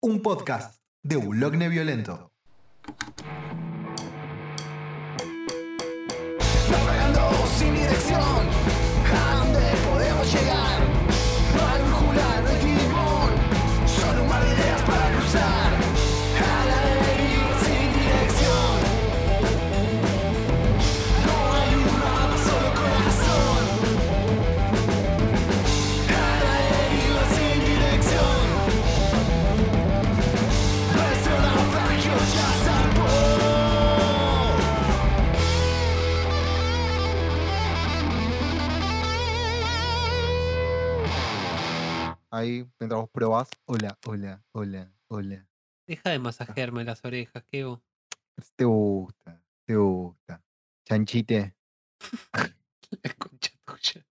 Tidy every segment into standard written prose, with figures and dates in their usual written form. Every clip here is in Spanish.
Un podcast de Bulogne Violento. Navegando sin dirección, ¿a dónde podemos llegar? No hay brújula, no hay timón, solo un mar de ideas para cruzar. A la deriva sin dirección, no hay un mapa, solo corazón. A la deriva sin dirección, nuestro naufragio ya zarpó. Ahí, mientras vos probás, hola. Deja de masajearme las orejas, Kevo. Te gusta. Chanchite. La concha tuya.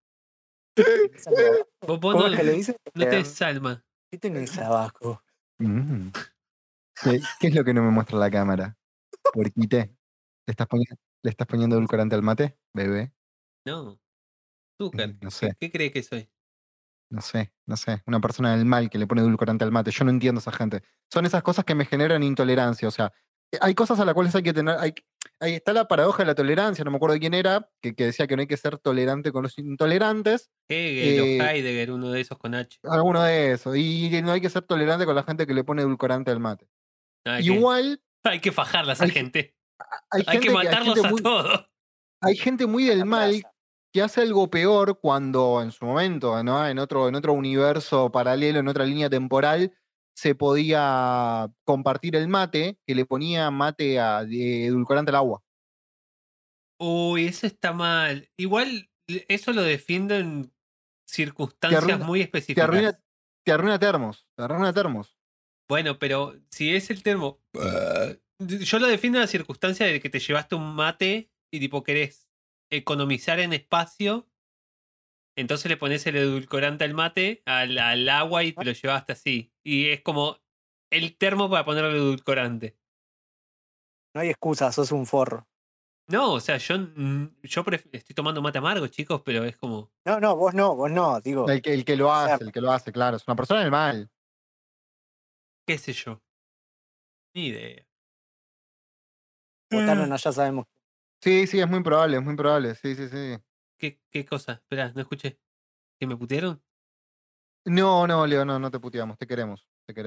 Vos ¿Cómo no, es que le dicen? no tenés alma. ¿Qué tenés abajo? Mm. ¿Qué es lo que no me muestra la cámara? Puerquite. ¿Le estás poniendo edulcorante al mate, bebé? No. Azúcar. No sé. ¿Qué crees que soy? No sé. Una persona del mal que le pone edulcorante al mate. Yo no entiendo a esa gente. Son esas cosas que me generan intolerancia. O sea, hay cosas a las cuales hay que tener. Ahí está la paradoja de la tolerancia. No me acuerdo de quién era, que decía que no hay que ser tolerante con los intolerantes. Hegel o Eh, Heidegger, uno de esos con H. Alguno de esos. Y no hay que ser tolerante con la gente que le pone edulcorante al mate. Igual Hay que fajarla a esa hay- gente. hay Hay que gente matarlos a todos. hay gente muy del mal que hace algo peor cuando en su momento, ¿no? En otro universo paralelo, en otra línea temporal, se podía compartir el mate, que le ponía mate de edulcorante al agua. Uy, eso está mal. Igual eso lo defiendo en circunstancias arruina- muy Te específicas. arruina termos. Bueno, pero si es el termo. Yo lo defiendo en la circunstancia de que te llevaste un mate y tipo querés economizar en espacio. Entonces le pones el edulcorante al mate, al agua y te lo llevaste así. Y es como el termo para ponerle el edulcorante. No hay excusa, sos un forro. No, o sea, yo estoy tomando mate amargo, chicos, pero es como. No, vos no, digo. El que lo hace, claro. Es una persona del mal. ¿Qué sé yo? Ni idea. Votaron allá sabemos. Sí, es muy probable. Sí. ¿Qué cosa? Esperá, no escuché. ¿Que me putearon? No, Leo, no te puteamos. Te queremos.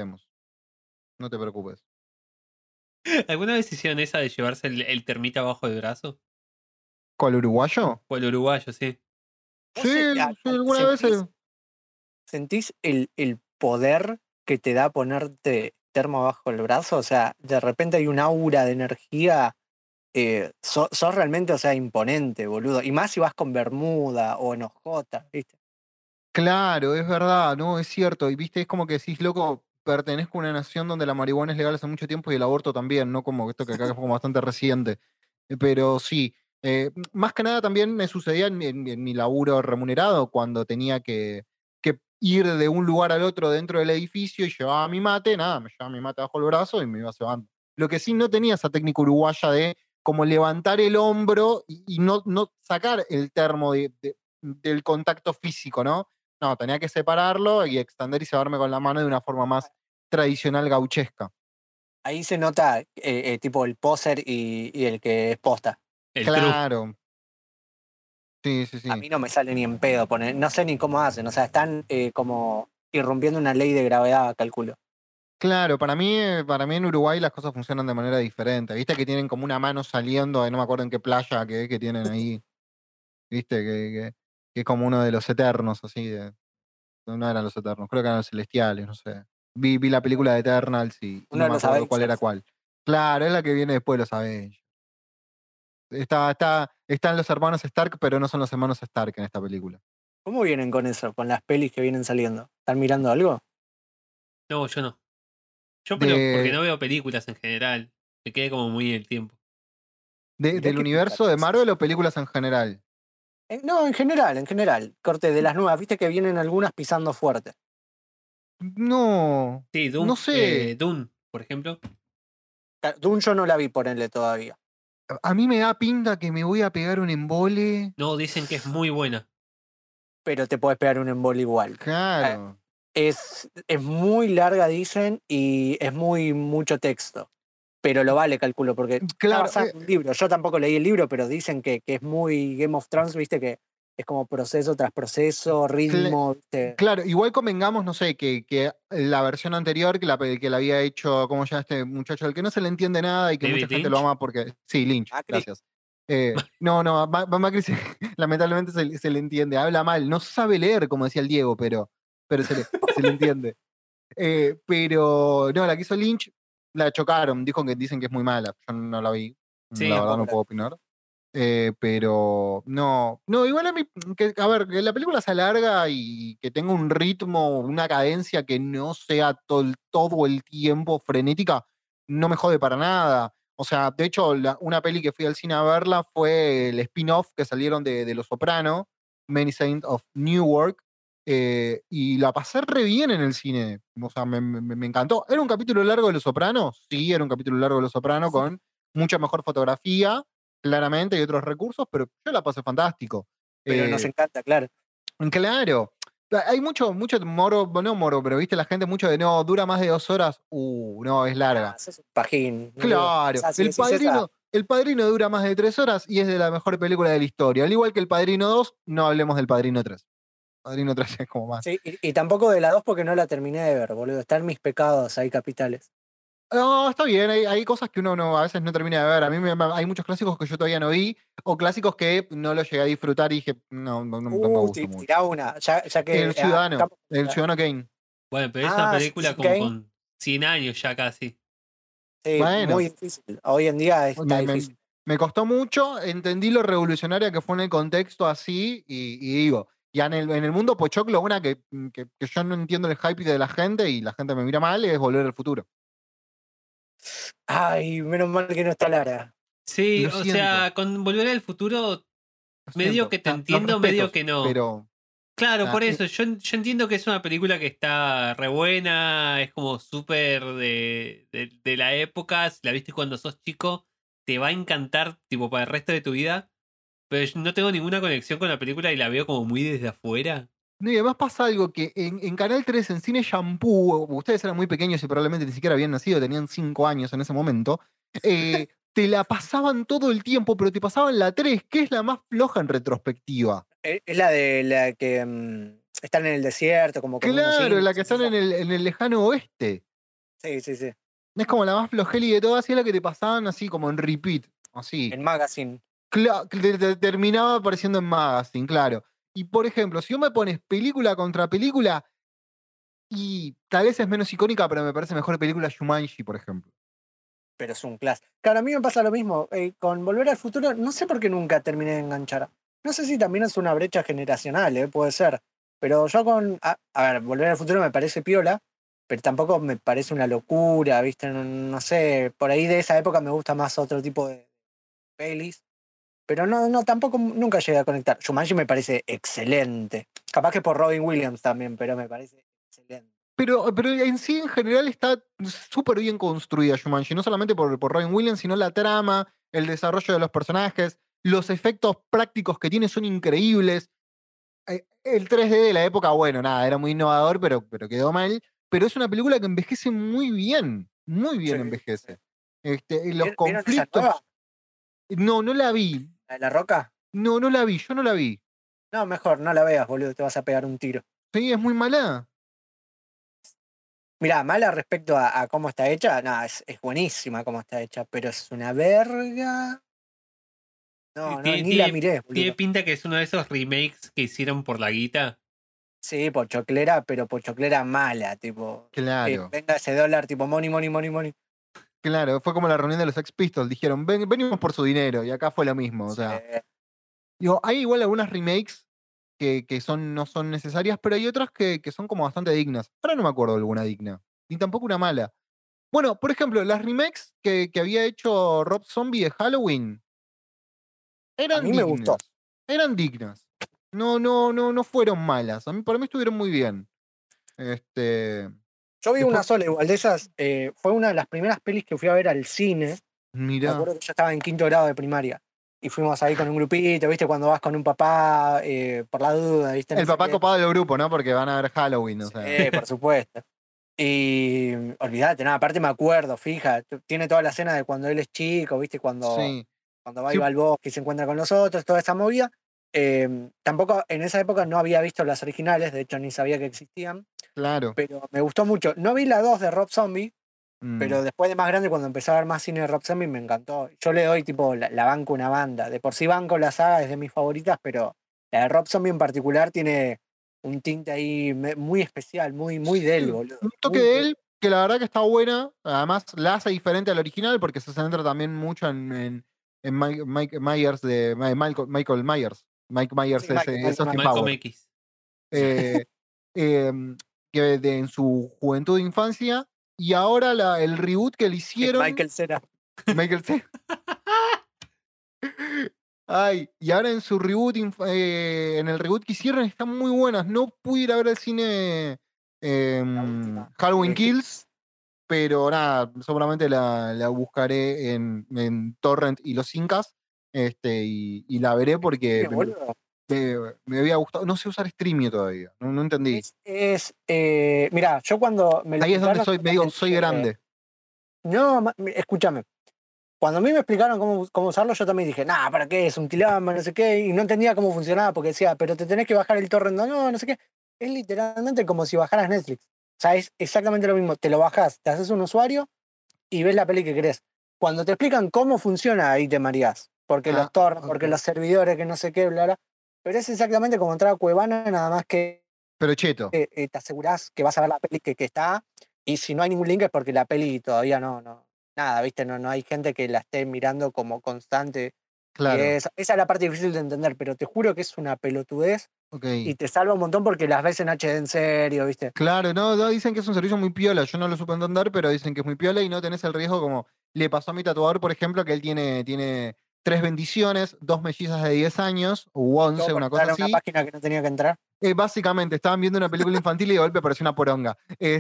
No te preocupes. ¿Alguna vez hicieron esa de llevarse el termita abajo del brazo? ¿Cuál, uruguayo? O el uruguayo, sí. Sí, ¿Vos alguna vez. ¿Sentís el poder que te da ponerte termo bajo el brazo? O sea, de repente hay un aura de energía. Sos realmente, o sea, imponente, boludo. Y más si vas con bermuda o en ojota, ¿viste? Claro, es verdad, no, es cierto. Y viste, es como que decís, loco, pertenezco a una nación donde la marihuana es legal hace mucho tiempo y el aborto también, ¿no? Como esto que acá es como bastante reciente. Pero sí, más que nada también me sucedía en mi laburo remunerado, cuando tenía que ir de un lugar al otro dentro del edificio y llevaba mi mate, nada, me llevaba mi mate bajo el brazo y me iba llevando. Lo que sí no tenía esa técnica uruguaya de como levantar el hombro y no sacar el termo del contacto físico, ¿no? No, tenía que separarlo y extender y cebarme con la mano de una forma más tradicional gauchesca. Ahí se nota tipo el poser y el que es posta. El true. Claro. Sí. A mí no me sale ni en pedo poner, no sé ni cómo hacen, o sea, están como irrumpiendo una ley de gravedad, calculo. Claro, para mí en Uruguay las cosas funcionan de manera diferente. Viste que tienen como una mano saliendo, no me acuerdo en qué playa que tienen ahí. Viste que es como uno de los eternos, así. No eran los eternos, creo que eran los celestiales, no sé. Vi la película de Eternals y Uno no de me los acuerdo cuál era Avengers. cuál. Claro, es la que viene después de los Avengers. Están los hermanos Stark, pero no son los hermanos Stark en esta película. ¿Cómo vienen con eso, con las pelis que vienen saliendo? ¿Están mirando algo? No, yo no. Pero porque De, no veo películas en general. Me quedé como muy en el tiempo. Mirá del qué universo de picante Marvel sos. o películas en general. No, en general. Corte de las nuevas, viste que vienen algunas pisando fuerte. No, Sí, no sé. Dune, por ejemplo. Dune yo no la vi, ponele todavía. A mí me da pinta que me voy a pegar un embole. No, dicen que es muy buena. Pero te podés pegar un embole igual. Claro. Es muy larga, dicen, y es mucho texto. Pero lo vale, calculo, porque está Claro, basada en un libro. Yo tampoco leí el libro, pero dicen que es muy Game of Thrones, viste, que es como proceso tras proceso, ritmo, viste. claro, igual convengamos, no sé, que la versión anterior que la había hecho, ¿cómo se llama este muchacho? El que no se le entiende nada y que David mucha gente lo Lynch. ama porque. Sí, Lynch, Macri. gracias. No, Macri lamentablemente se le entiende, habla mal, no sabe leer, como decía el Diego, pero se le entiende. Pero no, la que hizo Lynch la chocaron, dicen que es muy mala. Yo no la vi, Sí. la verdad no puedo opinar. Pero no, igual a mí, a ver, que la película se alarga y que tenga un ritmo, una cadencia que no sea todo el tiempo frenética, no me jode para nada. O sea, de hecho, una peli que fui al cine a verla fue el spin-off que salieron de Los Soprano, Many Saints of Newark, y la pasé re bien en el cine. O sea, me encantó. ¿Era un capítulo largo de Los Soprano? Sí, era un capítulo largo de Los Soprano con mucha mejor fotografía, claramente, y otros recursos, pero yo la pasé fantástico. Pero nos encanta, claro. Claro. Hay mucho moro, no moro, pero viste la gente mucho de no, dura más de 2 horas. No, es larga. Ah, sos un pajín. Claro, O sea, si decís esa, el Padrino dura más de 3 horas y es de la mejor película de la historia. Al igual que El Padrino 2, no hablemos del Padrino 3. Padrino 3 es como más. sí, y tampoco de la 2 porque no la terminé de ver, boludo. Están mis pecados ahí capitales. No, está bien, hay cosas que uno a veces no termina de ver. A mí hay muchos clásicos que yo todavía no vi, o clásicos que no los llegué a disfrutar y dije, no me gustó mucho. Tirá una, ya que El Ciudadano Kane. Bueno, pero es una película como Kane, con 100 años ya casi. sí, Bueno, muy difícil. Hoy en día está difícil. me costó mucho, entendí lo revolucionaria que fue en el contexto así, y digo, ya en el mundo pochoclo, una que yo no entiendo el hype de la gente y la gente me mira mal, es Volver al Futuro. Ay, menos mal que no está Lara. Sí, Lo o siento. sea, con Volver al Futuro, Lo medio siento. que te O sea, los entiendo, medio respetos, que no. Pero, Claro, ah, por eso, yo entiendo que es una película que está re buena, es como súper de la época, si la viste cuando sos chico, te va a encantar, tipo, para el resto de tu vida, pero yo no tengo ninguna conexión con la película y la veo como muy desde afuera. no, y además pasa algo que en Canal 3, en Cine Shampoo, ustedes eran muy pequeños y probablemente ni siquiera habían nacido, tenían 5 años en ese momento, te la pasaban todo el tiempo, pero te pasaban la 3, que es la más floja en retrospectiva. Es la de la que están en el desierto, como con unos Claro, la indios. que están en el lejano oeste. Sí, sí, sí. Es como la más flojeli de todas y es la que te pasaban así como en repeat, así. En Magazine. Terminaba apareciendo en Magazine, claro. Y por ejemplo, si vos me pones película contra película, y tal vez es menos icónica, pero me parece mejor película Shumanji, por ejemplo. Pero es un clásico. Claro, a mí me pasa lo mismo. Con Volver al Futuro, no sé por qué nunca terminé de enganchar. No sé si también es una brecha generacional, puede ser. Pero yo a ver, Volver al Futuro me parece piola, pero tampoco me parece una locura, ¿viste? No sé, por ahí de esa época me gusta más otro tipo de pelis. Pero no, tampoco nunca llegué a conectar. Jumanji me parece excelente. Capaz que por Robin Williams también, pero me parece excelente. Pero en sí, en general, está súper bien construida Shumanji. No solamente por Robin Williams, sino la trama, el desarrollo de los personajes, los efectos prácticos que tiene son increíbles. El 3D de la época, bueno, nada, era muy innovador, pero quedó mal. Pero es una película que envejece muy bien Sí, envejece. ¿Vieron Los esa nueva? conflictos. No la vi. ¿La de La Roca? No la vi, yo no la vi. No, mejor, no la veas, boludo, te vas a pegar un tiro. Sí, es muy mala. Mirá, mala respecto a cómo está hecha, nada, es buenísima cómo está hecha, pero es una verga. No, ni la miré, Tiene boludo. pinta que es uno de esos remakes que hicieron por la guita. Sí, pochoclera, pero pochoclera mala, tipo. Claro. Venga ese dólar, tipo money, money, money, money. Claro, fue como la reunión de los Sex Pistols. Dijeron, venimos por su dinero. Y acá fue lo mismo. O sea, digo, hay igual algunas remakes que no son necesarias, pero hay otras que son como bastante dignas. Ahora no me acuerdo de alguna digna. Ni tampoco una mala. Bueno, por ejemplo, las remakes que había hecho Rob Zombie de Halloween A eran mí me gustó. dignas. Eran dignas. No fueron malas. Para mí estuvieron muy bien. Yo vi una Después, sola igual de esas. Fue una de las primeras pelis que fui a ver al cine. Me mirá. acuerdo que yo estaba en 5º grado de primaria. y fuimos ahí con un grupito, ¿viste? Cuando vas con un papá, por la duda, ¿viste? No El sé papá qué. copado del grupo, ¿no? Porque van a ver Halloween, o sea. Sí, por supuesto. Y olvídate, nada, aparte me acuerdo, fija, tiene toda la escena de cuando él es chico, ¿viste? Sí. Cuando va y Sí, va al bosque y se encuentra con los otros, toda esa movida. Tampoco en esa época no había visto las originales, de hecho ni sabía que existían, claro. pero me gustó mucho. No vi la 2 de Rob Zombie, Mm. pero después de más grande, cuando empecé a ver más cine de Rob Zombie, me encantó. Yo le doy tipo la banco una banda. De por sí banco la saga, es de mis favoritas, pero la de Rob Zombie en particular tiene un tinte ahí muy especial, muy de él, Sí, boludo. un toque Muy de de él. él que la verdad que está buena. Además, la hace diferente al original porque se centra también mucho en Mike Myers Michael Myers. Mike Myers Sí, es Austin Malcolm Powers. X. Eh, em, en su juventud e infancia. Y ahora el reboot que le hicieron. Michael Cera. Michael C. Ay, y ahora en su reboot, en el reboot que hicieron, están muy buenas. No pude ir a ver al cine La última. Halloween Kills, pero nada, seguramente la buscaré en Torrent y los Incas, y la veré porque Boludo. me había gustado. No sé usar Streamio todavía, no entendí. Mirá, yo cuando me lo Ahí es donde explicaron, me digo, soy grande. No, escúchame. Cuando a mí me explicaron cómo usarlo, yo también dije, nah, ¿para qué? Es un quilombo, no sé qué. Y no entendía cómo funcionaba porque decía, pero te tenés que bajar el torrent. No sé qué. Es literalmente como si bajaras Netflix. O sea, es exactamente lo mismo. Te lo bajás, te haces un usuario y ves la peli que querés. Cuando te explican cómo funciona, ahí te mareás. Porque los torrents, porque Ok. los servidores, que no sé qué, bla, bla. Pero es exactamente como entrar a Cuevana, nada más que Pero cheto. te asegurás que vas a ver la peli que está. Y si no hay ningún link es porque la peli todavía nada, ¿viste? No hay gente que la esté mirando como constante. Y Claro. esa es la parte difícil de entender, pero te juro que es una pelotudez Ok. y te salva un montón porque las ves en HD en serio, ¿viste? Claro, no, dicen que es un servicio muy piola. Yo no lo supe entender, pero dicen que es muy piola y no tenés el riesgo como le pasó a mi tatuador, por ejemplo, que él tiene 3 bendiciones, 2 mellizas de 10 años, u 11, Todo por una cosa entrar a una así. página que no tenía que entrar. Básicamente, estaban viendo una película infantil y de golpe apareció una poronga.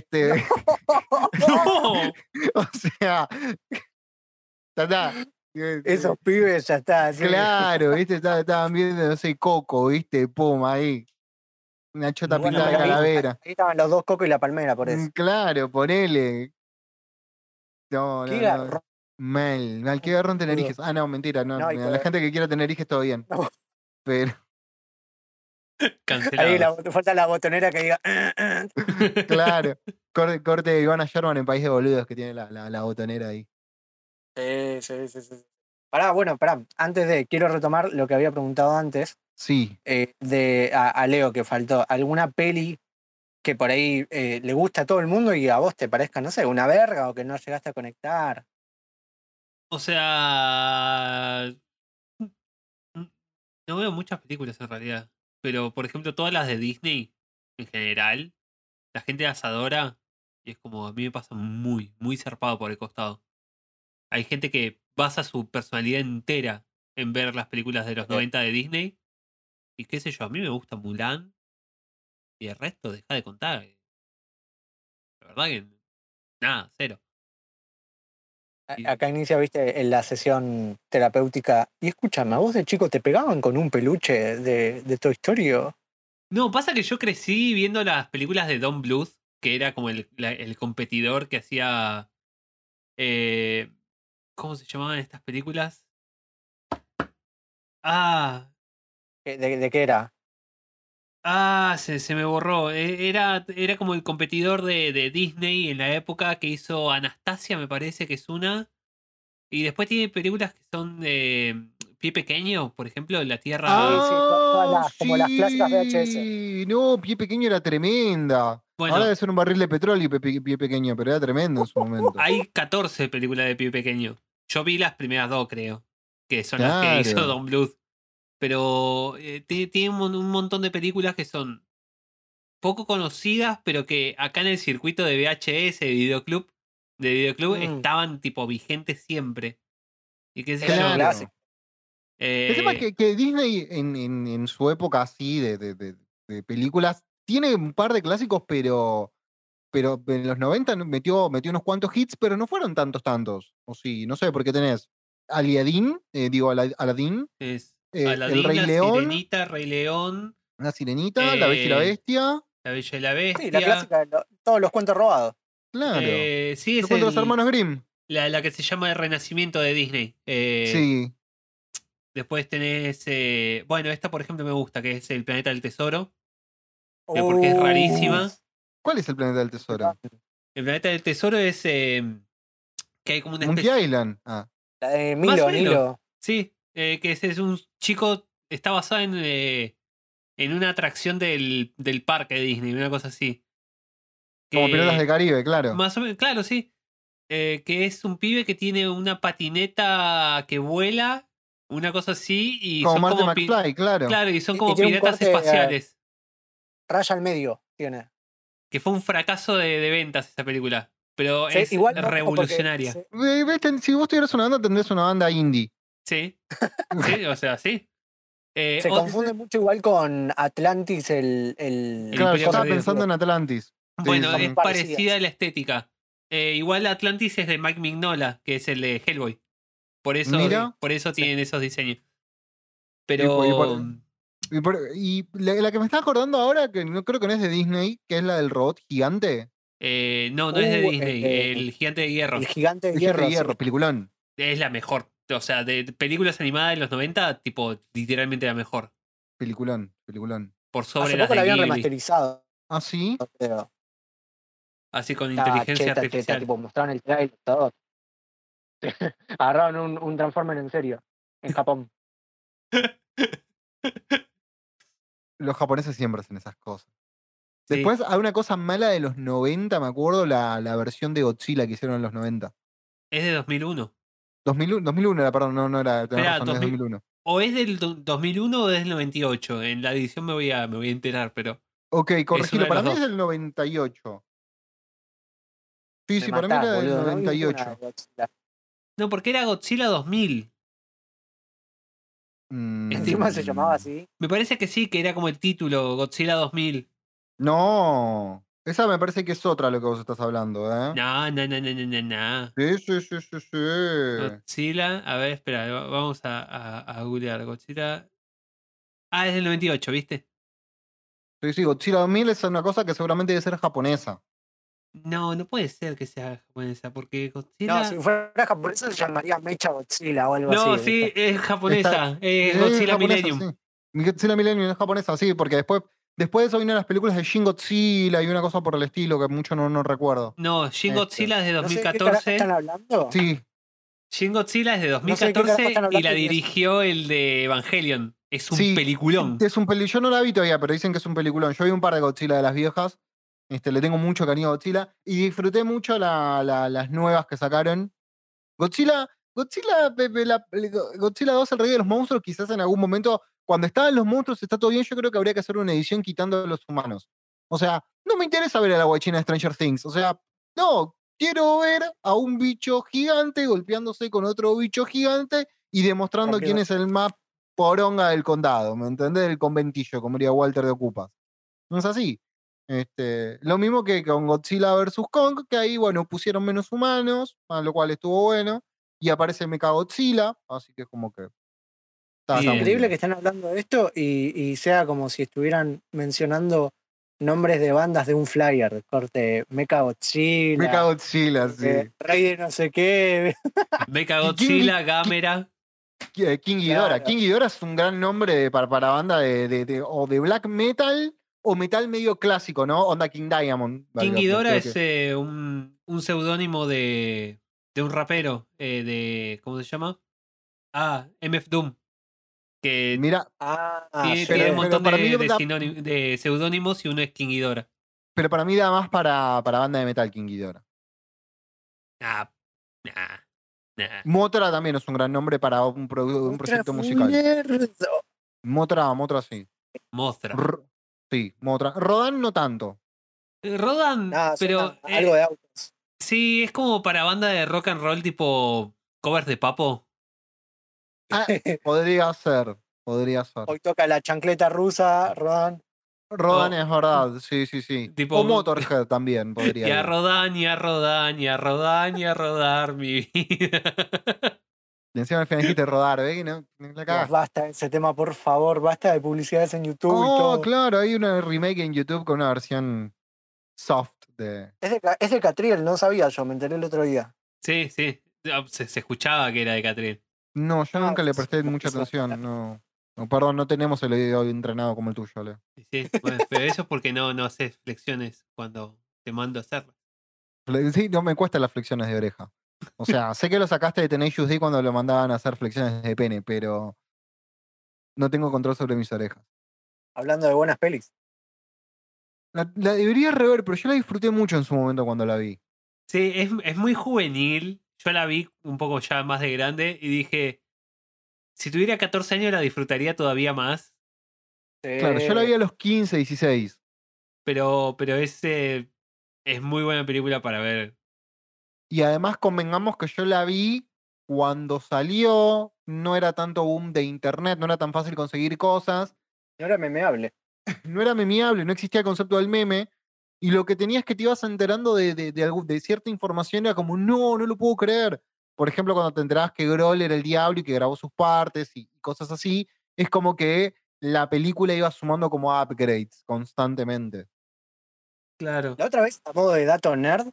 ¡No! O sea, está. Esos pibes ya está. Así. Claro, ¿viste? Estaban viendo, no sé, Coco, ¿viste? Pum, ahí. Una chota Bueno, pintada de pero calavera. ahí estaban los dos Coco y la palmera, por eso. Claro, ponele. No. Qué garrón, Mal, qué garrón tener boludo. hijos. Ah, no, mentira, no. No, y La gente que quiera tener hijos todo bien. No. Pero, Ahí Cancelados. falta la botonera que diga. claro. Corte de Ivana Sherman en País de Boludos que tiene la botonera ahí. Sí. Pará. Quiero retomar lo que había preguntado antes Sí. a Leo, que faltó. ¿Alguna peli que por ahí le gusta a todo el mundo y a vos te parezca, no sé, una verga o que no llegaste a conectar? O sea. No veo muchas películas en realidad. Pero, por ejemplo, todas las de Disney, en general, la gente las adora. Y es como, a mí me pasa muy zarpado por el costado. Hay gente que basa su personalidad entera en ver las películas de los 90 de Disney. Y qué sé yo, a mí me gusta Mulan. Y el resto, deja de contar. La verdad que. Nada, cero. Y- Acá inicia, viste, en la sesión terapéutica. Y escúchame, ¿a vos de chico te pegaban con un peluche de Toy Story? No, pasa que yo crecí viendo las películas de Don Bluth, que era como el competidor que hacía. ¿Cómo se llamaban estas películas? Ah, ¿De qué era? se me borró. Era como el competidor de Disney en la época que hizo Anastasia, me parece que es una. Y después tiene películas que son de Pie Pequeño, por ejemplo, La Tierra. Sí, como las clásicas VHS. Sí. No, Pie Pequeño era tremenda. Ahora Bueno, debe ser un barril de petróleo y Pie Pequeño, pero era tremendo en su momento. hay 14 películas de Pie Pequeño. Yo vi las primeras dos, creo. Que son las que hizo Claro. Don Bluth. Pero tiene un montón de películas que son poco conocidas, pero que acá en el circuito de VHS, de videoclub, estaban tipo vigentes siempre. Y qué sé Eran yo. clásicos. El tema es que Disney en su época así de películas tiene un par de clásicos, pero en los 90 metió unos cuantos hits, pero no fueron tantos. O sí, no sé por qué tenés Aladdin, Aladdin, Es el Aladín, Rey la León, Sirenita, Rey León, la Sirenita, la Bella y la eh, Bestia. La Bella y la Sí, la Bestia. clásica de todos los cuentos robados. Claro. Sí, El es cuento de los hermanos Grimm. la que se llama El Renacimiento de Disney. Sí. Después tenés. Bueno, esta por ejemplo me gusta, que es El Planeta del Tesoro. Porque es rarísima. ¿Cuál es el planeta del tesoro? El Planeta del Tesoro es. Que hay como una Monkey especie. Island. Ah. La de Más Milo, o menos. Nilo. Sí, que es un chico. Está basado en una atracción del parque de Disney, una cosa así. Como Piratas Que- del Caribe, claro. Más o menos, claro, sí. Que es un pibe que tiene una patineta que vuela, una cosa así, y Como son Marty como McFly, claro. claro, y son Y como tiene un piratas corte, espaciales. Raya al medio tiene. Que fue un fracaso de ventas esa película. Pero Sí, es igual no, porque revolucionaria. Si vos tuvieras una banda, tendrías una banda indie. Sí. Sí, o sea, sí. se o- confunde mucho igual con Atlantis, el Claro, yo Imperio estaba Perdido. pensando en Atlantis. Sí, bueno, sí. es parecidas. parecida a la estética. Igual Atlantis es de Mike Mignola, que es el de Hellboy. Por eso, Mira. por eso Sí. tienen esos diseños. Y Pero. y la que me está acordando ahora, que no creo que no es de Disney, que es la del robot gigante. No es de Uh, Disney. El Gigante de Hierro. el gigante de El Gigante hierro. de Hierro, sí. peliculón. Es la mejor. O sea, de películas animadas de los 90, tipo, literalmente la mejor. Peliculón, peliculón. Por sobre Hace las poco de la habían Ghibli. remasterizado, ¿Ah, sí? creo. Así con Estaba inteligencia cheta, artificial. tipo, mostraron el trailer, todo. Agarraron un Transformer en serio, en Japón. Los japoneses siempre hacen esas cosas. Sí. Después hay una cosa mala de los 90, me acuerdo, la versión de Godzilla que hicieron en los 90. Es de 2001. 2001 era, perdón, no era, tenés Esperá, razón, es 2001. O es del 2001 o es del 98. En la edición me voy a enterar, pero. Ok, uno corregilo, de para los mí es dos. del 98. Sí, Me sí, para mí matás, era del boludo, no vi ninguna 98. de Godzilla. No, porque era Godzilla 2000. Encima se llamaba así. Me parece que sí, que era como el título, Godzilla 2000. No, esa me parece que es otra lo que vos estás hablando, ¿eh? No. No. Sí. Godzilla, a ver, espera, vamos a googlear. Godzilla. Ah, es del 98, ¿viste? Sí, Godzilla 2000 es una cosa que seguramente debe ser japonesa. No puede ser que sea japonesa, porque Godzilla. No, si fuera japonesa se llamaría Mecha Godzilla o algo No, así. sí, ¿viste? es japonesa. Es Es Godzilla japonesa, Millennium. sí. Godzilla Millennium es japonesa, sí, porque después de eso vinieron las películas de Shin Godzilla y una cosa por el estilo que mucho no recuerdo. No, Shin Godzilla es de No sé de qué carajo 2014. están hablando. Sí, Shin Godzilla es de No sé de qué carajo 2014 están y hablando la y es- dirigió el de Evangelion. Es un Sí, peliculón. es un yo no la vi todavía, pero dicen que es un peliculón. Yo vi un par de Godzilla de las viejas. Le tengo mucho cariño a Godzilla. Y disfruté mucho las nuevas que sacaron. Godzilla 2, el rey de los monstruos, quizás en algún momento, cuando estaban los monstruos, está todo bien. Yo creo que habría que hacer una edición quitando a los humanos. O sea, no me interesa ver a la guachina de Stranger Things. O sea, no, quiero ver a un bicho gigante golpeándose con otro bicho gigante y demostrando quién es el más poronga del condado, ¿me entendés? El conventillo, como diría Walter de Ocupas. No es así. Lo mismo que con Godzilla vs. Kong, que ahí, bueno, pusieron menos humanos, a lo cual estuvo bueno, y aparece Mechagodzilla, así que es como que está Es Bien. muy increíble bien. que estén hablando de esto y sea como si estuvieran mencionando nombres de bandas de un flyer. Corte Mecha Godzilla, Mechagodzilla, sí. Rey de no sé qué. Mecha Godzilla, Gamera. King Ghidorah. Claro. King Ghidorah es un gran nombre para banda o de black metal o metal medio clásico, ¿no? Onda King Diamond. King Valga, Ghidorah creo es que- un seudónimo de un rapero. ¿Cómo se llama? MF Doom. Que Mira, tiene pero- un pero montón para mí da- de seudónimos y uno es King Ghidorah. pero para mí da más para banda de metal King Ghidorah. Nah, nah. Motra también es un gran nombre para un proyecto musical. Motra sí. Mothra. Sí, Motra. Rodan no tanto. Rodan, pero algo de autos. sí, es como para banda de rock and roll tipo covers de Papo. Ah, podría ser. Hoy toca la chancleta rusa, Rodan. Rodan Oh. es verdad, sí. Tipo- O Motorhead también podría Y a ir. rodar, y a rodar, y a rodar, y a rodar mi vida. Y encima al final dijiste rodar, ¿ves? No, la Dios, cagaste. basta ese tema, por favor, basta de publicidades en YouTube y Oh, todo. claro, hay una remake en YouTube con una versión soft de. Es de Catriel, no sabía yo, me enteré el otro día. Sí, sí. Se escuchaba que era de Catriel. No, yo Ah, nunca le eso, presté mucha eso. atención. No. No, perdón, no tenemos el oído entrenado como el tuyo, Leo. Sí, bueno, pero eso es porque no haces flexiones cuando te mando a hacerlas. Sí, no me cuestan las flexiones de oreja. O sea, sé que lo sacaste de Tenacious D cuando lo mandaban a hacer flexiones de pene, pero no tengo control sobre mis orejas. Hablando de buenas pelis. La debería rever, pero yo la disfruté mucho en su momento cuando la vi. Sí, es muy juvenil. Yo la vi un poco ya más de grande y dije, si tuviera 14 años la disfrutaría todavía más, Claro, yo la vi a los 15, 16. pero es muy buena película para ver. Y además convengamos que yo la vi cuando salió, no era tanto boom de internet, no era tan fácil conseguir cosas, No era memeable. no era memeable, no existía el concepto del meme, y lo que tenías que te ibas enterando de cierta información era como, no lo puedo creer. Por ejemplo, cuando te enterabas que Grohl era el diablo y que grabó sus partes y cosas así, es como que la película iba sumando como upgrades constantemente. Claro. La otra vez, a modo de dato nerd,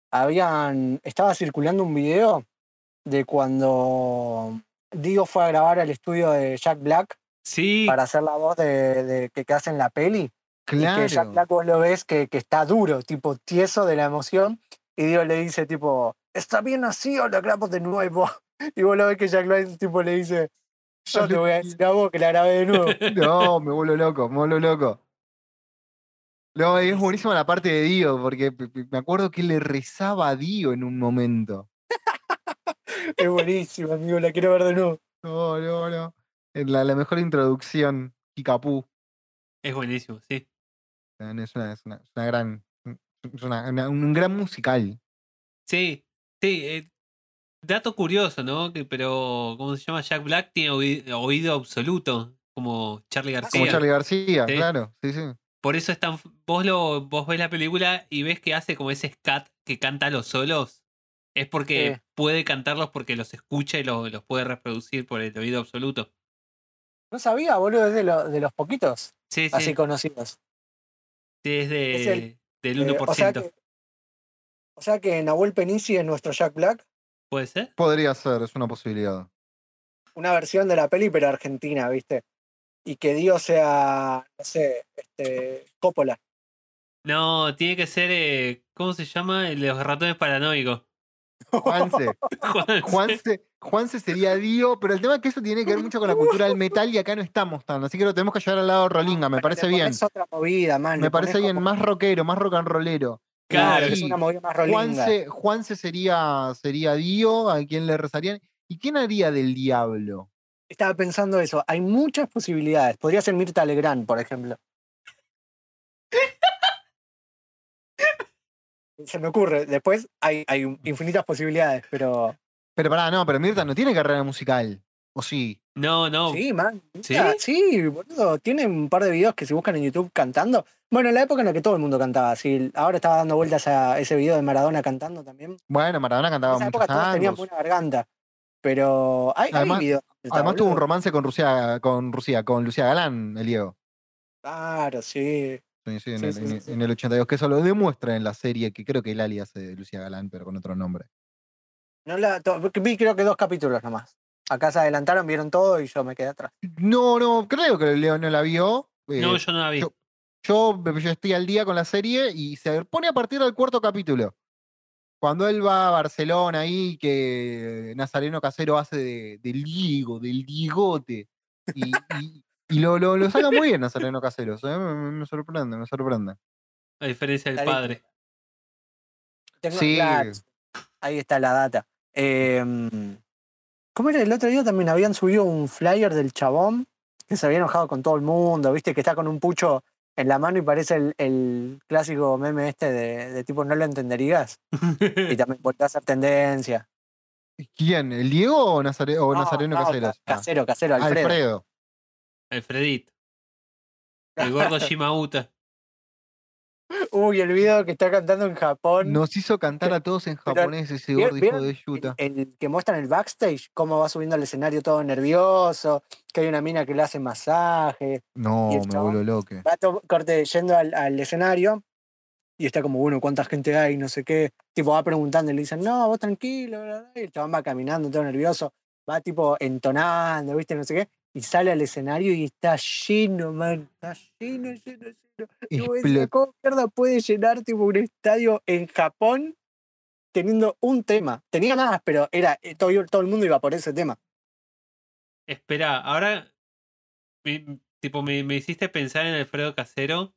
estaba circulando un video de cuando Dio fue a grabar al estudio de Jack Black Sí, para hacer la voz de que hace en la peli. Y que Jack Claro. Black vos lo ves que está duro, tipo tieso de la emoción. Y Dio le dice tipo, ¿está bien así o lo grabamos de nuevo? Y vos lo ves que Jack Black tipo le dice, yo te voy a decir a vos que la grabé de nuevo. No, me vuelvo loco, me vuelvo loco. No, es buenísima la parte de Dio, porque me acuerdo que le rezaba a Dio en un momento. Es buenísimo, amigo, la quiero ver de nuevo. No. La mejor introducción, Kickapoo. es buenísimo, sí. Es una gran. Es un gran musical. Sí, dato curioso, ¿no? Pero, ¿cómo se llama? Jack Black tiene oído absoluto, como Charlie Como García. Charlie García, Sí. claro. Sí. Por eso es tan. Vos ves la película y ves que hace como ese scat que canta los solos. Es porque Sí. puede cantarlos porque los escucha y los puede reproducir por el oído absoluto. No sabía, boludo, es de los poquitos Sí, así sí. conocidos. Sí, es Es el, del 1%. o sea que Nahuel Penisi es nuestro Jack Black, ¿Puede ser? Podría ser, es una posibilidad. una versión de la peli pero argentina, ¿viste? Y que Dio sea, no sé, Coppola. No, tiene que ser. ¿Cómo se llama? El de los ratones paranoicos. Juanse. Juanse sería Dio, pero el tema es que eso tiene que ver mucho con la cultura del metal y acá no estamos tan, así que lo tenemos que llevar al lado Rolinga, me Pero parece le bien. pones otra movida, man. Me le pones parece bien, como- más rockero, más rock and rollero. Claro, que Sí, es una movida más rolinga. Juanse sería Dio, a quien le rezarían. ¿Y quién haría del diablo? Estaba pensando eso. Hay muchas posibilidades. Podría ser Mirta Legrand, por ejemplo. Se me ocurre. Después hay infinitas posibilidades, pero. Pero pará, no, pero Mirta no tiene carrera musical. ¿O sí? No. Sí, man. ¿Sí? Mirta, sí, boludo. Tiene un par de videos que se buscan en YouTube cantando. Bueno, en la época en la que todo el mundo cantaba. Sí, ahora estaba dando vueltas a ese video de Maradona cantando también. Bueno, Maradona En cantaba esa muchos época todos tenían años. buena garganta. Pero hay Además- videos. Además tuvo un romance con Lucía Galán, el Diego. Claro, sí. Sí, Sí, sí. en el 82, que eso lo demuestra en la serie, que creo que Lali hace de Lucía Galán, pero con otro nombre. Vi creo que 2 capítulos nomás. Acá se adelantaron, vieron todo y yo me quedé atrás. No, creo que Leo no la vio. No, yo no la vi. Yo estoy al día con la serie y se pone a partir del 4.º capítulo. Cuando él va a Barcelona ahí, que Nazareno Casero hace del Diegote. Y lo saca muy bien Nazareno Casero. Me sorprende. A diferencia del Está lindo. padre. Sí. Claro, ahí está la data. ¿Cómo era el otro día? También habían subido un flyer del chabón que se había enojado con todo el mundo, ¿viste? Que está con un pucho en la mano y parece el clásico meme de tipo no lo entenderías. Y también volvió a hacer tendencia. ¿Quién? ¿El Diego o Nazareno Caseros? Casero, Alfredo. Alfredito. El gordo Shimauta. Uy, el video que está cantando en Japón. Nos hizo cantar a todos en Pero, japonés ese gordo hijo ¿vieron de Yuta. el que muestran el backstage? Cómo va subiendo al escenario todo nervioso, que hay una mina que le hace masaje. Y No, el me chabón vuelvo loco. va corte yendo al escenario y está como, bueno, ¿cuánta gente hay? No sé qué. Tipo, va preguntando y le dicen, no, vos tranquilo, bla, bla, y el chabón va caminando todo nervioso, va tipo entonando, ¿viste? No sé qué. Y sale al escenario y está lleno, man. Está lleno, lleno, lleno. Y vos decías, ¿cómo mierda puede llenar tipo un estadio en Japón teniendo un tema? Tenía más, pero era todo el mundo iba por ese tema. Espera, ahora me hiciste pensar en Alfredo Casero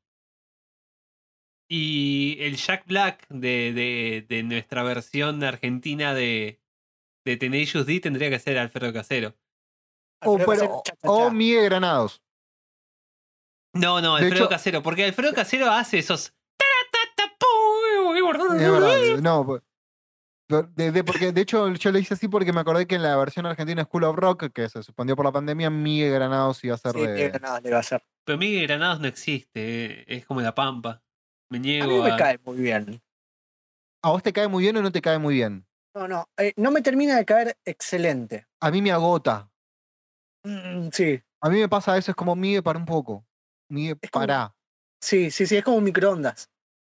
y el Jack Black de nuestra versión argentina de Tenacious D tendría que ser Alfredo Casero. Alfredo Casero, cha, cha, O cha. Miguel Granados. No, De Alfredo hecho- Casero, porque Alfredo Casero hace esos... Es verdad, no. Porque de hecho yo lo hice así porque me acordé que en la versión argentina School of Rock, que se suspendió por la pandemia, Miguel Granados iba a ser Sí, Miguel de. Granados le va a hacer. Pero Miguel Granados no existe, es como la Pampa. Me A mí niego me a... cae muy bien. ¿A vos te cae muy bien o no te cae muy bien? No, no me termina de caer excelente. A mí me agota. Sí, A mí me pasa eso, es como Miguel para un poco. Miguel, Es como- pará. sí, es como un microondas.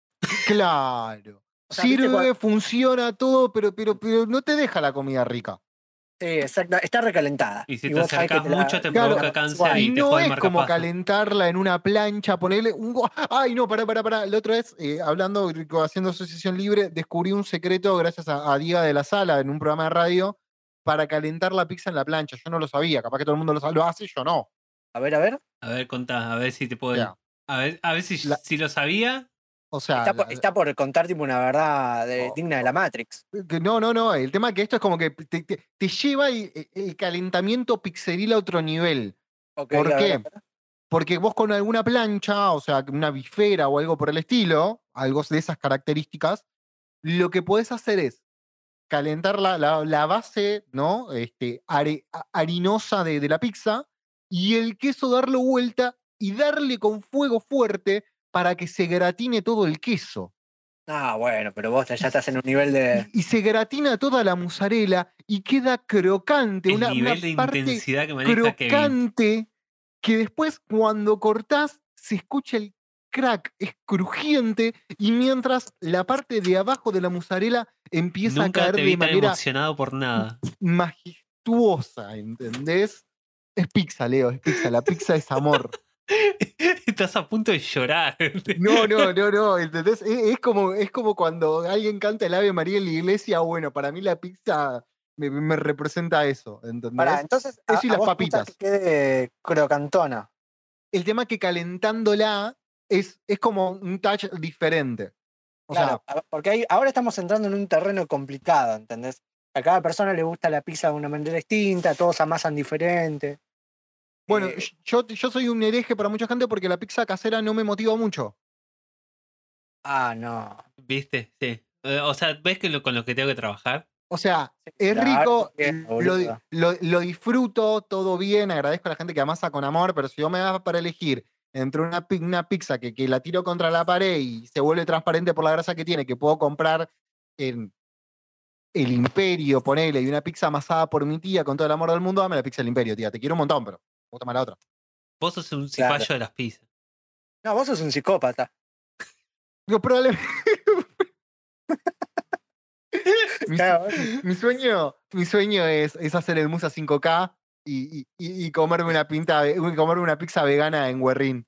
Claro. O sea, ¿viste Sirve, funciona todo, pero no te deja la comida rica. Sí, exacto, está recalentada. Y si te vos sabés que acercás mucho te Claro, provoca cáncer Y y te no jode el es como marcapaso. calentarla en una plancha, ponerle un. Ay, no, pará. La otra vez, hablando, haciendo asociación libre, descubrí un secreto gracias a Diego de la Sala en un programa de radio para calentar la pizza en la plancha. Yo no lo sabía, capaz que todo el mundo lo hace, yo no. A ver. A ver, contá, a ver si te puedo... Ya. A ver si, La- si lo sabía. O sea, Está por contar tipo una verdad Oh, digna de la Matrix. no. El tema es que esto es como que te lleva el calentamiento pixelil a otro nivel. Ok, ¿Por a ver, qué? a ver. Porque vos con alguna plancha, o sea, una bifera o algo por el estilo, algo de esas características, lo que podés hacer es calentar la base, ¿no? Harinosa de la pizza y el queso darlo vuelta y darle con fuego fuerte para que se gratine todo el queso. Ah, bueno, pero vos ya estás en un nivel de. Y se gratina toda la mozzarella y queda crocante, El una nivel de parte intensidad que maneja Kevin. crocante que después cuando cortás se escucha el crack, es crujiente y mientras la parte de abajo de la mozzarella empieza Nunca a caer te de vi tan manera emocionado por nada. majestuosa, ¿entendés? Es pizza, Leo, es pizza, la pizza es amor. Estás a punto de llorar. No, ¿entendés? Es como cuando alguien canta el Ave María en la iglesia, bueno, para mí la pizza me representa eso, ¿entendés? Pará, entonces, Eso y a las vos te gusta papitas. que quede crocantona. El tema es que calentándola es como un touch diferente. O Claro, sea, porque ahora estamos entrando en un terreno complicado, ¿entendés? A cada persona le gusta la pizza de una manera distinta, todos amasan diferente. bueno, Eh, yo soy un hereje para mucha gente porque la pizza casera no me motiva mucho. no. ¿Viste? Sí. O sea, ¿ves que con lo que tengo que trabajar? O sea, es Claro, rico, bien, lo, boludo. lo disfruto, todo bien, agradezco a la gente que amasa con amor, pero si yo me das para elegir entre una pizza que la tiro contra la pared y se vuelve transparente por la grasa que tiene, que puedo comprar en el Imperio, ponele, y una pizza amasada por mi tía con todo el amor del mundo, dame la pizza del Imperio, tía. Te quiero un montón, pero me gusta más la otra. Vos sos un Claro. cipallo de las pizzas. No, vos sos un psicópata. Yo probablemente. Claro, Mi sueño es hacer el Musa 5K y comerme una pizza vegana en Guerrín.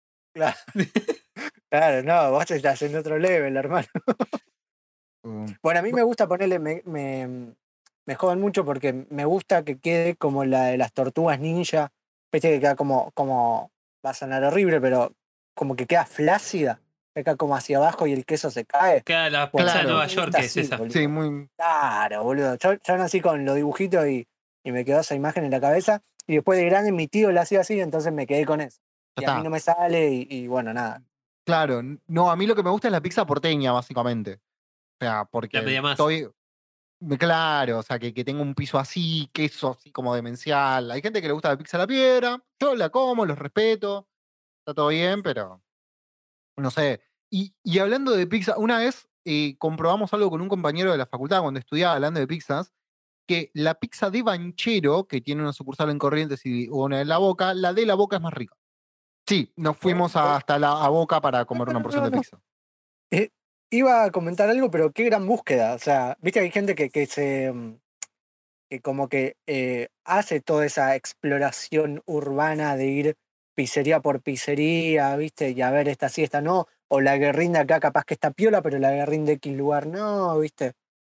claro, no, vos estás en otro level, hermano. Bueno, a mí me gusta ponerle, me jodan mucho porque me gusta que quede como la de las tortugas ninja. Viste que queda como, va a sonar horrible, pero como que queda flácida. Que queda como hacia abajo y el queso se cae. Queda la Bueno, pizza de Claro. Nueva me York, gusta que es así, esa. boludo. Sí, muy. Claro, boludo. Yo nací con los dibujitos y me quedó esa imagen en la cabeza. Y después de grande mi tío la hacía así, entonces me quedé con eso. Ya Y a mí está. no me sale y bueno, nada. Claro, no, a mí lo que me gusta es la pizza porteña, básicamente. O sea, porque La media masa. estoy. Claro, o sea, que tenga un piso así, queso así como demencial. Hay gente que le gusta la pizza a la piedra, yo la como, los respeto, está todo bien, pero no sé. Y hablando de pizza, una vez comprobamos algo con un compañero de la facultad cuando estudiaba hablando de pizzas, que la pizza de Banchero, que tiene una sucursal en Corrientes y una en La Boca, la de La Boca es más rica. Sí, nos fuimos hasta a Boca para comer una porción de pizza. Iba a comentar algo, pero qué gran búsqueda. O sea, viste que hay gente que como que hace toda esa exploración urbana de ir pizzería por pizzería, viste, y a ver, esta sí, esta no, o la guerrín de acá capaz que está piola, pero la guerrín de X lugar no, viste.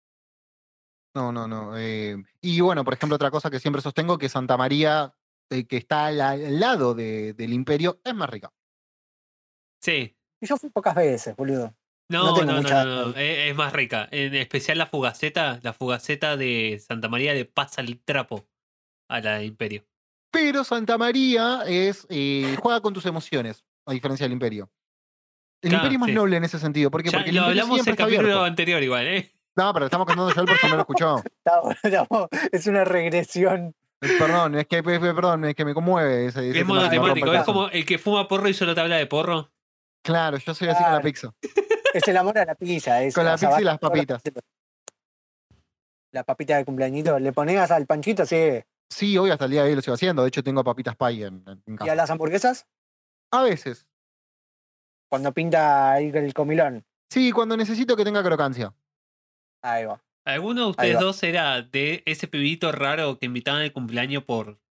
No. Y bueno, por ejemplo, otra cosa que siempre sostengo, que Santa María, que está al lado del Imperio, es más rica. Sí. Y yo fui pocas veces, boludo. No No, tengo no, no, mucha no, no. data. Es más rica. En especial la fugaceta de Santa María le pasa el trapo a la de Imperio. Pero Santa María juega con tus emociones, a diferencia del Imperio. El Claro, Imperio es más sí. noble en ese sentido. ¿Por qué? Ya Porque el lo Imperio hablamos siempre el está capítulo abierto. anterior igual, ¿eh? No, pero estamos contando yo por si no lo escuchó. Es una regresión. Perdón, es que me conmueve ese Es tema, me rompe monotemático. el Es corazón. como el que fuma porro y solo te habla de porro. Claro, yo soy así con la Claro. pizza. Es el amor a la pizza. Con la pizza y las papitas. Las papitas de cumpleañito. ¿Le ponías al panchito? Sí. Sí, hoy hasta el día de hoy lo sigo haciendo. De hecho, tengo papitas pie en ¿Y a casa. las hamburguesas? A veces. Cuando pinta ahí el comilón. Sí, cuando necesito que tenga crocancia. Ahí va. ¿Alguno de Ahí ustedes va. dos era de ese pibito raro que invitaban al cumpleaños por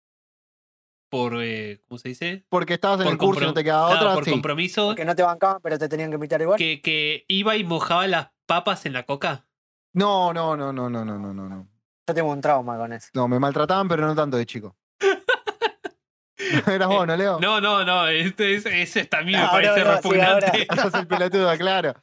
¿cómo se dice? Porque estabas en Por el curso y no te quedaba claro, otra, por sí. compromiso, Que no te bancaban, pero te tenían que invitar igual. que iba y mojaba las papas en la coca. No. Yo tengo un trauma con eso. No, me maltrataban, pero no tanto de chico. ¿Eras vos, no, Leo? No, eso está a mí me No, parece no, sí, repugnante. Sos el pelotudo, claro.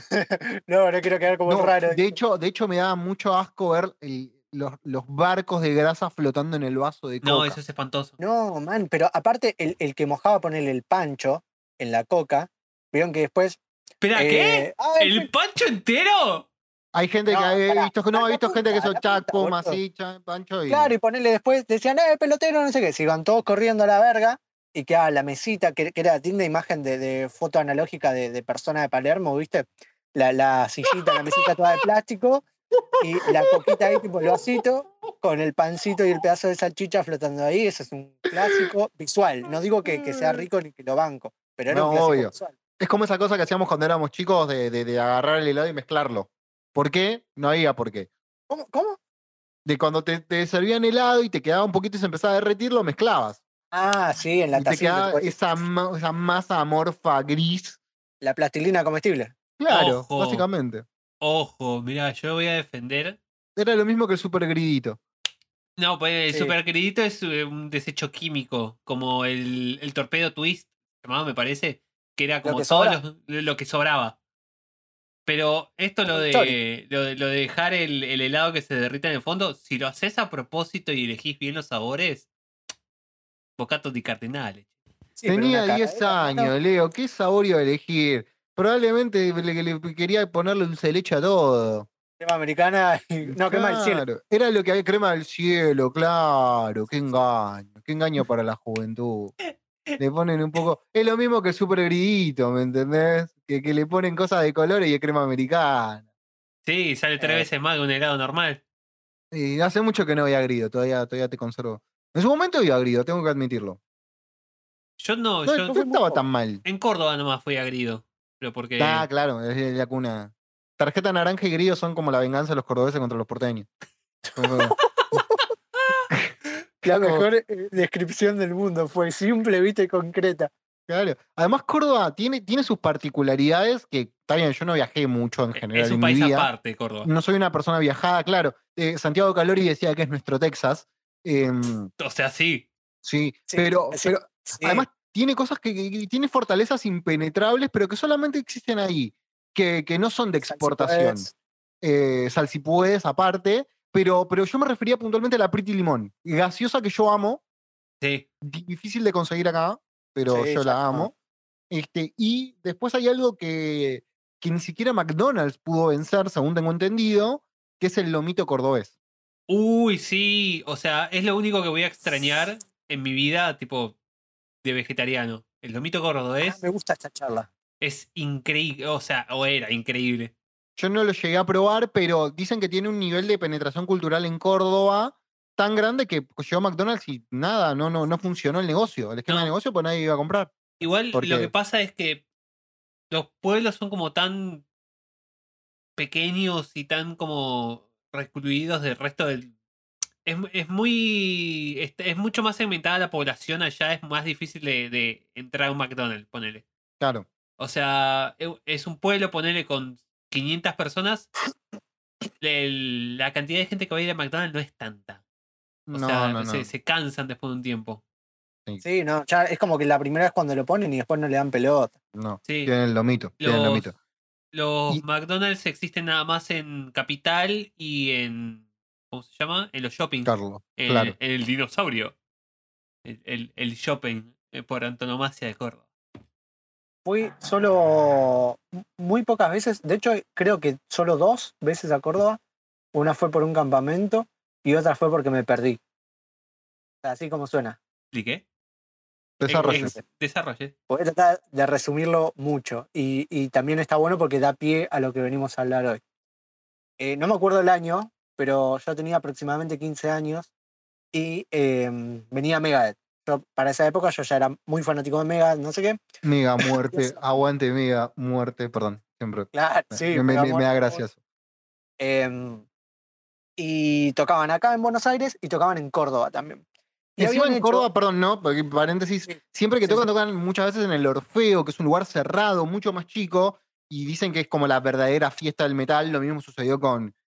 No quiero quedar como No, raro. de hecho, me daba mucho asco ver los barcos de grasa flotando en el vaso de coca. No, eso es espantoso. No, man, pero aparte el que mojaba ponerle el pancho en la coca, vieron que después. ¿Espera qué? ay, ¿El pancho entero? Hay gente No, que ha pará, visto, la gente que punta, son la chac, punta, pum, boludo. así, pancho y. Claro, y ponerle después, decían, pelotero, no sé qué, se iban todos corriendo a la verga, y quedaba la mesita, que era tienda imagen de foto analógica de persona de Palermo, ¿viste? La sillita, la mesita toda de plástico, y la coquita ahí, tipo el vasito, con el pancito y el pedazo de salchicha flotando ahí. Ese es un clásico visual. No digo que sea rico ni que lo banco, pero era No, un clásico obvio. visual. Es como esa cosa que hacíamos cuando éramos chicos de agarrar el helado y mezclarlo. ¿Por qué? No había por qué. ¿Cómo? De cuando te servían helado y te quedaba un poquito y se empezaba a derretir, lo mezclabas. Ah, sí, en la Y te tacita. quedaba tipo, esa masa amorfa gris. la plastilina comestible. Claro, Ojo. básicamente. Ojo, mirá, yo voy a defender. Era lo mismo que el super gridito. No, pues el Sí. supercredito es un desecho químico, como el torpedo twist, llamado me parece, que era como que todo sobra. lo que sobraba. Pero esto lo de dejar el helado que se derrita en el fondo, si lo haces a propósito y elegís bien los sabores, bocato di cardinale. Sí, pero Tenía una 10 cagadera, años, hermano. Leo. ¿Qué sabor iba a elegir? Probablemente le quería ponerle dulce de leche a todo. Crema americana y. No, crema del cielo. Claro, era lo que había, crema del cielo, claro. Qué engaño para la juventud. Le ponen un poco. Es lo mismo que el super gridito, ¿me entendés? Que le ponen cosas de colores y es crema americana. Sí, sale 3 veces más que un helado normal. Y hace mucho que no voy a grido, todavía te conservo. En su momento iba a grido, tengo que admitirlo. Yo no, No, yo no estaba tan mal. en Córdoba nomás fui a Grido. Pero porque. Ah, claro, es la cuna. Tarjeta naranja y grido son como la venganza de los cordobeses contra los porteños. La mejor descripción del mundo fue simple, viste, y concreta. Claro. Además, Córdoba tiene sus particularidades que, está bien, yo no viajé mucho en general Es un en país mi vida. aparte, Córdoba. No soy una persona viajada, claro. Santiago Calori decía que es nuestro Texas. O sea, sí. Sí, Sí, pero sí. además tiene cosas que tiene fortalezas impenetrables, pero que solamente existen ahí, que no son de exportación. Salsipuedes aparte, pero yo me refería puntualmente a la Pretty Limón, gaseosa que yo amo, Sí. difícil de conseguir acá, pero Sí, yo ya la no. amo. Y después hay algo que ni siquiera McDonald's pudo vencer, según tengo entendido, que es el lomito cordobés. Uy, sí. O sea, es lo único que voy a extrañar en mi vida, tipo, de vegetariano. El lomito Ah, cordobés. me gusta esta charla. Es increíble, o sea, o era increíble. Yo no lo llegué a probar, pero dicen que tiene un nivel de penetración cultural en Córdoba tan grande que llegó McDonald's y nada, no funcionó el negocio. El esquema de No. negocio, pues nadie iba a comprar. Igual lo que Porque, pasa es que los pueblos son como tan pequeños y tan como recluidos del resto del... Es muy... Es mucho más segmentada la población allá, es más difícil de entrar a un McDonald's, ponele. claro, O sea, es un pueblo, ponele con 500 personas. La cantidad de gente que va a ir a McDonald's no es tanta. O sea, no. se cansan después de un tiempo. Sí, no, ya es como que la primera vez cuando lo ponen y después no le dan pelota. No, Sí. tienen el lomito, tienen el Los, lomito. los Y- McDonald's existen nada más en Capital y en... ¿Cómo se llama? En los shoppings. Carlos, claro. En el dinosaurio. El shopping por antonomasia de Córdoba. Fui solo muy pocas veces, de hecho creo que solo 2 veces a Córdoba. Una fue por un campamento y otra fue porque me perdí. O sea, así como suena. ¿Expliqué? Desarrollo. Desarrolle. Voy a tratar de resumirlo mucho y también está bueno porque da pie a lo que venimos a hablar hoy. No me acuerdo el año, pero yo tenía aproximadamente 15 años y venía Megadeth. Para esa época yo ya era muy fanático de Megadeth, no sé qué. Mega muerte, aguante, mega muerte, perdón, siempre. Claro, sí, Me Megadeth. da gracia eso. Y tocaban acá en Buenos Aires y tocaban en Córdoba también. Y Encima habían en hecho- Córdoba, perdón, no, porque paréntesis, Sí, siempre que sí, sí. tocan muchas veces en el Orfeo, que es un lugar cerrado, mucho más chico, y dicen que es como la verdadera fiesta del metal. Lo mismo sucedió con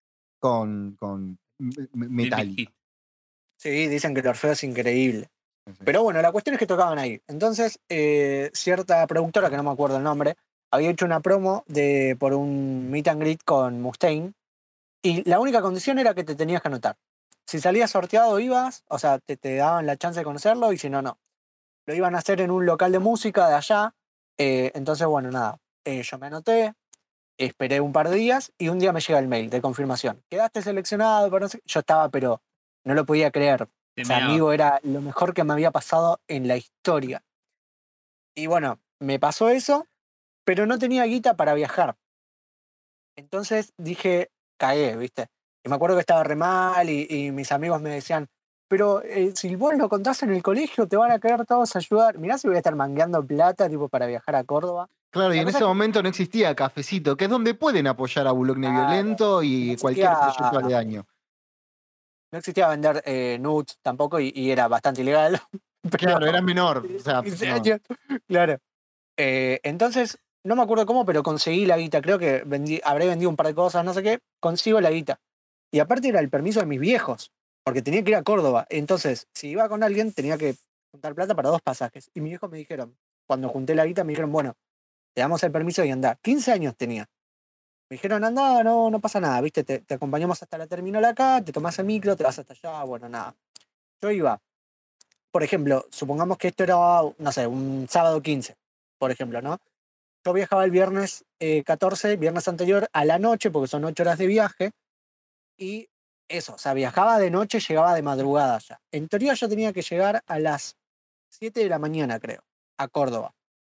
Metallica. Sí, dicen que el Orfeo es increíble. Pero bueno, la cuestión es que tocaban ahí. Entonces, cierta productora, que no me acuerdo el nombre, había hecho una promo por un meet and greet con Mustaine. Y la única condición era que te tenías que anotar. Si salías sorteado, ibas, o sea, te daban la chance de conocerlo, y si no, no. Lo iban a hacer en un local de música de allá. Entonces, bueno, nada. Yo me anoté, esperé un par de días y un día me llega el mail de confirmación. Quedaste seleccionado, pero no sé. Yo estaba, pero no lo podía creer. O sea, amigo, era lo mejor que me había pasado en la historia. Y bueno, me pasó eso, pero no tenía guita para viajar. Entonces dije, cagué, ¿viste? Y me acuerdo que estaba re mal y mis amigos me decían, pero si vos lo contás en el colegio, te van a querer todos a ayudar. Mirá si voy a estar mangueando plata tipo para viajar a Córdoba. Claro, y La en cosa ese es que momento no existía Cafecito, que es donde pueden apoyar a Bulogne Claro, Violento no y existía, cualquier proyecto aledaño. no existía vender nudes tampoco y era bastante ilegal. Claro, era menor. O sea, 15 no. años, claro. Entonces, no me acuerdo cómo, pero conseguí la guita. Creo que habré vendido un par de cosas, no sé qué. Consigo la guita. Y aparte era el permiso de mis viejos, porque tenía que ir a Córdoba. Entonces, si iba con alguien, tenía que juntar plata para 2 pasajes. Y mis viejos me dijeron, cuando junté la guita, me dijeron, bueno, te damos el permiso y andá. 15 años tenía. Me dijeron, anda, no pasa nada, ¿viste? Te acompañamos hasta la terminal acá, te tomás el micro, te vas hasta allá, bueno, nada. Yo iba, por ejemplo, supongamos que esto era, no sé, un sábado 15, por ejemplo, ¿no? Yo viajaba el viernes 14, viernes anterior, a la noche, porque son 8 horas de viaje, y eso, o sea, viajaba de noche, llegaba de madrugada ya. En teoría yo tenía que llegar a las 7 de la mañana, creo, a Córdoba.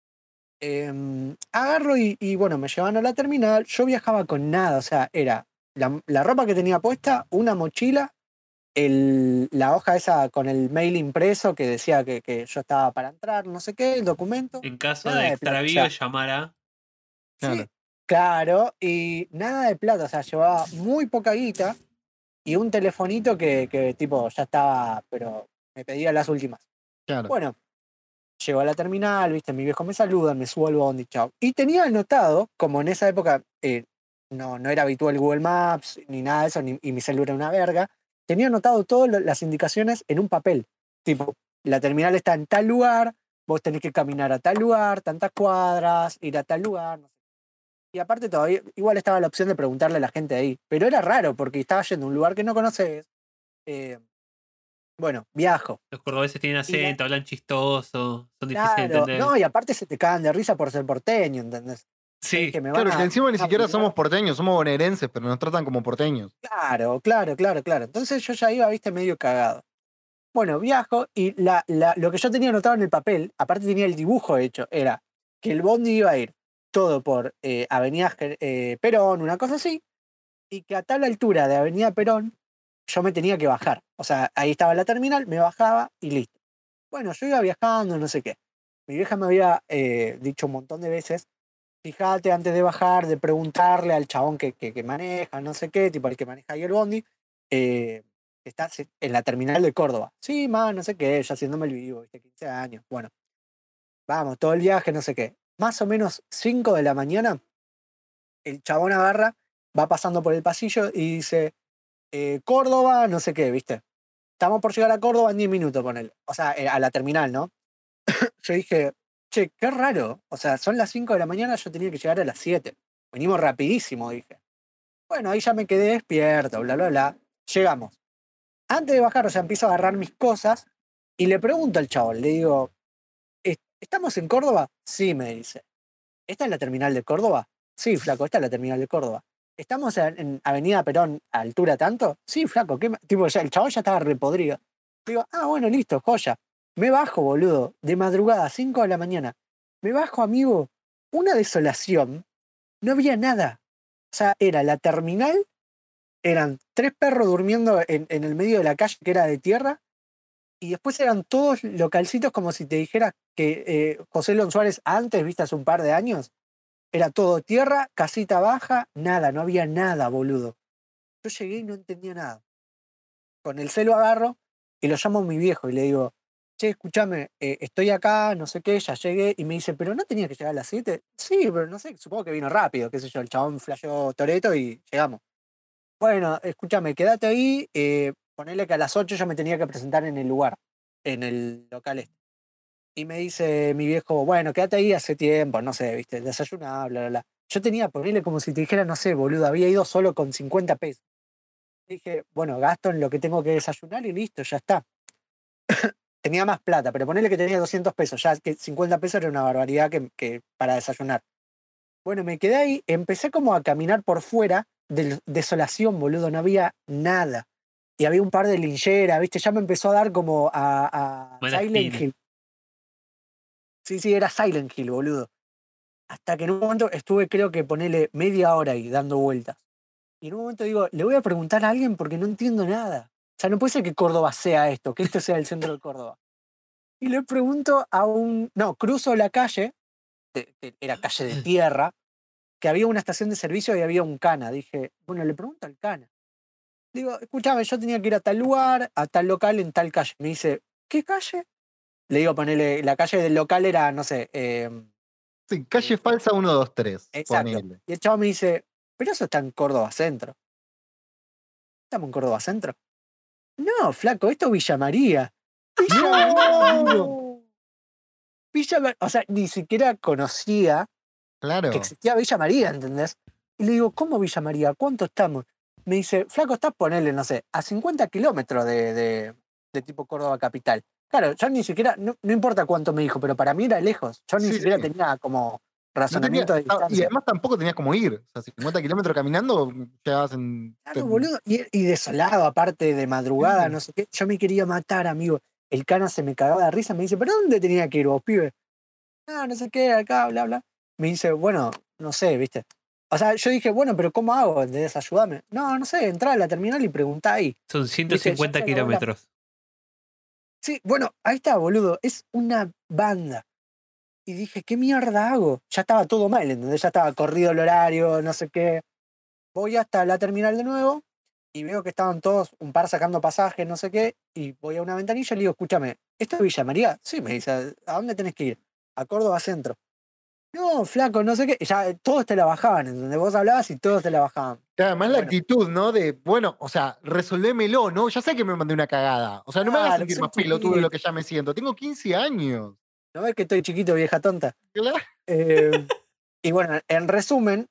Agarro y bueno, me llevan a la terminal. Yo viajaba con nada, o sea, era la ropa que tenía puesta, una mochila, la hoja esa con el mail impreso que decía que yo estaba para entrar, no sé qué, el documento. En caso Nada de de plata, extravío, o sea, llamar a... Sí, claro, y nada de plata, o sea, llevaba muy poca guita y un telefonito que tipo ya estaba, pero me pedía las últimas. Claro. Bueno, llego a la terminal, viste, mi viejo me saluda, me subo al bondi, chao. Y tenía anotado, como en esa época no era habitual Google Maps ni nada de eso, y mi celular era una verga, tenía anotado todas las indicaciones en un papel. Tipo, la terminal está en tal lugar, vos tenés que caminar a tal lugar, tantas cuadras, ir a tal lugar, no sé. Y aparte todavía, igual estaba la opción de preguntarle a la gente de ahí. Pero era raro, porque estaba yendo a un lugar que no conoces. Bueno, viajo. Los cordobeses tienen Y acento, hablan chistoso, son difíciles de claro, entender. no, y aparte se te cagan de risa por ser porteño, ¿entendés? Sí, Que me van Claro, que encima ni a siquiera apurar. somos porteños, somos bonaerenses, pero nos tratan como porteños. Claro. Entonces yo ya iba, viste, medio cagado. Bueno, viajo y lo que yo tenía anotado en el papel, aparte tenía el dibujo hecho, era que el bondi iba a ir todo por Avenida Perón, una cosa así, y que a tal altura de Avenida Perón yo me tenía que bajar. O sea, ahí estaba la terminal, me bajaba y listo. Bueno, yo iba viajando, no sé qué. Mi vieja me había dicho un montón de veces, fíjate antes de bajar, de preguntarle al chabón que maneja, no sé qué, tipo el que maneja ahí el bondi, estás en la terminal de Córdoba. Sí, más, no sé qué, ya haciéndome el vivo, ¿viste? 15 años. Bueno, vamos, todo el viaje, no sé qué. Más o menos 5 de la mañana, el chabón agarra, va pasando por el pasillo y dice, Córdoba, no sé qué, ¿viste? Estamos por llegar a Córdoba en 10 minutos con él. O sea, a la terminal, ¿no? Yo dije, che, qué raro. O sea, son las 5 de la mañana, yo tenía que llegar a las 7. Venimos rapidísimo, dije. Bueno, ahí ya me quedé despierto, bla, bla, bla. Llegamos. Antes de bajar, o sea, empiezo a agarrar mis cosas y le pregunto al chabón, le digo, ¿estamos en Córdoba? Sí, me dice. ¿Esta es la terminal de Córdoba? Sí, flaco, esta es la terminal de Córdoba. ¿Estamos en Avenida Perón a altura tanto? Sí, flaco, tipo, ya, el chabón ya estaba repodrido. Digo, bueno, listo, joya. Me bajo, boludo, de madrugada, 5 de la mañana. Me bajo, amigo, una desolación. No había nada. O sea, era la terminal, eran 3 perros durmiendo en el medio de la calle que era de tierra, y después eran todos localcitos como si te dijera que José Lon Suárez antes, viste, hace un par de años, era todo tierra, casita baja, nada, no había nada, boludo. Yo llegué y no entendía nada. Con el celo agarro y lo llamo a mi viejo y le digo, che, escúchame, estoy acá, no sé qué, ya llegué. Y me dice, ¿pero no tenía que llegar a las 7? Sí, pero no sé, supongo que vino rápido, qué sé yo, el chabón flasheó Toreto y llegamos. Bueno, escúchame, quédate ahí, ponele que a las 8 ya me tenía que presentar en el lugar, en el local este. Y me dice mi viejo, bueno, quédate ahí hace tiempo, no sé, viste, desayuná, bla, bla, bla. Yo tenía, ponerle como si te dijera, no sé, boludo, había ido solo con 50 pesos. Dije, bueno, gasto en lo que tengo que desayunar y listo, ya está. Tenía más plata, pero ponele que tenía 200 pesos, ya que 50 pesos era una barbaridad que para desayunar. Bueno, me quedé ahí, empecé como a caminar por fuera de desolación, boludo, no había nada. Y había un par de lincheras, viste, ya me empezó a dar como a Mala Silent espina. Hill. Sí, era Silent Hill, boludo. Hasta que en un momento estuve, creo que ponele media hora ahí dando vueltas. Y en un momento digo, le voy a preguntar a alguien porque no entiendo nada. O sea, no puede ser que Córdoba sea esto, que esto sea el centro de Córdoba. Y le pregunto a un... No, cruzo la calle, era calle de tierra, que había una estación de servicio y había un cana. Dije, bueno, le pregunto al cana. Digo, escúchame, yo tenía que ir a tal lugar, a tal local, en tal calle. Me dice, ¿qué calle? Le digo, ponele, la calle del local era, no sé, Sí, calle falsa 123, exacto. ponele. Y el chavo me dice, pero eso está en Córdoba Centro. ¿Estamos en Córdoba Centro? No, flaco, esto es Villa María. Villa María, amigo. O sea, ni siquiera conocía que Claro. existía Villa María, ¿entendés? Y le digo, ¿cómo Villa María? ¿Cuánto estamos? Me dice, flaco, estás, ponele, no sé, a 50 kilómetros de tipo Córdoba capital. Claro, yo ni siquiera, no importa cuánto me dijo, pero para mí era lejos. Yo ni Sí, siquiera sí. tenía como No razonamiento de y distancia. además tampoco tenías como ir. O sea, 50 kilómetros caminando, llegabas en. Claro, boludo. Y desolado, aparte de madrugada, no sé qué. Yo me quería matar, amigo. El cana se me cagaba de risa. Me dice, ¿pero dónde tenía que ir vos, pibe? No sé qué, acá, bla, bla. Me dice, bueno, no sé, ¿viste? O sea, yo dije, bueno, pero ¿cómo hago? ¿Entendés? Ayúdame. No sé, entrá a la terminal y preguntá ahí. Son ¿Viste? 150 Ya se acabó la- kilómetros. Sí, bueno, ahí está, boludo. Es una banda. Y dije, ¿qué mierda hago? Ya estaba todo mal, ¿entendés? Ya estaba corrido el horario, no sé qué. Voy hasta la terminal de nuevo y veo que estaban todos, un par sacando pasajes, no sé qué, y voy a una ventanilla y le digo, escúchame, ¿esto es Villa María? Sí, me dice, ¿a dónde tenés que ir? A Córdoba Centro. No, flaco, no sé qué. Y ya todos te la bajaban, ¿entendés? Vos hablabas y todos te la bajaban. Además la Bueno, actitud, ¿no? De, bueno, o sea, resolvémelo, ¿no? Ya sé que me mandé una cagada. O sea, no me hagas claro, sentir soy más pelotudo de lo chiquito. que ya me siento. Tengo 15 años. ¿No ves que estoy chiquito, vieja tonta? Claro. Y bueno, en resumen,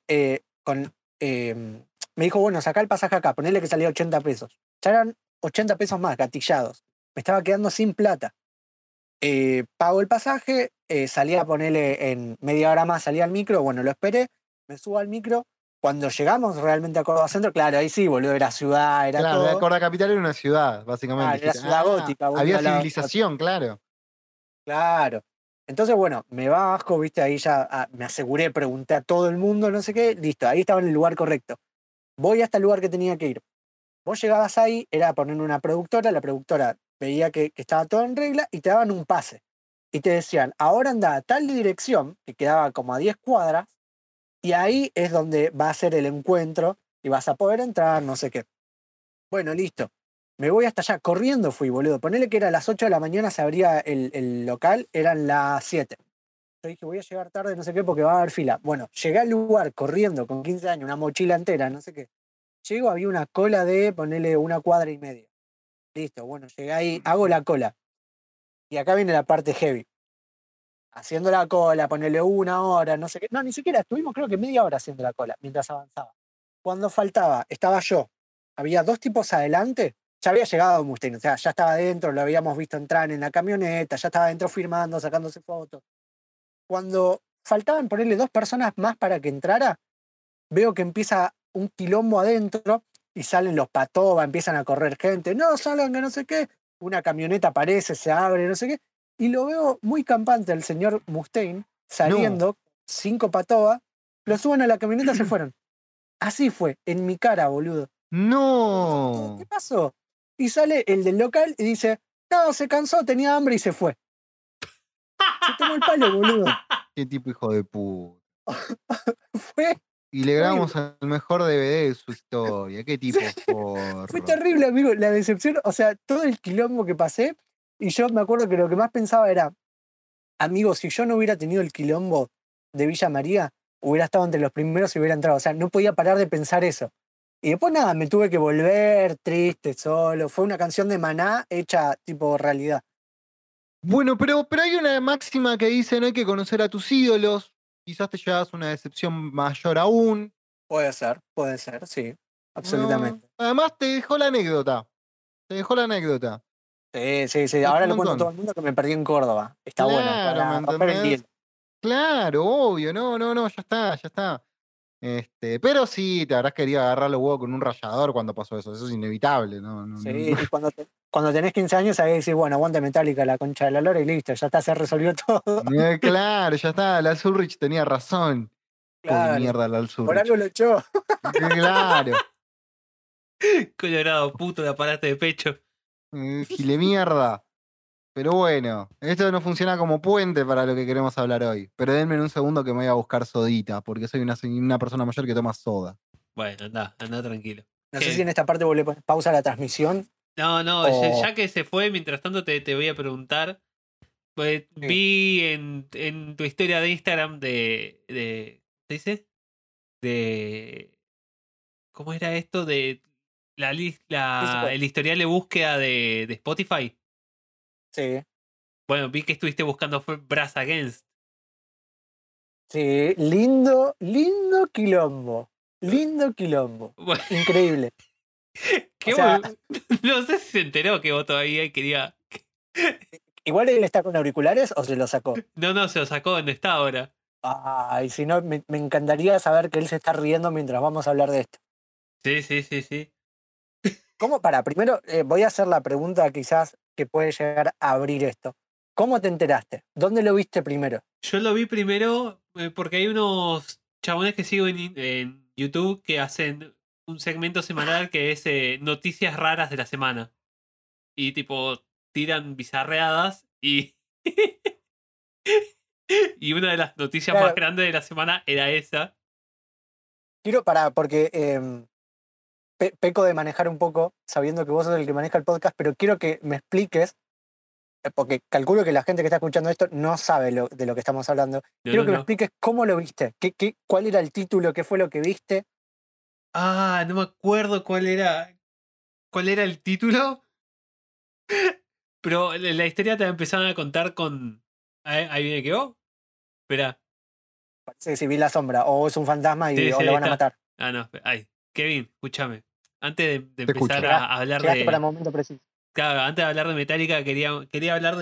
me dijo, bueno, sacá el pasaje acá, ponele que salía 80 pesos. Ya eran 80 pesos más, gatillados. Me estaba quedando sin plata. Pago el pasaje, salía a ponerle en media hora más, salía al micro, bueno, lo esperé, me subo al micro. Cuando llegamos realmente a Córdoba Centro, claro, ahí sí, boludo, era ciudad, era Claro, la todo. Córdoba Capital era una ciudad, básicamente. Claro, era Dijiste, ciudad gótica, boludo, había al lado. civilización, claro. Claro. Entonces, bueno, me bajo, viste, ahí ya me aseguré, pregunté a todo el mundo, no sé qué, listo, ahí estaba en el lugar correcto. Voy hasta el lugar que tenía que ir. Vos llegabas ahí, era poner una productora, la productora veía que estaba todo en regla y te daban un pase. Y te decían, ahora anda a tal dirección, que quedaba como a 10 cuadras, y ahí es donde va a ser el encuentro y vas a poder entrar, no sé qué. Bueno, listo. Me voy hasta allá, corriendo fui, boludo. Ponele que era a las 8 de la mañana, se abría el local, eran las 7. Yo dije, voy a llegar tarde, no sé qué, porque va a haber fila. Bueno, llegué al lugar corriendo con 15 años, una mochila entera, no sé qué. Llego, había una cola de, ponele, 1,5 cuadras. Listo, bueno, llegué ahí, hago la cola. Y acá viene la parte heavy. Haciendo la cola, ponele 1 hora, no sé qué. No, ni siquiera, estuvimos creo que media hora haciendo la cola, mientras avanzaba. Cuando faltaba, estaba yo. Había 2 tipos adelante. Ya había llegado Mustaine, o sea, ya estaba adentro, lo habíamos visto entrar en la camioneta, ya estaba adentro firmando, sacándose fotos. Cuando faltaban ponerle 2 personas más para que entrara, veo que empieza un quilombo adentro y salen los patobas, empiezan a correr gente, no salgan, que no sé qué. Una camioneta aparece, se abre, no sé qué. Y lo veo muy campante el señor Mustaine saliendo, 5 patobas, lo suben a la camioneta y se fueron. Así fue, en mi cara, boludo. No. ¿Qué pasó? Y sale el del local y dice, no, se cansó, tenía hambre y se fue. Se tomó el palo, boludo. Qué tipo hijo de puta. Fue Y le grabamos el mejor DVD de su historia. Qué tipo Fue forro. terrible, amigo, la decepción, o sea, todo el quilombo que pasé, y yo me acuerdo que lo que más pensaba era, amigo, si yo no hubiera tenido el quilombo de Villa María, hubiera estado entre los primeros y hubiera entrado, o sea, no podía parar de pensar eso. Y después nada, me tuve que volver triste, solo, fue una canción de Maná hecha tipo realidad. Bueno, pero hay una máxima que dice no hay que conocer a tus ídolos. Quizás te llevas una decepción mayor aún. Puede ser, sí, ¿No? absolutamente. Además te dejó la anécdota. Te dejó la anécdota. Sí, sí, sí, Es ahora un le cuento a montón. todo el mundo que me perdí en Córdoba. Está bueno, Claro, ¿me para romper el entendés? hielo. Claro, obvio, no, ya está, ya está. Pero sí, te habrás querido agarrar los huevos con un rallador cuando pasó eso. Eso es inevitable, ¿no? Sí, y cuando tenés 15 años, ahí decís, bueno, aguante Metallica, la concha de la lora y listo, ya está, se resolvió todo. Claro, ya está. La Ulrich tenía razón. Hijo de Claro, mierda, la por Ulrich. algo lo echó. Claro. Colorado, puto, de aparato de pecho. Gile mierda. Pero bueno, esto no funciona como puente para lo que queremos hablar hoy. Pero denme un segundo que me voy a buscar sodita, porque soy una persona mayor que toma soda. Bueno, anda tranquilo. No sé si en esta parte vos le pones pausa a la transmisión No, o... ya que se fue, mientras tanto te voy a preguntar. Pues Sí. vi en tu historia de Instagram ¿qué se dice? De ¿cómo era esto? De el historial de búsqueda de Spotify. Sí, Bueno, vi que estuviste buscando fue Brass Against. sí, lindo, lindo quilombo. Lindo quilombo. Bueno, Increíble. qué O sea, no sé si se enteró que vos todavía quería. igual él está con auriculares o se lo sacó. No, se lo sacó, no está ahora. Ay, si no, me encantaría saber que él se está riendo mientras vamos a hablar de esto. Sí. ¿Cómo? Primero voy a hacer la pregunta quizás que puede llegar a abrir esto. ¿Cómo te enteraste? ¿Dónde lo viste primero? Yo lo vi primero porque hay unos chabones que sigo en YouTube que hacen un segmento semanal que es noticias raras de la semana. Y tipo, tiran bizarreadas y... y una de las noticias más Claro, grandes de la semana era esa. quiero porque peco de manejar un poco, sabiendo que vos sos el que maneja el podcast, pero quiero que me expliques, porque calculo que la gente que está escuchando esto no sabe de lo que estamos hablando. Quiero que me No. expliques cómo lo viste, cuál era el título, qué fue lo que viste. Ah, no me acuerdo cuál era el título. Pero la historia te la empezaron a contar con... Ahí viene que vos. Espera. Parece que si vi la sombra, o es un fantasma y Sí, o ahí lo van a está. matar. Ah, no. Ay, Kevin, escúchame. Antes de Te escucho. empezar a hablar Llegaste para de... el momento preciso. Claro, antes de hablar de Metallica quería hablar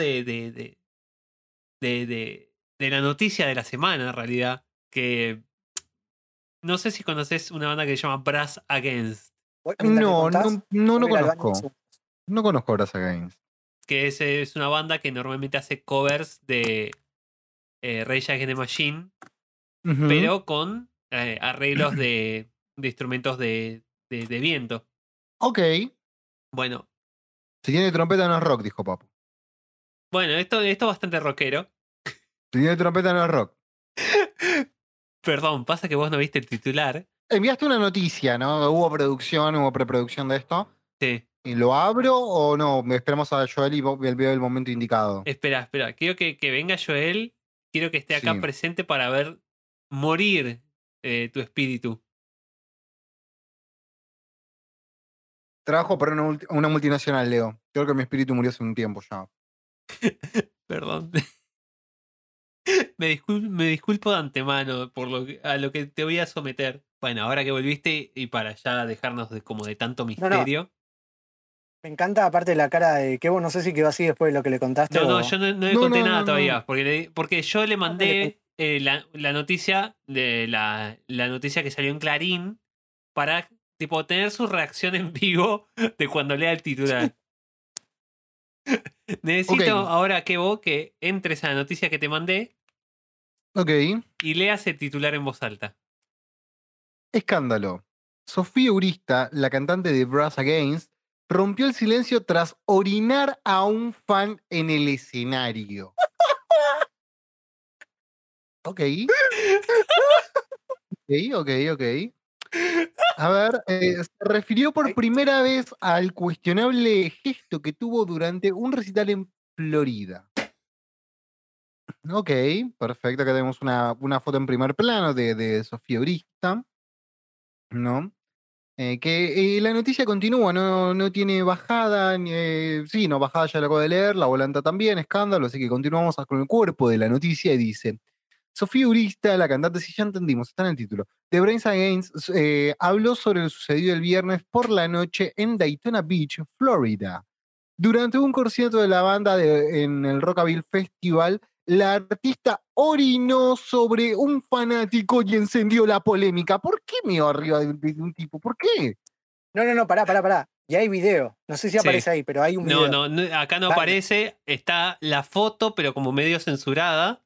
de la noticia de la semana, en realidad. Que no sé si conoces una banda que se llama Brass Against. Mientras me No contás, voy a ir al baño un conozco. segundo. No conozco Brass Against. Que es una banda que normalmente hace covers de Rage Against the Machine, Ujú. pero con arreglos de instrumentos de viento. Ok. Bueno, Si tiene trompeta no es rock, dijo Papu. esto es bastante rockero. Si tiene trompeta no es rock. Perdón, pasa que vos no viste el titular. Enviaste una noticia, ¿no? Hubo preproducción de esto. Sí. ¿Y lo abro o no? Esperamos a Joel y veo el momento indicado. Espera. Quiero que venga Joel. Quiero que esté acá Sí. presente para ver morir tu espíritu. Trabajo para una multinacional, Leo. Creo que mi espíritu murió hace un tiempo ya. Perdón. Me disculpo de antemano por a lo que te voy a someter. Bueno, ahora que volviste y para ya dejarnos como de tanto misterio. Me encanta, aparte, la cara de Kevo. No sé si quedó así después de lo que le contaste. No, o... yo no le No, conté no, nada no, todavía. no. Porque yo le mandé la noticia de la noticia que salió en Clarín para tipo tener su reacción en vivo de cuando lea el titular. Necesito Ok. ahora que entres a la noticia que te mandé Ok. y leas el titular en voz alta. Escándalo. Sofía Urista, la cantante de Brass Against, rompió el silencio tras orinar a un fan en el escenario. Ok. Ok. A ver, se refirió por primera vez al cuestionable gesto que tuvo durante un recital en Florida. Ok, perfecto. Acá tenemos una foto en primer plano de Sofía Urista, ¿no? La noticia continúa, no tiene bajada. Sí, no, bajada ya la acabo de leer, la volanta también, escándalo, así que continuamos con el cuerpo de la noticia y dice: Sofía Urista, la cantante, si ya entendimos, está en el título, de Brains Against, habló sobre lo sucedido el viernes por la noche en Daytona Beach, Florida. Durante un concierto de la banda en el Rockaville Festival, la artista orinó sobre un fanático y encendió la polémica. ¿Por qué meó arriba de un tipo? ¿Por qué? No, pará. Y hay video. No sé si Sí. aparece ahí, pero hay un video. No, acá no Vale. aparece. Está la foto, pero como medio censurada.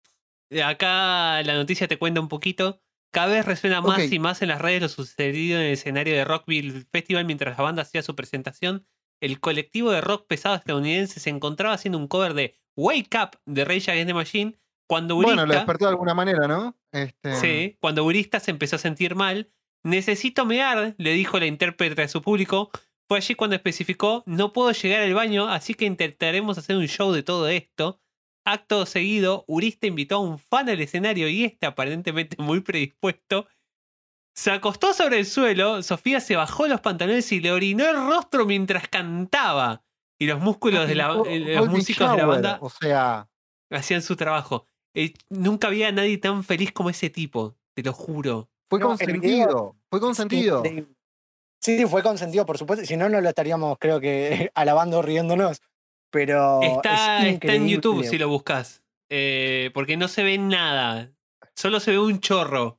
Acá la noticia te cuenta un poquito. Cada vez resuena más Ok. y más en las redes lo sucedido en el escenario de Rockville Festival mientras la banda hacía su presentación. El colectivo de rock pesado estadounidense se encontraba haciendo un cover de Wake Up de Rage Against the Machine cuando Bueno, lo Urista, despertó de alguna manera, ¿no? sí, cuando Urista se empezó a sentir mal. Necesito mear, le dijo la intérprete a su público. Fue allí cuando especificó: no puedo llegar al baño, así que intentaremos hacer un show de todo esto. Acto seguido, Urista invitó a un fan al escenario y este, aparentemente muy predispuesto, se acostó sobre el suelo. Sofía se bajó los pantalones y le orinó el rostro mientras cantaba. Y los músculos de los Golden músicos de la Shower, banda o sea, hacían su trabajo. Nunca había nadie tan feliz como ese tipo, te lo juro. fue No, el video consentido. Fue es consentido. increíble. Sí, fue consentido, por supuesto. Si no, no lo estaríamos, creo que, alabando, riéndonos. Pero Está es en increíble. YouTube si lo buscas. Porque no se ve nada. Solo se ve un chorro.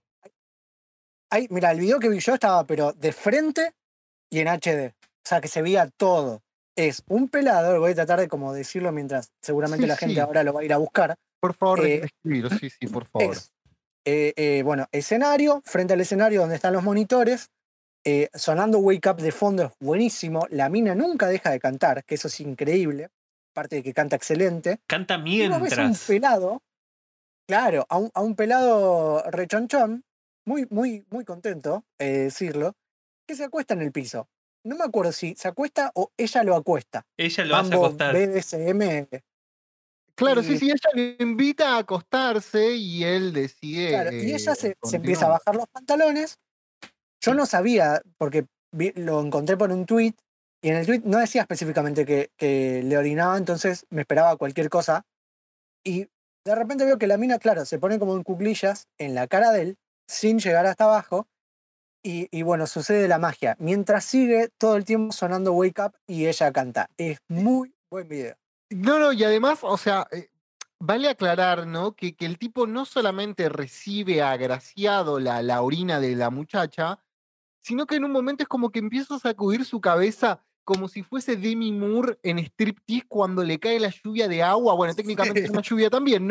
Mira, el video que vi yo estaba, pero de frente y en HD. O sea, que se veía todo. Es un pelado, voy a tratar de como decirlo mientras seguramente Sí, la gente sí. ahora lo va a ir a buscar. Por favor, Eh, describilo. Sí, por favor. Bueno, escenario, frente al escenario donde están los monitores, sonando Wake Up de fondo es buenísimo. La mina nunca deja de cantar, que eso es increíble. Aparte de que canta excelente. Canta Y vos ves a un mientras. pelado, claro, a un pelado rechonchón, muy contento, decirlo, que se acuesta en el piso. No me acuerdo si se acuesta o ella lo acuesta. Ella lo hace Mambo acostar. BDSM. Claro, y- sí, ella lo invita a acostarse y él decide. Claro, y ella se continuar. empieza a bajar los pantalones. Yo no sabía, porque lo encontré por un tweet, y en el tweet no decía específicamente que le orinaba, entonces me esperaba cualquier cosa. Y de repente veo que la mina, claro, se pone como en cuclillas en la cara de él, sin llegar hasta abajo. Y bueno, sucede la magia. Mientras sigue todo el tiempo sonando Wake Up y ella canta. Es muy buen video. No, y además, o sea, vale aclarar, ¿no? Que el tipo no solamente recibe agraciado la orina de la muchacha, sino que en un momento es como que empieza a sacudir su cabeza como si fuese Demi Moore en striptease cuando le cae la lluvia de agua. Bueno, técnicamente es una lluvia también, ¿no?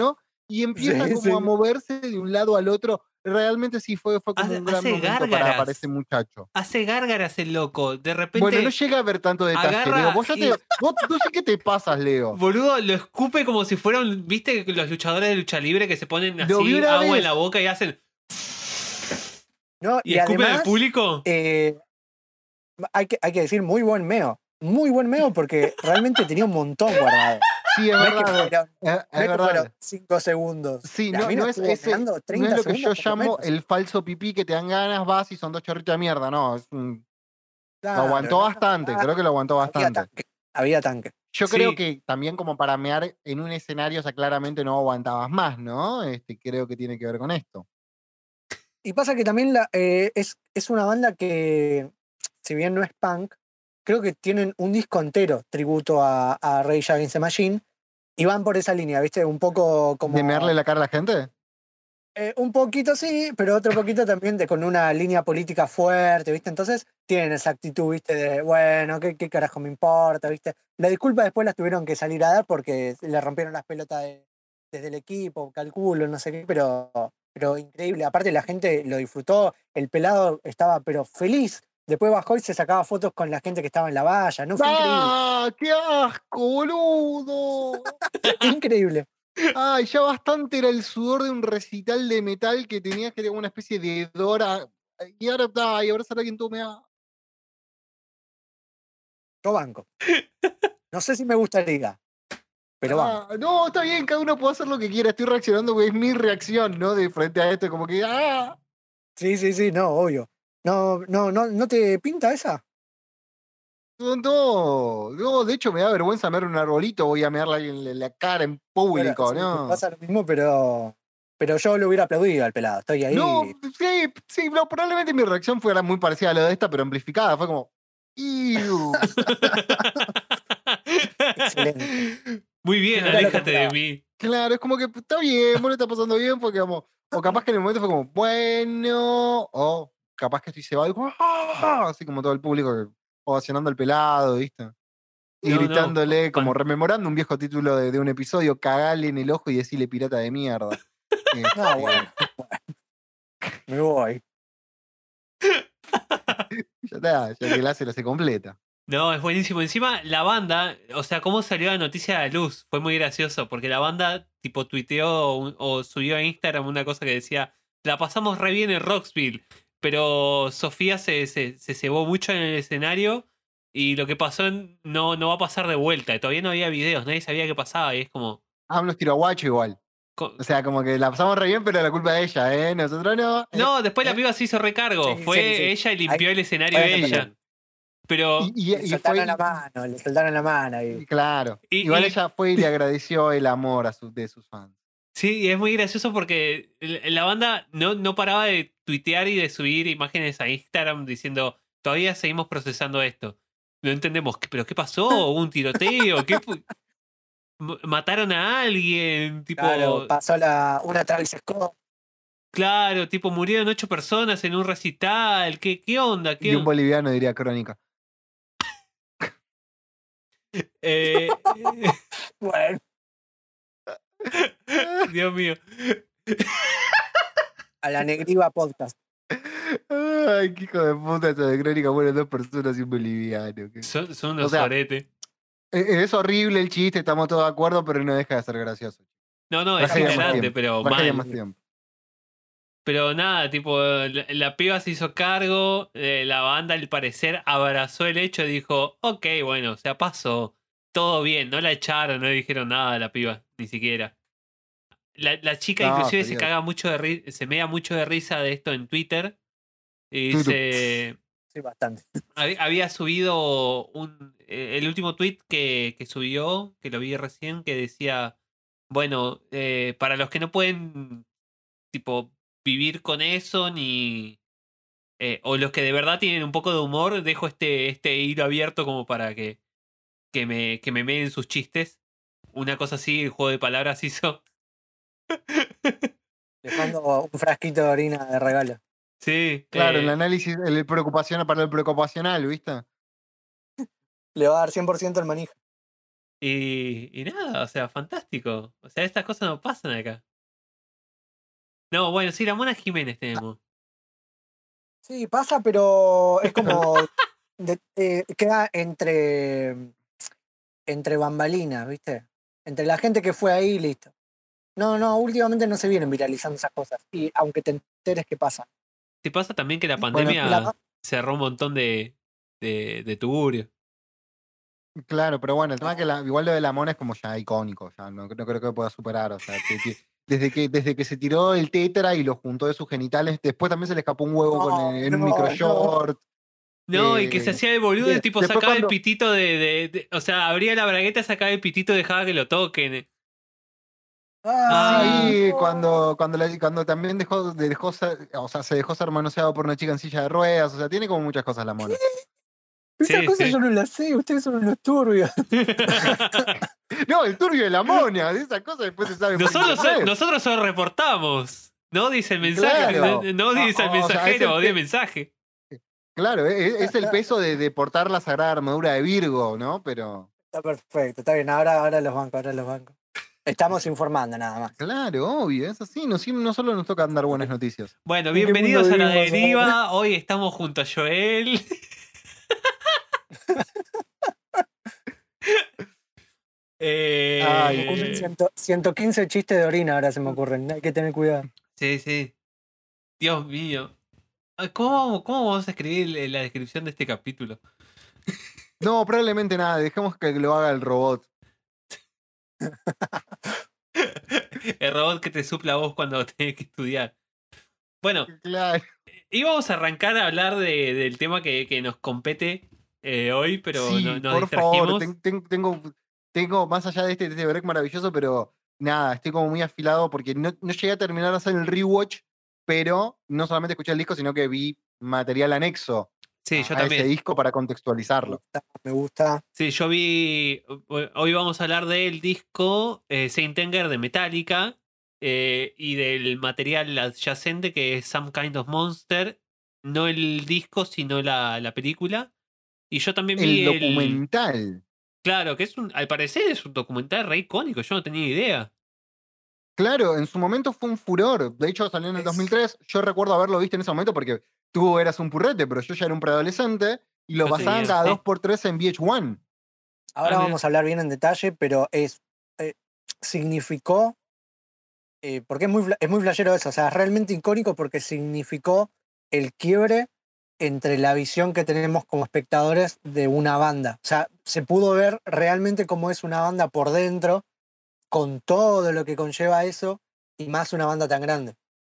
y empieza Sí, como sí. a moverse de un lado al otro. Realmente sí fue como Hace- un gran hace momento para gárgaras. ese muchacho. Hace gárgaras el loco. De repente. Bueno, no llega a ver tanto detalle, agarra Leo. Vos, y- tú sí que te pasas, Leo. Boludo, lo escupe como si fueran, ¿viste? Los luchadores de lucha libre que se ponen Lo vi así una agua en vez. la boca y hacen. No, Y y escupen al además, público. hay que decir muy buen meo. Muy buen meo porque realmente tenía un montón guardado. Sí, es No es que verdad. fueron, Es no es que verdad. fueron 5 segundos. Sí, La no, mina no es estuvo ese, meando no 30 es lo que yo segundos por lo llamo menos. el falso pipí que te dan ganas, vas y son 2 chorritos de mierda. No, lo Claro, aguantó no, bastante, ah, creo que lo aguantó había bastante. tanque. Había tanque. Yo creo Sí. que también como para mear en un escenario, o sea, claramente no aguantabas más, ¿no? Creo que tiene que ver con esto. Y pasa que también es una banda que, si bien no es punk, creo que tienen un disco entero tributo a Rage Against the Machine y van por esa línea, ¿viste? Un poco como. ¿De mearle la cara a la gente? Un poquito sí, pero otro poquito también con una línea política fuerte, ¿viste? Entonces tienen esa actitud, ¿viste? De, bueno, ¿qué carajo me importa, ¿viste? La disculpa después las tuvieron que salir a dar porque le rompieron las pelotas desde el equipo, calculo, no sé qué, pero increíble. Aparte la gente lo disfrutó, el pelado estaba pero feliz. Después bajó y se sacaba fotos con la gente que estaba en la valla, ¿no? Fue ¡Ah! ¡Qué asco, boludo! increíble. Ay, ya bastante era el sudor de un recital de metal que tenías que tener una especie de hedor y ahora sale alguien todo meado. Yo banco. No sé si me gustaría, pero banco. No, está bien, cada uno puede hacer lo que quiera. Estoy reaccionando porque es mi reacción, ¿no? De frente a esto, como que Sí, no, obvio. ¿No te pinta esa? No, de hecho me da vergüenza mear un arbolito, voy a mearla en la cara en Bueno, público, sí, me ¿no? pasa lo mismo, pero yo lo hubiera aplaudido al pelado. Estoy ahí. No, sí, no, probablemente mi reacción fuera muy parecida a la de esta, pero amplificada. Fue como, ¡iu! Excelente. Muy bien, Era lo que aléjate de esperaba. mí. Claro, es como que está bien, vos lo está pasando bien, porque como, o capaz que en el momento fue como, bueno, o capaz que estoy cebado, y como, ¡ah! Así como todo el público ovacionando al pelado, ¿viste? Y No, no, gritándole, como fan- rememorando un viejo título de un episodio, cagale en el ojo y decirle pirata de mierda. No, bueno. Me voy. Ya está, ya que el láser se completa. No, es buenísimo. Encima, la banda, o sea, cómo salió la noticia a la luz, fue muy gracioso, porque la banda, tipo, tuiteó o subió a Instagram una cosa que decía, la pasamos re bien en Rocksville, pero Sofía se cebó mucho en el escenario y lo que pasó no va a pasar de vuelta. Todavía no había videos, nadie sabía qué pasaba y es como... Unos tiro a guacho igual. O sea, como que la pasamos re bien, pero la culpa de ella, ¿eh? Nosotros no. No, después la piba se hizo recargo, Sí, fue sí. ella y limpió Ahí- el escenario ahí ella. también. Pero... Le soltaron la mano, le soltaron la mano. Y claro. Y- Igual y- ella fue y le agradeció el amor de sus fans. Sí, y es muy gracioso porque la banda no paraba de tuitear y de subir imágenes a Instagram diciendo, todavía seguimos procesando esto. No entendemos, ¿pero qué pasó? ¿Hubo un tiroteo? ¿Mataron a alguien? Tipo, Claro, pasó una Travis Scott. claro, tipo, murieron 8 personas en un recital. ¿Qué onda? Y un boliviano diría Crónica. Eh, Bueno, Dios mío. a la Negriva Podcast. Ay, qué hijo de puta esto de Crónica. Mueren 2 personas y un boliviano. Son unos O sea, soretes. Es horrible el chiste, estamos todos de acuerdo, pero no deja de ser gracioso. No, es Tragedia más hilarante, tiempo. pero Tragedia mal. más tiempo. Pero nada, tipo, la piba se hizo cargo, la banda al parecer abrazó el hecho y dijo, ok, bueno, o sea, pasó, todo bien, no la echaron, no le dijeron nada a la piba, ni siquiera. La chica No, inclusive se sería- caga mucho se mea mucho de risa de esto en Twitter. Y dice, Sí, bastante. había subido el último tweet que subió, que lo vi recién, que decía, bueno, para los que no pueden, tipo, vivir con eso, ni o los que de verdad tienen un poco de humor, dejo este hilo abierto como para que me meen sus chistes. Una cosa así, el juego de palabras hizo. Les mando un frasquito de orina de regalo. Sí, Claro, el análisis, el preocupacional para el preocupacional, ¿viste? Le va a dar 100% el manija. y nada, o sea, fantástico. O sea, estas cosas no pasan acá. No, bueno, sí, la Mona Jiménez tenemos. Sí, pasa, pero es como. Queda entre bambalinas, ¿viste? Entre la gente que fue ahí y listo. No, últimamente no se vienen viralizando esas cosas. Y aunque te enteres qué pasa. Sí pasa también que la Bueno, pandemia cerró un montón de tuburios. claro, pero bueno, el tema es que igual lo de la mona es como ya icónico, ya no creo que pueda superar, o sea, desde que se tiró el tetra y lo juntó de sus genitales, después también se le escapó un huevo en un micro No. short. No, y que se hacía de boludo, tipo después sacaba el cuando- pitito o sea, abría la bragueta, sacaba el pitito y dejaba que lo toquen. Ah, Sí, cuando también o sea, se dejó ser manoseado por una chica en silla de ruedas, o sea, tiene como muchas cosas la mona. Esas sí, cosas sí. yo no las sé, ustedes son unos turbios. No, el turbio de la mona, de esas cosas después se sabe por internet. nosotros solo reportamos. No dice el mensaje, Claro. no dice el O sea, mensajero, o el mensaje. Claro, es el peso de portar la sagrada armadura de Virgo, ¿no? Pero, Está perfecto, está bien, ahora los bancos. Estamos informando nada más. claro, obvio, es así, no solo nos toca dar buenas noticias. Bueno, ¿En qué bienvenidos mundo a La vivimos Deriva. Hoy estamos junto a Joel. Ay, Ocurren 115 chistes de orina ahora se me ocurren, hay que tener cuidado. Sí, sí. Dios mío. ¿Cómo vamos a escribir la descripción de este capítulo? no, probablemente nada, dejemos que lo haga el robot. El robot que te supla a vos cuando tenés que estudiar. Bueno, Claro. íbamos a arrancar a hablar del tema que nos compete hoy, pero Sí, nos por favor, distrajimos. tengo más allá de este break maravilloso, pero nada, estoy como muy afilado porque no llegué a terminar de hacer el rewatch, pero no solamente escuché el disco, sino que vi material anexo Sí, yo a ese también. disco para Me contextualizarlo. gusta. Sí, yo vi. Hoy vamos a hablar del disco Saint Anger de Metallica y del material adyacente que es Some Kind of Monster. No el disco, sino la película. Y yo también El vi documental. Claro, que al parecer es un documental re icónico, yo no tenía idea. Claro, en su momento fue un furor. De hecho, salió en el Es- 2003. Yo recuerdo haberlo visto en ese momento porque tú eras un purrete, pero yo ya era un preadolescente y lo Yo pasaban tenía, cada sí. 2x3 en VH1. Ahora mira. vamos a hablar bien en detalle, pero significó, porque es muy flashero eso, o sea, es realmente icónico porque significó el quiebre entre la visión que tenemos como espectadores de una banda. O sea, se pudo ver realmente cómo es una banda por dentro, con todo lo que conlleva eso, y más una banda tan grande.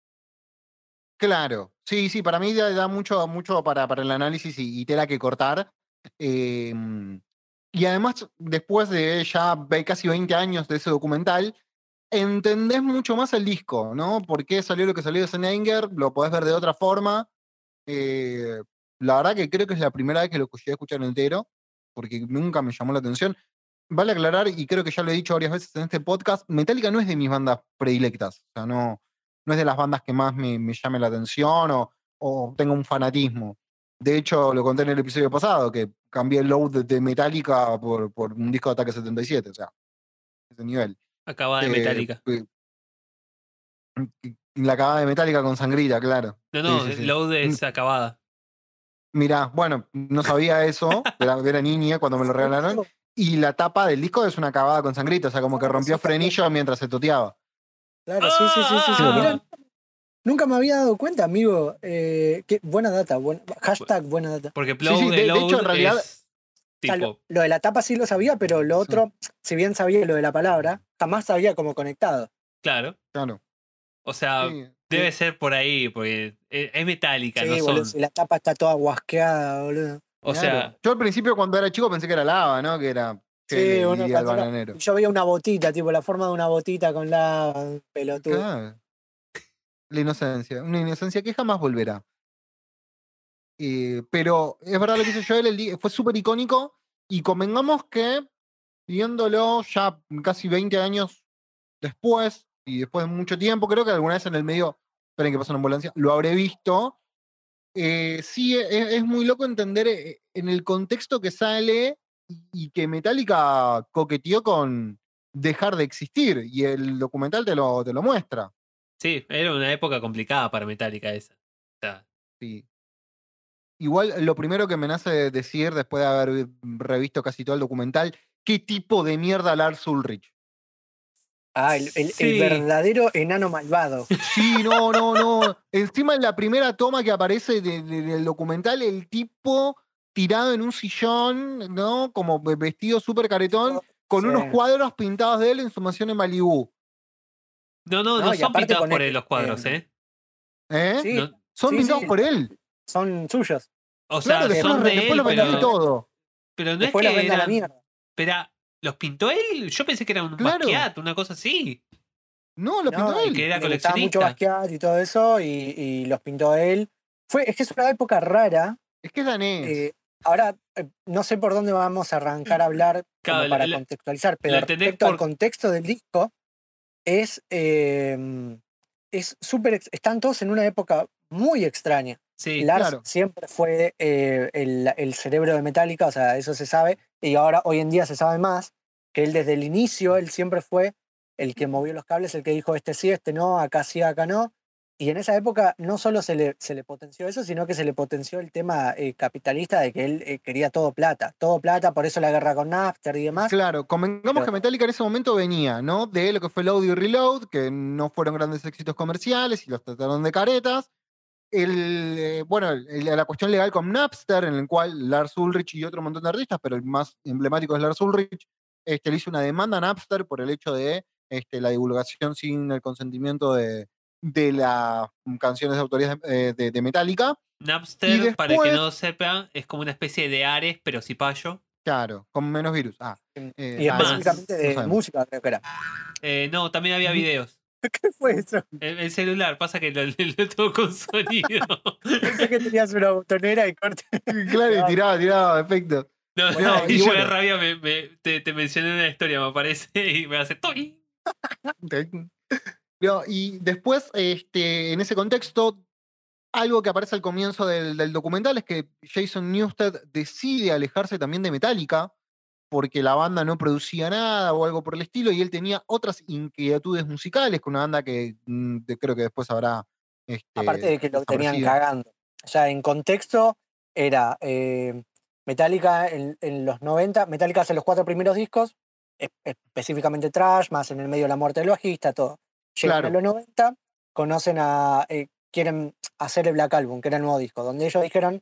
Claro, sí, para mí da mucho, mucho para el análisis y tela que cortar. Eh, y además, después de ya casi 20 años de ese documental, entendés mucho más el disco, ¿no? ¿Por qué salió lo que salió de Saint Anger? Lo podés ver de otra forma. Eh, la verdad que creo que es la primera vez que lo llegué a escuchar entero, porque nunca me llamó la atención. Vale aclarar, y creo que ya lo he dicho varias veces en este podcast, Metallica no es de mis bandas predilectas. O sea, no es de las bandas que más me llame la atención o tenga un fanatismo. De hecho, lo conté en el episodio pasado, que cambié el load de Metallica por un disco de Ataque 77, o sea, ese nivel. Acabada de Eh, Metallica. la acabada de Metallica con sangrita, claro. No, Sí. Load es acabada. Mirá, bueno, no sabía eso, era niña cuando me lo regalaron. Y la tapa del disco es una acabada con sangrita, o sea, como que rompió frenillo mientras se toteaba. Claro, sí. ¡Ah! Mirá, nunca me había dado cuenta, amigo. Buena data, hashtag buena data. Porque Sí, de hecho, en realidad, es O sea, tipo. lo de la tapa sí lo sabía, pero lo otro, si bien sabía lo de la palabra, jamás sabía cómo conectado. Claro. claro. O sea, Sí. debe ser por ahí, porque es Metallica, Sí, no boludo, son. si la tapa está toda guasqueada, boludo. O Claro. sea, Yo al principio cuando era chico pensé que era lava, ¿no? Que era Sí, Chele bueno, y el bananero. yo veía una botita, tipo la forma de una botita con lava, pelotudo. Claro. La inocencia, una inocencia que jamás volverá. Pero es verdad lo que hizo Joel, fue súper icónico y convengamos que viéndolo ya casi 20 años después y después de mucho tiempo, creo que alguna vez en el medio, esperen que pasa una ambulancia, lo habré visto. Sí, es muy loco entender en el contexto que sale y que Metallica coqueteó con dejar de existir y el documental te lo muestra. Sí, era una época complicada para Metallica esa. O sea, Sí. Igual lo primero que me nace decir después de haber revisto casi todo el documental, ¿qué tipo de mierda Lars Ulrich? Ah, el sí. verdadero enano malvado. Sí, no. Encima en la primera toma que aparece del documental, el tipo tirado en un sillón, ¿no? Como vestido súper caretón, con Sí. unos cuadros pintados de él en su mansión en Malibú. No y son aparte pintados por ponele, él los cuadros, ¿eh? ¿Eh? Sí, No- Son pintados sí, por él. son suyos. o Claro, sea, son de después él, los venden y pero todo. no es Después los que vende a la eran. mierda. Pero, ¿los pintó él? Yo pensé que era un Claro. Basquiat, una cosa así. No, lo pintó No, Y que él. era le gustaba mucho coleccionista. Basquiat y todo eso, y los pintó él. Es que es una época rara. Es que es danés. Ahora, no sé por dónde vamos a arrancar a hablar como Claro, para contextualizar, pero lo entendés respecto al por- contexto del disco, es súper. Están todos en una época muy extraña. Sí. Lars Claro. siempre fue el cerebro de Metallica, o sea, eso se sabe, y ahora hoy en día se sabe más, que él desde el inicio, él siempre fue el que movió los cables, el que dijo este sí, este no, acá sí, acá no. Y en esa época no solo se le potenció eso, sino que se le potenció el tema capitalista de que él quería todo plata, por eso la guerra con Napster y demás. Claro, convengamos Pero- que Metallica en ese momento venía, ¿no? De lo que fue Load y Reload, que no fueron grandes éxitos comerciales y los trataron de caretas. La cuestión legal con Napster, en el cual Lars Ulrich y otro montón de artistas, pero el más emblemático es Lars Ulrich, le hizo una demanda a Napster por el hecho de la divulgación sin el consentimiento de las canciones de autoría de Metallica. Y Napster, para el que después, no sepa, es como una especie de Ares, pero cipayo. claro, con menos virus. y más. específicamente No de sabemos. música, creo que era. No, también había videos. ¿Qué fue eso? El celular, pasa que lo tengo con sonido. Pensé que tenías una botonera y corte. Claro, y tiraba, efecto. No, No, y y yo bueno. de rabia te mencioné una historia, me parece, y me hace ¡toy! Y después, en ese contexto, algo que aparece al comienzo del documental es que Jason Newsted decide alejarse también de Metallica porque la banda no producía nada o algo por el estilo y él tenía otras inquietudes musicales con una banda que creo que después habrá Aparte de que lo tenían desaparecido. cagando. O sea, en contexto era Metallica en los 90. Metallica hace los 4 primeros discos, específicamente Trash, más en el medio la muerte del bajista, todo. Llegan Claro. a los 90, conocen quieren hacer el Black Album, que era el nuevo disco, donde ellos dijeron,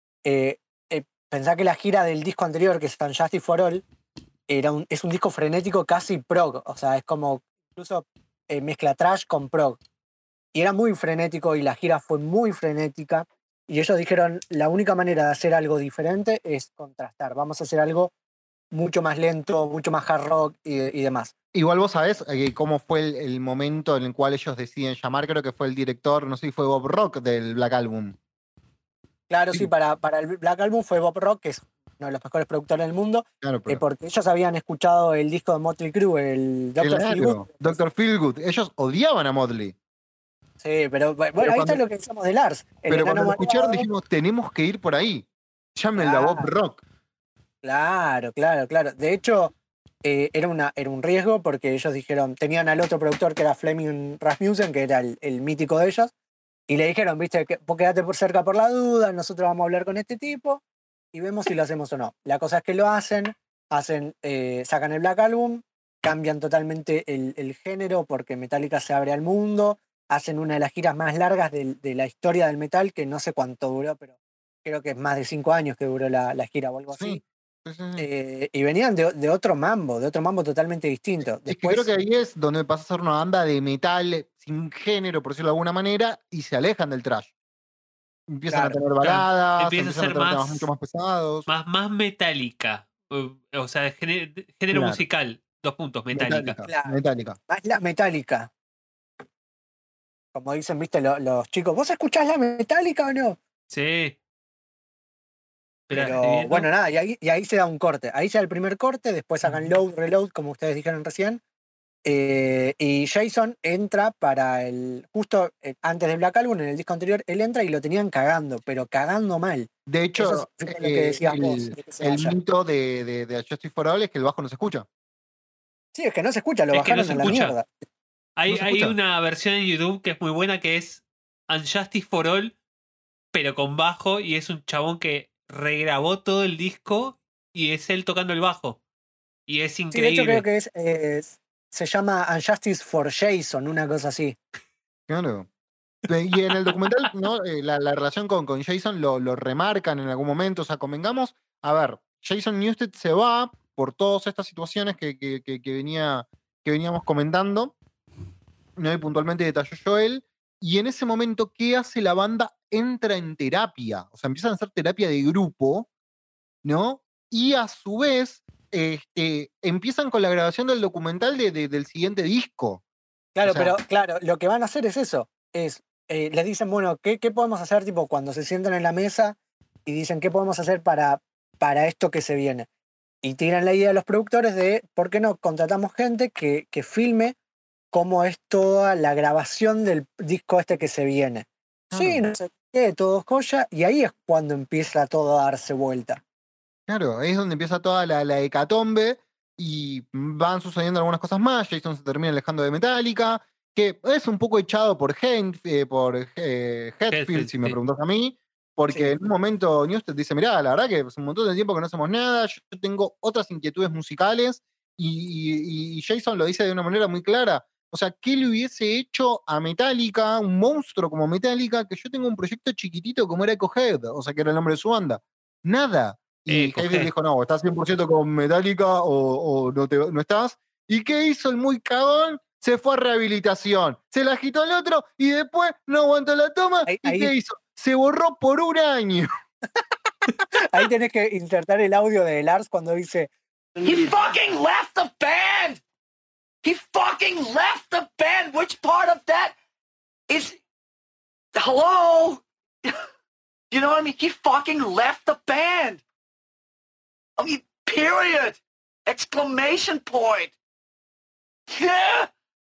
pensá que la gira del disco anterior, que es Justice for All, es un disco frenético casi prog, o sea, es como incluso mezcla Trash con prog. Y era muy frenético y la gira fue muy frenética. Y ellos dijeron, la única manera de hacer algo diferente es contrastar. Vamos a hacer algo mucho más lento, mucho más hard rock y demás. Igual vos sabés cómo fue el momento en el cual ellos deciden llamar, creo que fue el director, no sé si fue Bob Rock del Black Album. Claro, Sí. sí, para el Black Album fue Bob Rock, que es uno de los mejores productores del mundo, Claro, pero porque ellos habían escuchado el disco de Motley Crue, el Dr. Feelgood. Dr. Feelgood. Ellos odiaban a Motley. Sí, pero bueno, Pero ahí cuando- está lo que decíamos de Lars. El Pero enano cuando lo escucharon malvado. dijimos, tenemos que ir por ahí. Llámenle a Bob Claro. Rock. Claro. De hecho, era un riesgo porque ellos dijeron, tenían al otro productor que era Fleming Rasmussen, que era el mítico de ellos, y le dijeron, viste, vos quedate por cerca por la duda, nosotros vamos a hablar con este tipo y vemos si lo hacemos o no. La cosa es que lo hacen, sacan el Black Album, cambian totalmente el género porque Metallica se abre al mundo, hacen una de las giras más largas de la historia del metal, que no sé cuánto duró, pero creo que es más de 5 años que duró la gira o algo así. Sí. Y venían de otro mambo totalmente distinto. Es que creo que ahí es donde pasa a ser una banda de metal sin género, por decirlo de alguna manera, y se alejan del trash. Empiezan Claro, a tener baladas, Empieza a empiezan a ser tener temas más- mucho más pesados. Más metálica. O sea, género Claro. musical. 2 puntos, metálica. Claro. Metallica. más la metálica. Como dicen, viste, los chicos, ¿vos escuchás la metálica o no? Sí. Esperá, estoy Pero viendo. bueno, nada, y ahí se da un corte. Ahí se da el primer corte, después sacan load, reload, como ustedes dijeron recién. Y Jason entra justo antes del Black Album, en el disco anterior, él entra y lo tenían cagando, pero cagando mal. De hecho, Eso es lo que decías vos, de que se el vaya. mito de Justice for All es que el bajo no se escucha. Sí, es que no se escucha, lo Es que no bajaron se a la escucha. mierda. Hay, ¿No se hay escucha? una versión en YouTube que es muy buena que es Unjustice for All, pero con bajo, y es un chabón que regrabó todo el disco y es él tocando el bajo. Y es Sí, de hecho creo increíble. que se llama Unjustice for Jason, una cosa así. Claro. Y en el documental, ¿no? La relación con Jason lo remarcan en algún momento. O sea, convengamos, a ver, Jason Newsted se va por todas estas situaciones que veníamos comentando, ¿no? Y puntualmente detalló Joel. Y en ese momento, ¿qué hace la banda? Entra en terapia. O sea, empiezan a hacer terapia de grupo, ¿no? Y a su vez, empiezan con la grabación del documental del siguiente disco. O Claro, sea, pero claro, lo que van a hacer es eso. Les dicen, bueno, ¿qué podemos hacer tipo cuando se sientan en la mesa y dicen qué podemos hacer para esto que se viene? Y tiran la idea a los productores de, ¿por qué no contratamos gente que filme cómo es toda la grabación del disco este que se viene? Sí, claro. no sé qué, todo joya, y ahí es cuando empieza todo a darse vuelta. Claro, ahí es donde empieza toda la hecatombe y van sucediendo algunas cosas más. Jason se termina alejando de Metallica, que es un poco echado por Hetfield, Hetfield, si me sí. preguntas a mí, porque Sí. en un momento Newsted dice, mirá, la verdad que es un montón de tiempo que no hacemos nada, yo tengo otras inquietudes musicales, y Jason lo dice de una manera muy clara. O sea, ¿qué le hubiese hecho a Metallica, un monstruo como Metallica, que yo tengo un proyecto chiquitito como era Echo Head, o sea, que era el nombre de su banda? Nada. Y Hetfield Coge. dijo, no, o estás 100% con Metallica o no estás. ¿Y qué hizo el muy cagón? Se fue a rehabilitación. Se la agitó el otro y después no aguantó la toma. Ahí, ¿Y qué ahí, hizo? Se borró por un año. ahí tenés que insertar el audio de Lars cuando dice, He fucking left the band! He fucking left the band! Which part of that is. Hello? You know what I mean? He fucking left the band! I mean, period! Exclamation point! Yeah!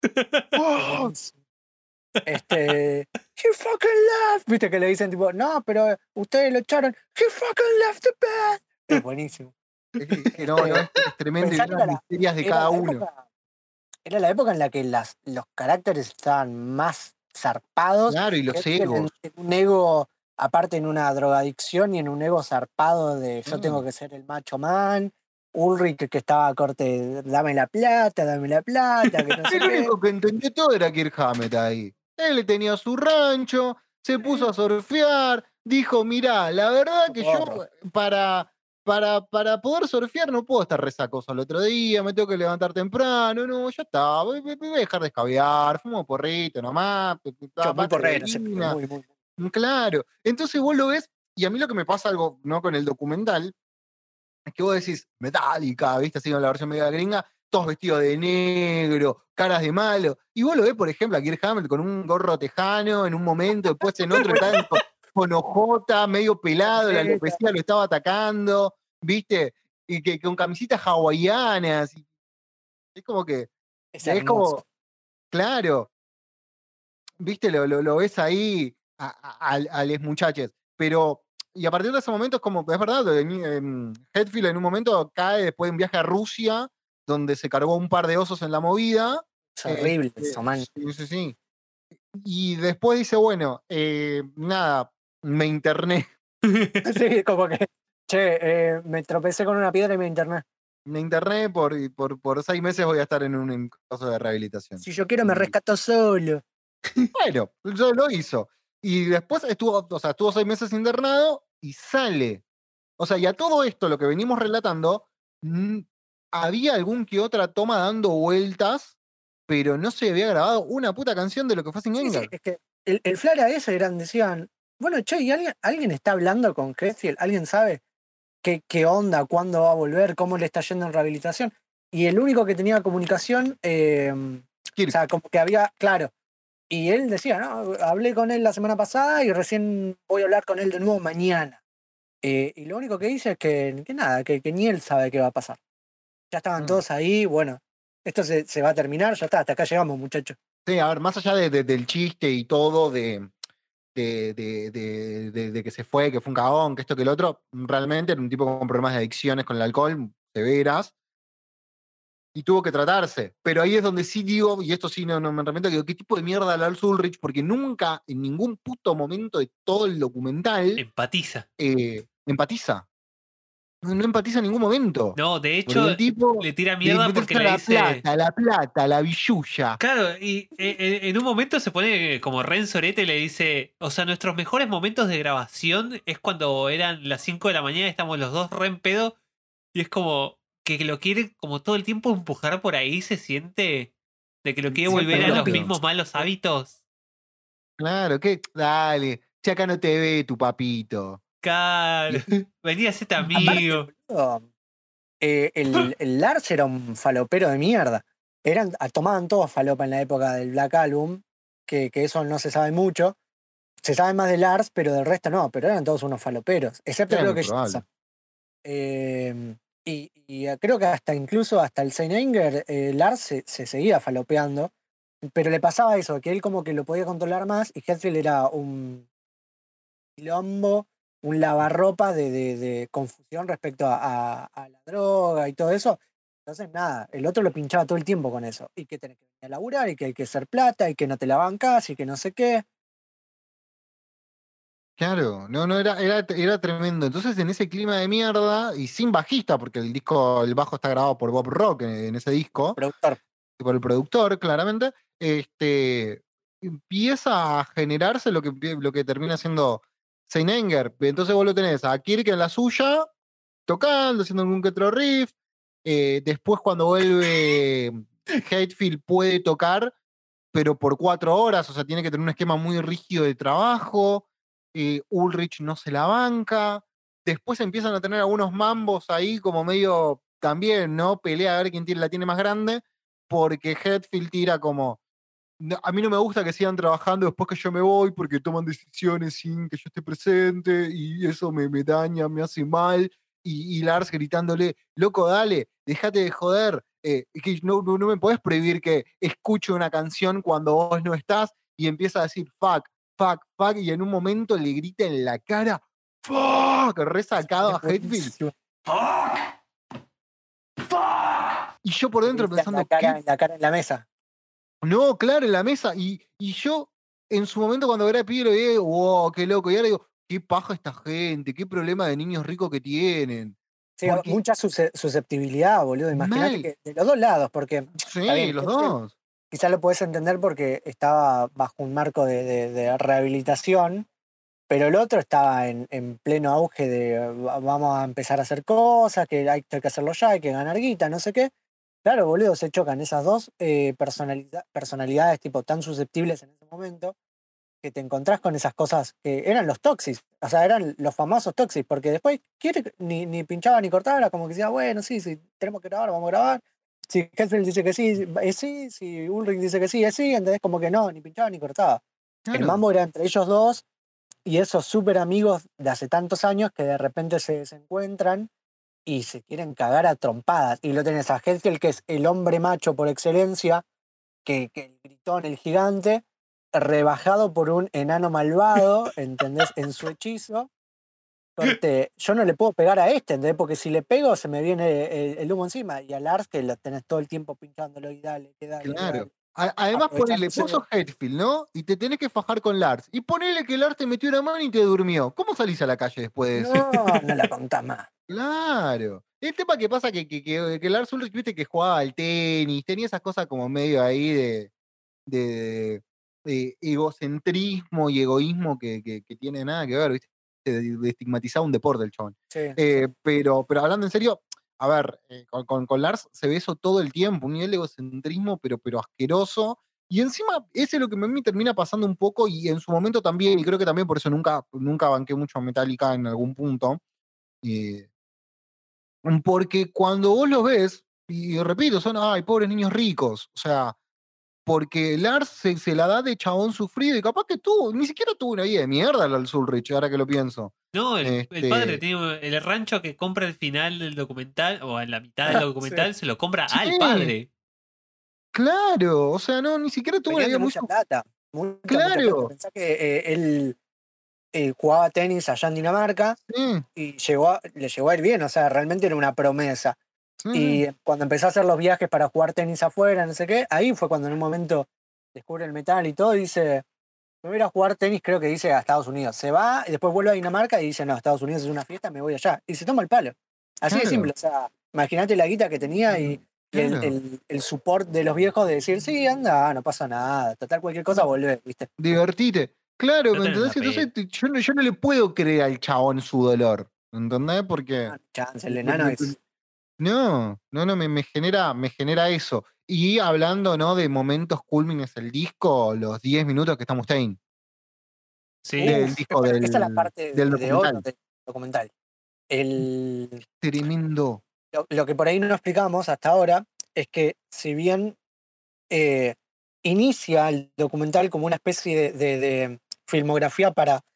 Oh, he fucking left. Viste que le dicen tipo, no, pero ustedes lo echaron. He fucking left the band. Es buenísimo. que no, no, es tremendo y Pensá ver que las miserias de era cada la uno. época, era la época en la que los caracteres estaban más zarpados. Claro, y los Hetfield egos. en un ego, aparte en una drogadicción y en un ego zarpado de yo tengo Mm. que ser el macho man. Ulrich que estaba a corte, dame la plata, que no sé El qué. único que entendió todo era Kirk Hammett ahí. Él tenía su rancho, se puso a surfear, dijo, mirá, la verdad que yo Porro. para poder surfear no puedo estar resacoso al otro día, me tengo que levantar temprano, no, ya está, voy a dejar de escabiar, fumo porrito nomás, Muy bate de porrero ese pibe, orina, muy. claro. Entonces vos lo ves, y a mí lo que me pasa algo, ¿no? Con el documental, es que vos decís, Metallica, ¿viste? Así con la versión media gringa, todos vestidos de negro, caras de malo. Y vos lo ves, por ejemplo, a Kirk Hammett con un gorro tejano en un momento, después en otro está con ojota, medio pelado, la Camiseta. alopecia lo estaba atacando, ¿viste? Y que con camisetas hawaianas. Es como que, Es es hermoso. como, claro, ¿viste? Lo ves ahí a los muchachos. Pero, y a partir de ese momento es como, es verdad, Hetfield en un momento cae después de un viaje a Rusia, donde se cargó un par de osos en la movida. Es horrible eso, man. Sí, sí, sí. Y después dice, bueno, nada, me interné. Sí, como que, che, me tropecé con una piedra y me interné. Me interné por 6 meses voy a estar en un caso de rehabilitación. Si yo quiero me Y, rescato solo. bueno, yo lo hizo. Y después estuvo 6 meses internado y sale. O sea, y a todo esto, lo que venimos relatando, había algún que otra toma dando vueltas, pero no se había grabado una puta canción de lo que fue Sin Sí, Anger. es que el flara ese decían, bueno, che, ¿y alguien está hablando con Hetfield? ¿Alguien sabe qué onda, cuándo va a volver, cómo le está yendo en rehabilitación? Y el único que tenía comunicación, o Kirk. sea, como que había, claro. Y él decía, no, hablé con él la semana pasada y recién voy a hablar con él de nuevo mañana. Y lo único que dice es que nada, que ni él sabe qué va a pasar. Ya estaban todos ahí, bueno, esto se va a terminar, ya está, hasta acá llegamos, muchachos. Sí, a ver, más allá del chiste y todo, de que se fue, que fue un cagón, que esto, que el otro, realmente era un tipo con problemas de adicciones con el alcohol severas. y tuvo que tratarse. Pero ahí es donde sí digo, y esto sí no me arrepiento, que digo, ¿qué tipo de mierda Lars Ulrich? Porque nunca, en ningún puto momento de todo el documental, Empatiza. empatiza. No empatiza en ningún momento. No, de Porque hecho, el tipo le tira le mierda porque le dice. la plata, la billulla. Claro, y en un momento se pone como Ren Sorete y le dice, o sea, nuestros mejores momentos de grabación es cuando eran las 5 de la mañana, estamos los dos re en pedo, y es como que lo quiere como todo el tiempo empujar por ahí, se siente de que lo quiere Siempre volver a los Claro. mismos malos hábitos. Claro, dale, si acá no te ve tu papito. Claro, venía a ser Aparte, amigo. boludo, el Lars era un falopero de mierda. Tomaban todos falopa en la época del Black Album, que eso no se sabe mucho. Se sabe más de Lars, pero del resto no, pero eran todos unos faloperos, excepto Era creo muy que probable. Jason. Creo que incluso hasta el Seininger, Lars se seguía falopeando, pero le pasaba eso, que él como que lo podía controlar más y Hetfield era un quilombo, un lavarropa de confusión respecto a la droga y todo eso. Entonces, nada, el otro lo pinchaba todo el tiempo con eso. Y que tenés que venir a laburar, y que hay que hacer plata, y que no te la bancás, y que no sé qué. Claro, no, era tremendo. Entonces, en ese clima de mierda, y sin bajista, porque el bajo está grabado por Bob Rock en ese disco, Productor. por el productor, claramente, empieza a generarse lo que termina siendo Seininger. Entonces vos lo tenés a Kirk en la suya, tocando, haciendo algún que otro riff. Después, cuando vuelve Hetfield, puede tocar, pero por 4 horas, o sea, tiene que tener un esquema muy rígido de trabajo. Ulrich no se la banca. Después empiezan a tener algunos mambos ahí, como medio también, ¿no? Pelea a ver quién la tiene más grande, porque Hetfield tira como. A mí no me gusta que sigan trabajando después que yo me voy, porque toman decisiones sin que yo esté presente, y eso me daña, me hace mal. Y Lars gritándole, loco, dale, déjate de joder, que no me podés prohibir que escuche una canción cuando vos no estás, y empieza a decir fuck, fuck, fuck, y en un momento le grita en la cara, fuck, resacado a Hetfield. Buenísimo. Y yo por dentro pensando, la cara en la mesa. no, claro, en la mesa. Y yo, en su momento, cuando era pibe, lo vi, wow, qué loco. Y ahora digo, qué paja esta gente, qué problema de niños ricos que tienen. Sí, Porque, mucha susceptibilidad, boludo. Imagínate mal, que de los dos lados, porque está sí, bien, los Hetfield dos. quizás lo podés entender porque estaba bajo un marco de rehabilitación, pero el otro estaba en pleno auge de vamos a empezar a hacer cosas, que hay que hacerlo ya, hay que ganar guita, no sé qué. Claro, boludo, se chocan esas dos personalidades tipo tan susceptibles en ese momento que te encontrás con esas cosas que eran los toxics, o sea, eran los famosos toxics, porque después ni pinchaba ni cortaba, era como que decía, bueno, sí, tenemos que grabar, vamos a grabar. Si Hetfield dice que sí, es sí, si Ulrich dice que sí, es sí, entonces como que no, ni pinchaba ni cortaba. El Claro. mambo era entre ellos dos y esos súper amigos de hace tantos años que de repente se encuentran y se quieren cagar a trompadas. Y lo tenés a Hetfield, que es el hombre macho por excelencia, que el gritón, el gigante, rebajado por un enano malvado, ¿entendés? En su hechizo. Corte, yo no le puedo pegar a este, ¿entendés? Porque si le pego se me viene el humo encima. Y a Lars, que lo tenés todo el tiempo pinchándolo y dale, que dale, que Claro. dale. Además, ponele, Aprovechándose vos sos Hetfield, ¿no? Y te tenés que fajar con Lars. Y ponele que Lars te metió una mano y te durmió. ¿Cómo salís a la calle después de eso? No la contás más. Claro. El tema que pasa que Lars Ulrich, viste, que jugaba al tenis, tenía esas cosas como medio ahí de egocentrismo y egoísmo que tiene nada que ver, ¿viste? De estigmatizar un deporte el chabón. Sí. Pero hablando en serio, a ver, con Lars se ve eso todo el tiempo, un nivel de egocentrismo, pero asqueroso. Y encima, ese es lo que a mí me termina pasando un poco, y en su momento también, y creo que también por eso nunca banqué mucho a Metallica en algún punto. eh, Porque cuando vos los ves, y repito, son, ay, pobres niños ricos, o sea, porque Lars se la da de chabón sufrido y capaz que ni siquiera tuvo una vida de mierda Lars Ulrich, ahora que lo pienso. No, el padre Este, tiene el rancho que compra al final del documental, o en la mitad del documental, se lo compra al sí, padre. claro, o sea, no, ni siquiera tuvo una Venían vida de muy mucha plata. Mucha plata. claro, Pensá que él jugaba tenis allá en Dinamarca sí, y le llegó a ir bien, o sea, realmente era una promesa. Y cuando empezó a hacer los viajes para jugar tenis afuera, no sé qué, ahí fue cuando en un momento descubre el metal y todo y dice, me voy a ir a jugar tenis, creo que dice a Estados Unidos. Se va y después vuelve a Dinamarca y dice, no, Estados Unidos es una fiesta, me voy allá. Y se toma el palo. Así de Claro, simple, o sea, imagínate la guita que tenía y claro. el support de los viejos de decir, sí, anda, no pasa nada, total cualquier cosa volvé, ¿viste? Divertite. Claro, No ¿me tenés entendés? la Entonces yo no le puedo creer al chabón su dolor. ¿Entendés? Porque No, chance, el me- enano me- es... me genera eso. Y hablando, ¿no? De momentos culmines del disco, los 10 minutos que está Mustaine. Sí. Del Uf, disco bueno, esa es la parte del de oro documental. del documental. El, Tremendo. lo que por ahí no explicamos hasta ahora es que si bien eh, inicia el documental como una especie de filmografía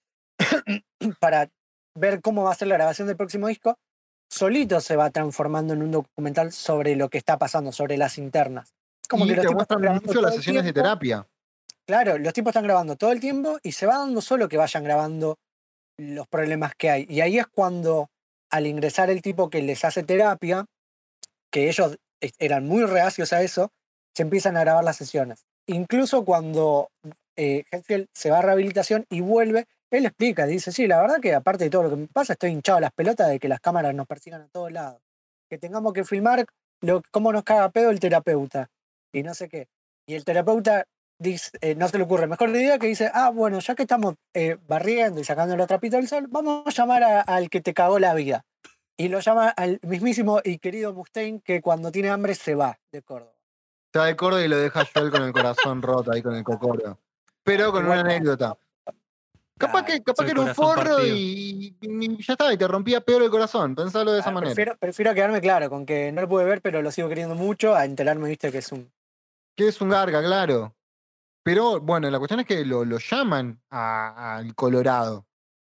para ver cómo va a ser la grabación del próximo disco, solito se va transformando en un documental sobre lo que está pasando, sobre las internas. Como que Y los te tipos están muestran grabando mucho todo las el sesiones de tiempo. terapia. Claro, los tipos están grabando todo el tiempo y se va dando solo que vayan grabando los problemas que hay. Y ahí es cuando, al ingresar el tipo que les hace terapia, que ellos eran muy reacios a eso, se empiezan a grabar las sesiones. Incluso cuando Hetfield se va a rehabilitación y vuelve, él explica, dice, sí, la verdad que aparte de todo lo que me pasa, estoy hinchado a las pelotas de que las cámaras nos persigan a todos lados. Que tengamos que filmar cómo nos caga pedo el terapeuta. Y no sé qué. Y el terapeuta dice, no se le ocurre mejor idea que dice, bueno, ya que estamos barriendo y sacando los trapitos del sol, vamos a llamar al que te cagó la vida. Y lo llama al mismísimo y querido Mustaine que cuando tiene hambre se va de Córdoba. Está de Córdoba y lo deja Joel con el corazón roto ahí con el cocoro. Pero con una Igual no, anécdota. Capaz claro. que El era un corazón forro partido. y ya está, y te rompía peor el corazón. Pensalo de esa manera. Prefiero quedarme claro con que no lo pude ver, pero lo sigo queriendo mucho, a enterarme, viste, que es un... Que es un garga, claro. Pero bueno, la cuestión es que lo llaman al Colorado.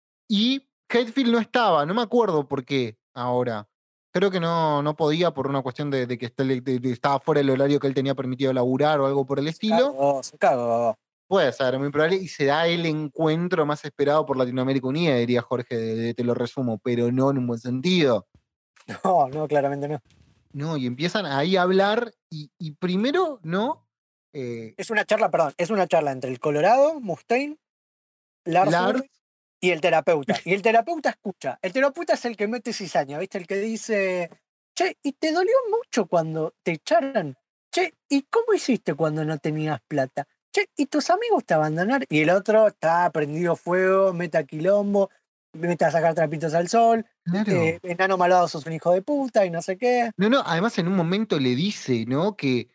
Y Hetfield no estaba, no me acuerdo por qué ahora. Creo que no podía por una cuestión de que estaba fuera del horario que él tenía permitido laburar o algo por el estilo. Se cagó. Puede ser, muy probable. Y se da el encuentro más esperado por Latinoamérica Unida, diría Jorge, te lo resumo, pero no en un buen sentido. No, claramente no. No, y empiezan ahí a hablar y primero, ¿no? Es una charla, perdón, es una charla entre el Colorado, Mustaine, Lars Lars, Ulrich y el terapeuta. Y el terapeuta escucha. El terapeuta es el que mete cizaña, ¿viste? El que dice, che, ¿y te dolió mucho cuando te echaron? Che, ¿y cómo hiciste cuando no tenías plata? Che, ¿y tus amigos te abandonaron? Y el otro está prendido fuego, mete a quilombo, mete a sacar trapitos al sol, claro. enano malvado sos un hijo de puta y no sé qué. No, además en un momento le dice, ¿no? Que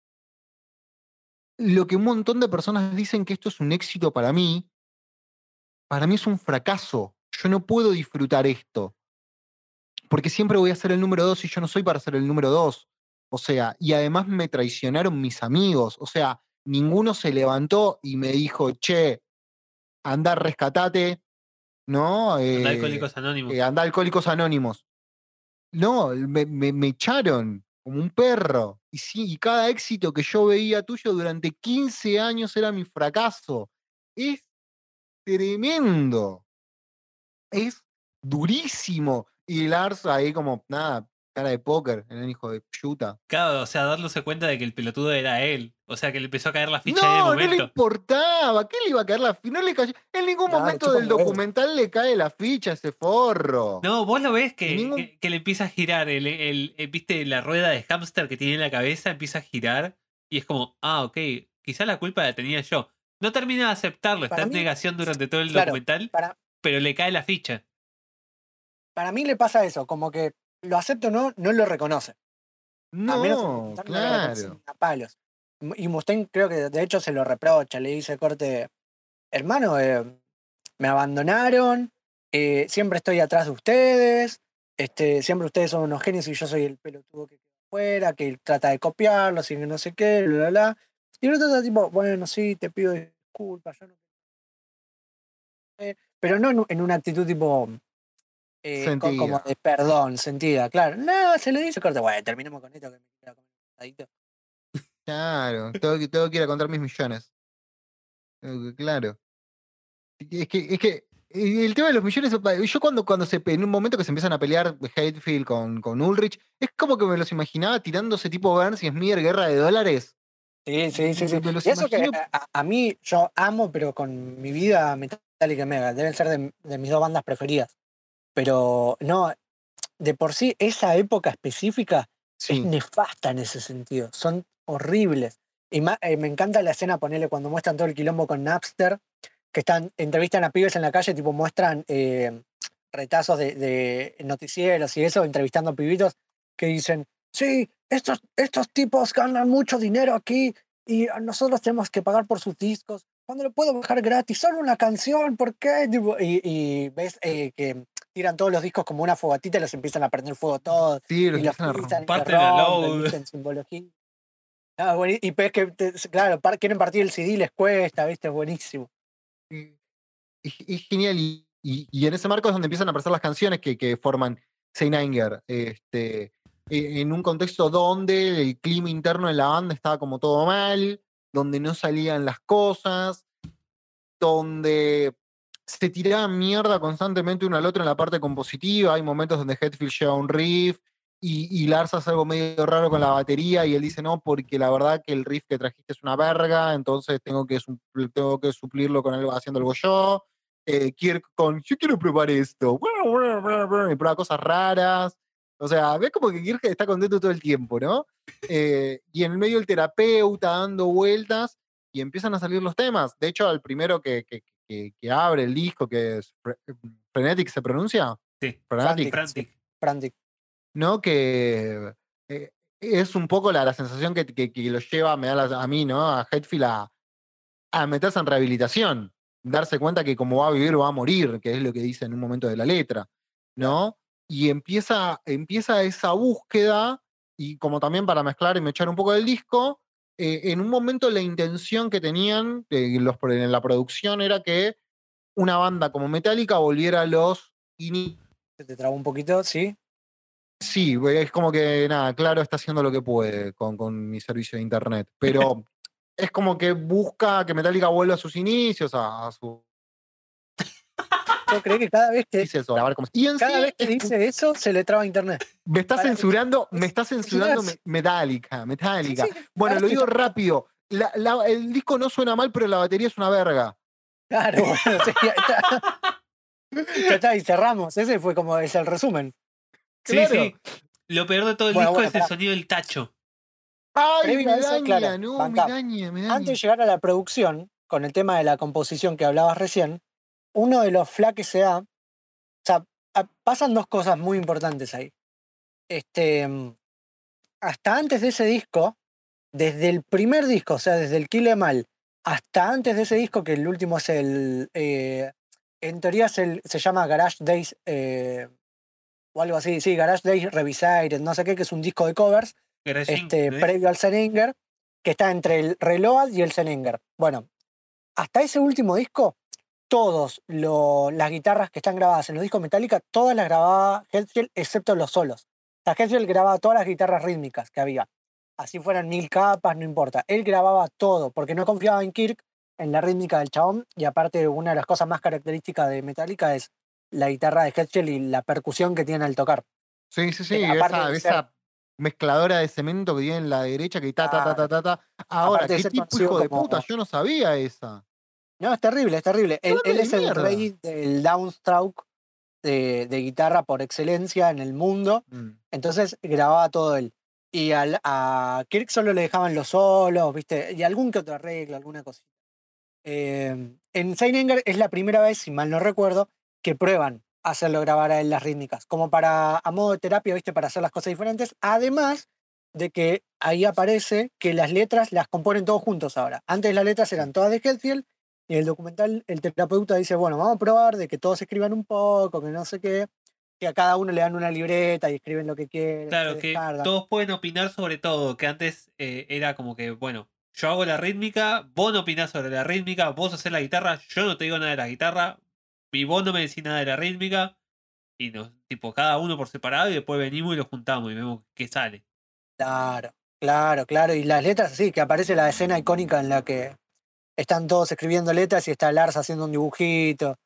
lo que un montón de personas dicen que esto es un éxito para mí es un fracaso. Yo no puedo disfrutar esto. Porque siempre voy a ser el número 2 y yo no soy para ser el número 2. O sea, y además me traicionaron mis amigos. O sea, ninguno se levantó y me dijo, che, anda, rescatate, ¿no? Anda Alcohólicos Anónimos. Anda, Alcohólicos Anónimos. No, me echaron como un perro. Y sí, y cada éxito que yo veía tuyo durante 15 años era mi fracaso. Es tremendo. Es durísimo. Y Lars ahí como, nada, cara de póker, en el hijo de puta. Claro, o sea, dándose cuenta de que el pelotudo era él. O sea, que le empezó a caer la ficha en el No, no le momento. importaba. ¿Qué le iba a caer la ficha? No le cayó. En ningún No, le momento chupa del un huevo. documental le cae la ficha a ese forro. No, vos lo ves que, Ningún- que le empieza a girar. ¿Viste la rueda de hámster que tiene en la cabeza? Empieza a girar. Y es como, ok, quizá la culpa la tenía yo. No termina de aceptarlo, está Para en mí, negación durante todo el claro, documental, pero le cae la ficha. para mí le pasa eso, como que lo acepto o no, no lo reconoce. A menos en el No, documental no lo reconoce claro. ni a palos. Y Mustaine creo que de hecho se lo reprocha, le dice corte, hermano, me abandonaron, siempre estoy atrás de ustedes, siempre ustedes son unos genios y yo soy el pelotudo que queda afuera, que trata de copiarlos y que no sé qué, bla, bla, bla. Y el otro está tipo, bueno, sí, te pido disculpas, yo no sé. Pero no en una actitud tipo como Sentía. de perdón, sentida, claro. No, se le dice corte, bueno, terminemos con esto que me queda comer un pesadito. Claro. Tengo que ir a contar mis millones. Claro. Es que Y el tema de los millones, yo cuando en un momento que se empiezan a pelear Hetfield con Ulrich, es como que me los imaginaba tirándose tipo Burns y Smear, guerra de dólares. Sí, sí, sí, sí. Me los Y eso que imagino. a mí yo amo, pero con mi vida Metallica y Mega, deben ser de mis dos bandas preferidas. Pero no, de por sí, esa época específica es Sí, nefasta en ese sentido. Son horribles. Y me encanta la escena, ponerle cuando muestran todo el quilombo con Napster, que entrevistan a pibes en la calle, tipo muestran retazos de noticieros y eso, entrevistando a pibitos que dicen, sí, estos tipos ganan mucho dinero aquí y nosotros tenemos que pagar por sus discos. ¿Cuándo lo puedo bajar gratis? Solo una canción, ¿por qué? Tipo, y ves que tiran todos los discos como una fogatita y los empiezan a prender fuego todos sí, los y los empiezan a pisan y los Parten a rompen, load. ¿viste? En simbología. Ah, y ves que, claro, quieren partir el CD, les cuesta, ¿viste? Es buenísimo. es genial. Y en ese marco es donde empiezan a aparecer las canciones que forman Saint Anger. En un contexto donde el clima interno de la banda estaba como todo mal, donde no salían las cosas, donde se tiraban mierda constantemente uno al otro en la parte compositiva. Hay momentos donde Hetfield lleva un riff y Lars hace algo medio raro con la batería y él dice no, porque la verdad que el riff que trajiste es una verga, entonces tengo que suplirlo con algo, haciendo algo yo. Kirk con yo quiero probar esto, y prueba cosas raras. O sea, ves como que Kirk está contento todo el tiempo, ¿no? Y en el medio el terapeuta dando vueltas y empiezan a salir los temas. De hecho, el primero que abre el disco, que es Frenetic, ¿se pronuncia? Sí, Frenetic, Frantic. Frantic. ¿no? Que es un poco la sensación que lo lleva, me da a mí, ¿no? A Hetfield a meterse en rehabilitación, darse cuenta que como va a vivir va a morir, que es lo que dice en un momento de la letra, ¿no? Y empieza esa búsqueda, y como también para mezclar y mechar un poco del disco, en un momento la intención que tenían en la producción era que una banda como Metallica volviera a los inicios. Se te trabó un poquito, ¿sí? Sí, es como que nada, claro, está haciendo lo que puede con mi servicio de internet, pero es como que busca que Metallica vuelva a sus inicios, a su Yo creo que cada vez que, dice eso, grabar como. Y en cada sí vez que dice eso, se le traba internet. me está Para- censurando, es- Metallica. Sí, sí, Bueno, lo Lars te digo está- rápido. El disco no suena mal, pero la batería es una verga. Claro, bueno, sí, ya está. Ya está, y cerramos. Ese fue como es el resumen. Sí, Claro. sí. Lo peor de todo el Bueno, disco bueno, es el pará. sonido del tacho. Ay, Previo a eso, claro, no, bancá. me Antes de daña. llegar a la producción, con el tema de la composición que hablabas recién, uno de los flaques se da. O sea, pasan dos cosas muy importantes ahí. Hasta antes de ese disco, desde el primer disco, o sea, desde el Kill Em All, hasta antes de ese disco, que el último es en teoría se llama Garage Days, o algo así, sí, Garage Days Revisited, no sé qué, que es un disco de covers, Garage Inc, ¿no es? previo al Serenger, que está entre el Reload y el Serenger. Bueno, hasta ese último disco, las guitarras que están grabadas en los discos Metallica, todas las grababa Hetfield, excepto los solos. O sea, Hetfield grababa todas las guitarras rítmicas que había. Así fueran 1000 capas, no importa. Él grababa todo, porque no confiaba en Kirk, en la rítmica del chabón, y aparte una de las cosas más características de Metallica es la guitarra de Hetfield y la percusión que tiene al tocar. Sí, Aparte de ser- esa mezcladora de cemento que tiene en la derecha que ta. Ahora, aparte de qué ser tipo conocido hijo de como- puta, yo no sabía esa. No, es terrible, es terrible. Él Dame de es el mierda. rey del downstroke de guitarra por excelencia en el mundo. Entonces grababa todo él. Y a Kirk solo le dejaban los solos, ¿viste? Y algún que otro arreglo, alguna cosita. En Saint Anger es la primera vez, si mal no recuerdo, que prueban hacerlo grabar a él las rítmicas, como a modo de terapia, ¿viste? Para hacer las cosas diferentes. Además de que ahí aparece que las letras las componen todos juntos ahora. Antes las letras eran todas de Hetfield y en el documental el terapeuta dice, bueno, vamos a probar de que todos escriban un poco, que no sé qué, que a cada uno le dan una libreta y escriben lo que quieren, Claro, se que descargan. todos pueden opinar sobre todo, que antes era como que, bueno, yo hago la rítmica, vos no opinás sobre la rítmica, vos haces la guitarra, yo no te digo nada de la guitarra, y vos no me decís nada de la rítmica, y nos, tipo, cada uno por separado, y después venimos y lo juntamos y vemos qué sale. Claro, claro. Y las letras, sí, que aparece la escena icónica en la que están todos escribiendo letras y está Lars haciendo un dibujito.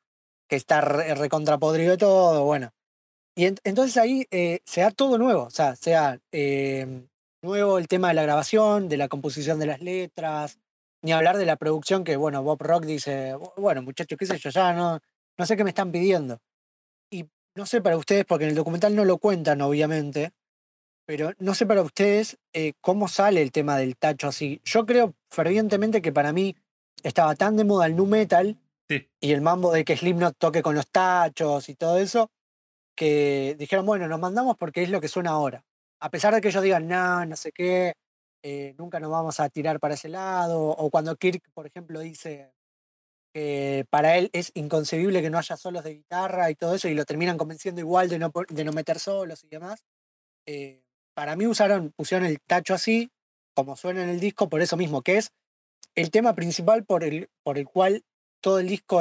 que está recontrapodrido de todo, bueno. Y entonces ahí se da todo nuevo, o sea, nuevo el tema de la grabación, de la composición de las letras, ni hablar de la producción que, bueno, Bob Rock dice, bueno, muchachos, qué sé yo, ya no sé qué me están pidiendo. Y no sé para ustedes, porque en el documental no lo cuentan, obviamente, pero no sé para ustedes cómo sale el tema del tacho así. Yo creo fervientemente que para mí estaba tan de moda el nu metal Sí. y el mambo de que Slipknot toque con los tachos y todo eso, que dijeron, bueno, nos mandamos porque es lo que suena ahora. A pesar de que ellos digan, no sé qué, nunca nos vamos a tirar para ese lado, o cuando Kirk, por ejemplo, dice que para él es inconcebible que no haya solos de guitarra y todo eso, y lo terminan convenciendo igual de no meter solos y demás. eh, para mí pusieron el tacho así, como suena en el disco, por eso mismo, que es el tema principal por el cual todo el disco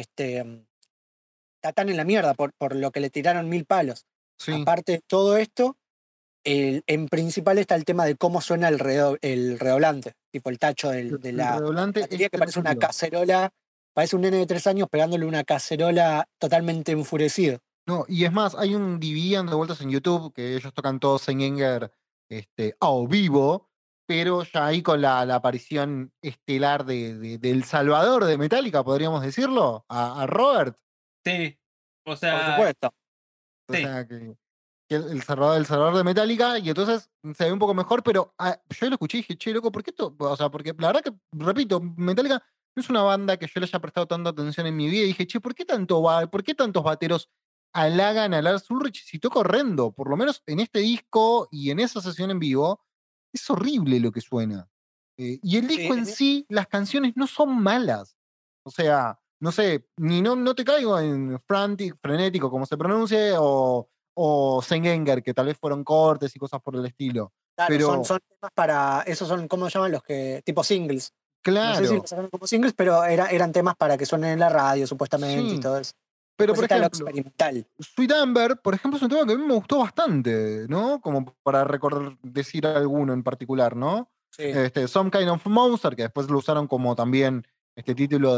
está tan en la mierda, por lo que le tiraron 1000 palos. Sí. Aparte de todo esto, en principal está el tema de cómo suena el redoblante, tipo el tacho de El la redoblante batería, es que parece una terrible. cacerola, parece un nene de 3 años pegándole una cacerola totalmente enfurecido. No, y es más, hay un DVD dando vueltas en YouTube que ellos tocan todo Sengenger a vivo, pero ya ahí con la aparición estelar del Salvador de Metallica, podríamos decirlo, a Robert. Sí. O Por sea, supuesto. O sí. sea, que el Salvador de Metallica, y entonces se ve un poco mejor, pero yo lo escuché y dije, che, loco, ¿por qué esto? O sea, porque la verdad que, repito, Metallica no es una banda que yo le haya prestado tanta atención en mi vida, y dije, che, ¿por qué tantos bateros halagan a Lars Ulrich si toca horrendo? Por lo menos en este disco y en esa sesión en vivo, es horrible lo que suena. Y el Sí, disco en sí, las canciones no son malas. O sea, no sé, no te caigo en frenético, como se pronuncie, o Sengenger, que tal vez fueron cortes y cosas por el estilo. claro, Pero, son temas para, esos son, ¿cómo se llaman los que? Tipo singles. No sé si los claro, sacaron como singles, pero eran temas para que suenen en la radio, supuestamente, y sí. todo eso. Pero, Después por está lo ejemplo, experimental. Sweet Amber, por ejemplo, es un tema que a mí me gustó bastante, ¿no? Como para recordar, decir alguno en particular, ¿no? Sí. Some Kind of Monster, que después lo usaron como también este título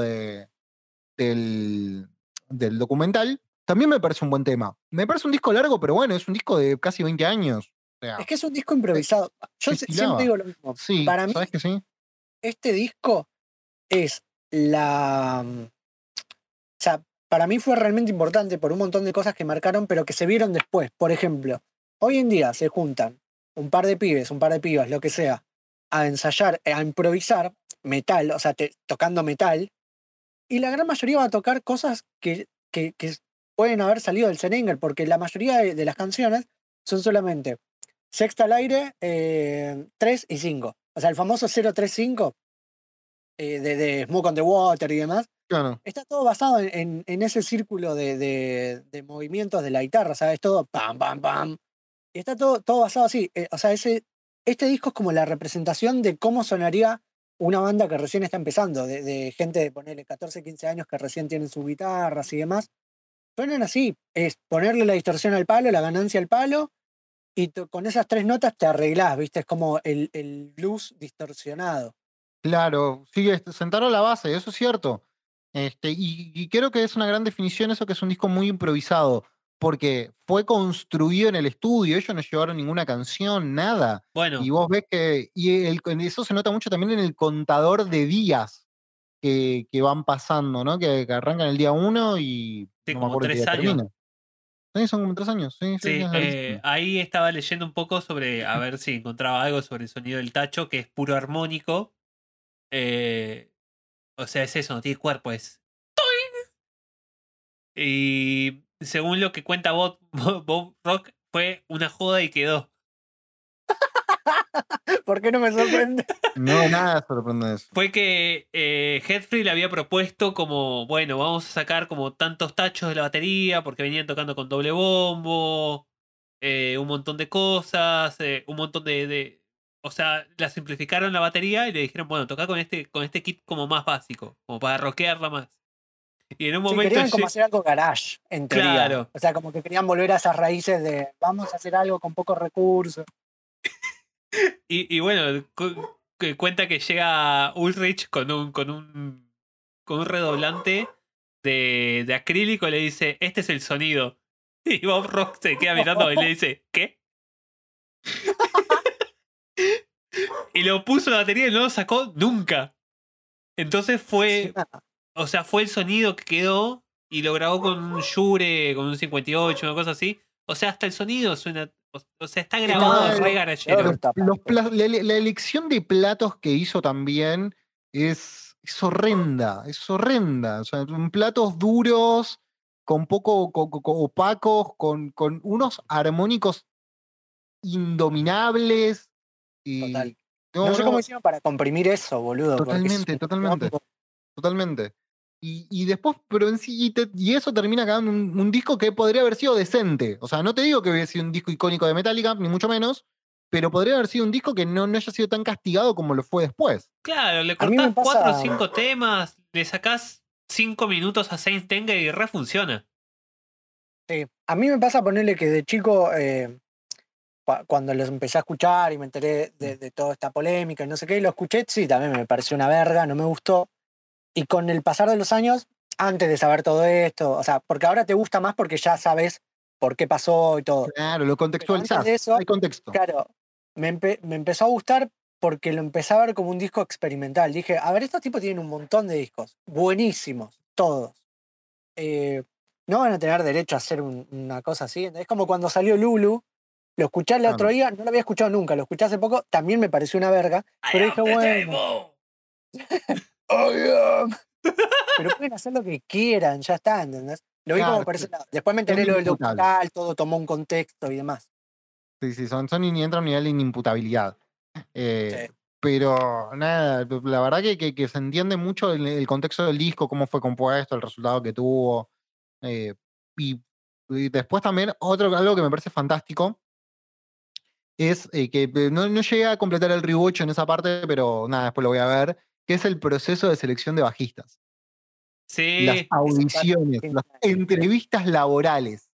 del documental, también me parece un buen tema. Me parece un disco largo, pero bueno, es un disco de casi 20 años. O Es sea, que es un disco se, improvisado. Yo se siempre estilaba. digo lo mismo. Sí, Para mí, ¿sabes que sí? este disco es o sea, para mí fue realmente importante por un montón de cosas que marcaron, pero que se vieron después. Por ejemplo, hoy en día se juntan un par de pibes, un par de pibas, lo que sea, a ensayar, a improvisar metal, o sea, tocando metal, y la gran mayoría va a tocar cosas que pueden haber salido del Serenger, porque la mayoría de las canciones son solamente sexta al aire, 3 y 5. O sea, el famoso 035 de Smoke on the Water y demás. Claro. Está todo basado en ese círculo de movimientos de la guitarra, ¿sabes? Todo pam, pam, pam. Y está todo basado así. O sea, este disco es como la representación de cómo sonaría una banda que recién está empezando, de gente de ponerle 14, 15 años que recién tienen sus guitarras y demás. Suenan así, es ponerle la distorsión al palo, la ganancia al palo, y con esas 3 notas te arreglás, ¿viste? Es como el blues distorsionado. Claro, sí, sentaron la base, eso es cierto. Y creo que es una gran definición eso, que es un disco muy improvisado, porque fue construido en el estudio, ellos no llevaron ninguna canción, nada. Y Bueno, vos ves eso se nota mucho también en el contador de días que van pasando, ¿no? Que arrancan el día 1 y sí, no me como acuerdo qué día 3 años. termina. Sí, son como 3 años, sí, sí, Sí, es larguísimo. ahí estaba leyendo un poco sobre, a ver si encontraba algo sobre el sonido del tacho, que es puro armónico. Eh, o sea, es eso, no tiene cuerpo, es. Y según lo que cuenta Bob Rock, fue una joda y quedó. ¿Por qué no me sorprende? No, nada sorprende eso. Fue que Hetfield le había propuesto como, bueno, vamos a sacar como tantos tachos de la batería, porque venían tocando con doble bombo, un montón de cosas, un montón o sea, la simplificaron la batería y le dijeron, bueno, toca con este kit como más básico, como para rockearla más. Y en un Sí, momento, querían como hacer algo garage, en teoría. claro, O sea, como que querían volver a esas raíces de vamos a hacer algo con pocos recursos. y bueno, que cuenta que llega Ulrich con un redoblante, de acrílico y le dice, este es el sonido. Y Bob Ross se queda mirando y le dice, ¿qué? Y lo puso en la batería y no lo sacó nunca. Entonces fue el sonido que quedó y lo grabó con un Shure, con un 58, una cosa así. O sea, hasta el sonido suena. O sea, está grabado no, re garallero. La elección de platos que hizo también es horrenda, es horrenda. O sea, platos duros, con poco opacos, con unos armónicos indominables. Y Total. No sé cómo hicieron para comprimir eso, boludo. Totalmente. Y después, pero en sí, y eso termina quedando un disco que podría haber sido decente. O sea, no te digo que hubiera sido un disco icónico de Metallica, ni mucho menos, pero podría haber sido un disco que no haya sido tan castigado como lo fue después. Claro, le A mí me cortás 4 o pasa- 5 temas, le sacás 5 minutos a Saint Tenger y refunciona. Sí. A mí me pasa ponerle que de chico, cuando los empecé a escuchar y me enteré de toda esta polémica y no sé qué, y lo escuché, sí, también me pareció una verga, no me gustó. Y con el pasar de los años, antes de saber todo esto, o sea, porque ahora te gusta más porque ya sabes por qué pasó y todo. Claro, lo Pero contextualizás. antes de eso, Hay contexto. claro, me empezó a gustar porque lo empecé a ver como un disco experimental. Dije, a ver, estos tipos tienen un montón de discos, buenísimos, todos. No van a tener derecho a hacer una cosa así. Es como cuando salió Lulu, lo escuché el otro día, no lo había escuchado nunca, lo escuché hace poco, también me pareció una verga, pero dije, bueno, pero pueden hacer lo que quieran, ya está, ¿entendés? Lo vi Claro, como por ese lado. Después me enteré lo del documental, todo tomó un contexto y demás. Sí, son entran a un nivel de inimputabilidad. Sí. Pero nada, la verdad que se entiende mucho el contexto del disco, cómo fue compuesto, el resultado que tuvo. Y después también algo que me parece fantástico es que no llegué a completar el rewatch en esa parte, pero nada, después lo voy a ver, que es el proceso de selección de bajistas. Las Sí, audiciones, las entrevistas laborales.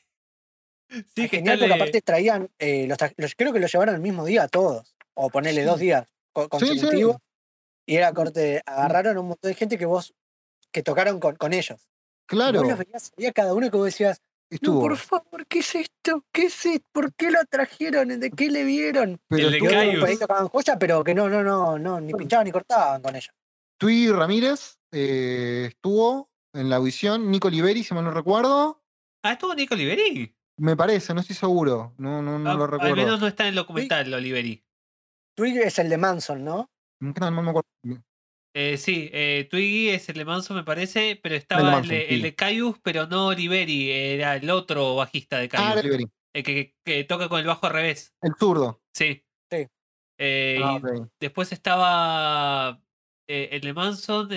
sí, Es que genial está porque aparte traían, creo que los llevaron el mismo día a todos, o ponerle 2 días consecutivos, y era corte, agarraron a un montón de gente que tocaron con ellos. Claro. Y vos los veías, veía cada uno que vos decías, no, por favor, ¿qué es esto? ¿Qué es esto? ¿Por qué lo trajeron? ¿De qué le vieron? Pero el de Y otros Caius. por ahí tocaban joya, pero que no, ni pinchaban ni cortaban con ellos. Twiggy Ramírez estuvo en la audición, Nico Liberi, si mal no recuerdo. Ah, ¿estuvo Nico Liberi? Me parece, no estoy seguro. No lo recuerdo. Al menos no está en el documental, Oliveri. Twig es el de Manson, ¿no? No me acuerdo. Sí, Twiggy es el de Manson, me parece, pero estaba el de Caius, pero no Oliveri, era el otro bajista de Caius. Oliveri. El que toca con el bajo al revés. El zurdo. Sí. Sí. Y después estaba el de Manson,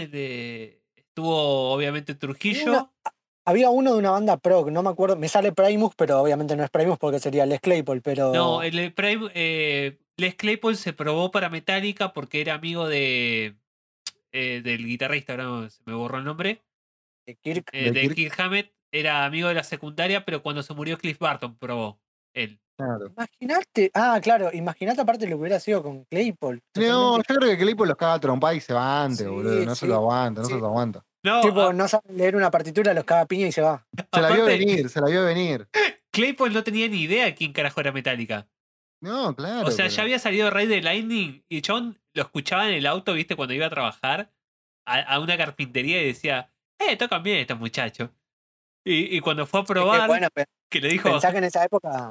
estuvo obviamente Trujillo. Había uno de una banda prog, no me acuerdo, me sale Primus, pero obviamente no es Primus porque sería Les Claypool, pero... No, el de Les Claypool se probó para Metallica porque era amigo del guitarrista, ahora se me borró el nombre. De Kirk. De Kirk Hammett, era amigo de la secundaria, pero cuando se murió Cliff Barton probó él. Claro. Imagínate aparte lo que hubiera sido con Claypool. No, yo creo que Claypool los caga a trompada y se va antes, boludo. No se lo aguanta, no se lo aguanta. No, tipo, no sabe leer una partitura, los caga piña y se va. Se la vio venir. Claypool no tenía ni idea de quién carajo era Metallica. No, claro. O sea, ya había salido Rey de Lightning y John lo escuchaba en el auto, viste, cuando iba a trabajar a una carpintería y decía, tocan bien estos muchachos. Y cuando fue a probar, que le dijo... Pensá que en esa época...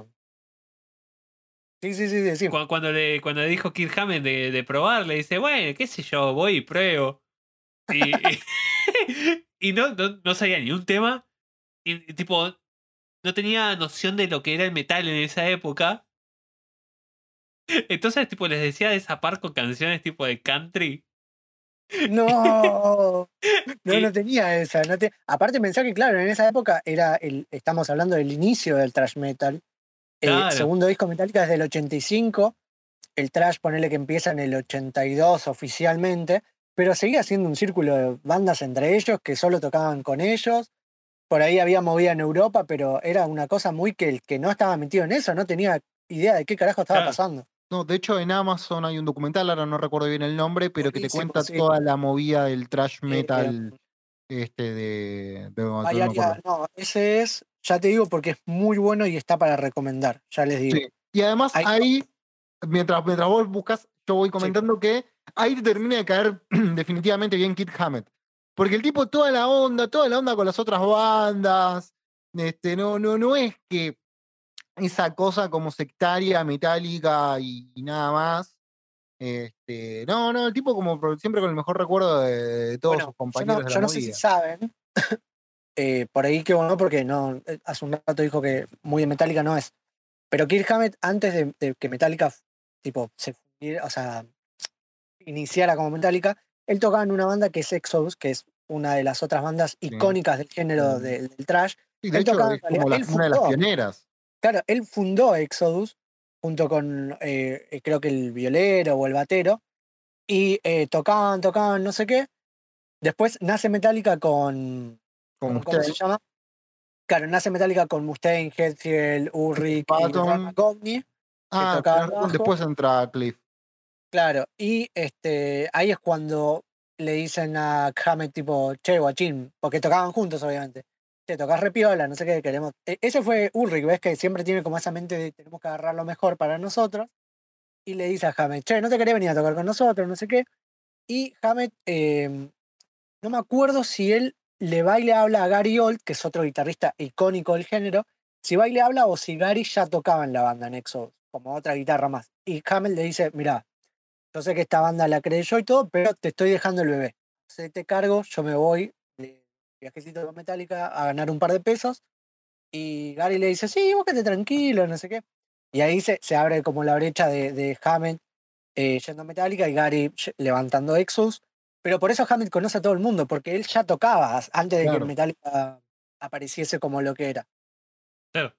Sí. Cuando le dijo Kirk Hammett de probar, le dice, bueno, qué sé yo, voy y pruebo. Y no sabía ni un tema. Y tipo, no tenía noción de lo que era el metal en esa época. Entonces, tipo, les decía desapar con canciones tipo de country. No tenía esa. Aparte pensá que, claro, en esa época estamos hablando del inicio del thrash metal. Claro. El segundo disco Metallica es del 85. El thrash, ponele que empieza en el 82 oficialmente, pero seguía siendo un círculo de bandas entre ellos que solo tocaban con ellos. Por ahí había movida en Europa, pero era una cosa muy que el que no estaba metido en eso no tenía idea de qué carajo estaba pasando. No, de hecho en Amazon hay un documental, ahora no recuerdo bien el nombre, pero que te cuenta sí. toda la movida del thrash metal no me acuerdo. No, ese es, ya te digo, porque es muy bueno y está para recomendar, ya les digo. Sí. Y además Hay- ahí, mientras vos buscas, yo voy Sí. comentando que ahí te termina de caer definitivamente bien Kid Hammett. Porque el tipo, toda la onda con las otras bandas, no es que esa cosa como sectaria, metálica y nada más. No, el tipo como siempre con el mejor recuerdo de todos sus Bueno, compañeros de la yo no sé si movida. saben, por ahí que bueno, porque no, hace un rato dijo que muy de Metallica no es. Pero Kirk Hammett, antes de que Metallica tipo, o sea, iniciara como Metallica, él tocaba en una banda que es Exodus, que es una de las otras bandas Sí. icónicas del género del thrash. Y de Él hecho tocaba, es como él una de las fundó, pioneras. claro, él fundó Exodus junto con creo que el violero o el batero, y tocaban, no sé qué. Después nace Metallica con ¿cómo se Mustaine, llama? Claro, nace Metallica con Mustaine, Hetfield, Ulrich y Ron Patton. McGovney, que Ah, tocaban tenés razón, bajo. después entra Cliff. Claro, y ahí es cuando le dicen a Hammett tipo, che, guachín, porque tocaban juntos, obviamente. Che, tocás re piola, no sé qué queremos. Ese fue Ulrich, ves que siempre tiene como esa mente de tenemos que agarrar lo mejor para nosotros. Y le dice a Hammett, che, ¿no te querés venir a tocar con nosotros? No sé qué. Y Hammett, no me acuerdo si él le va y le habla a Gary Old, que es otro guitarrista icónico del género, si va y le habla o si Gary ya tocaba en la banda en Exodus, como otra guitarra más. Y Hammett le dice, mirá, yo sé que esta banda la creé yo y todo, pero te estoy dejando el bebé. Te cargo, yo me voy de viajecito con Metallica a ganar un par de pesos. Y Gary le dice, sí, vos quédate tranquilo, no sé qué. Y ahí se abre como la brecha de Hammett yendo a Metallica y Gary levantando Exodus. Pero por eso Hammett conoce a todo el mundo, porque él ya tocaba antes de que Claro. Metallica apareciese como lo que era. Claro.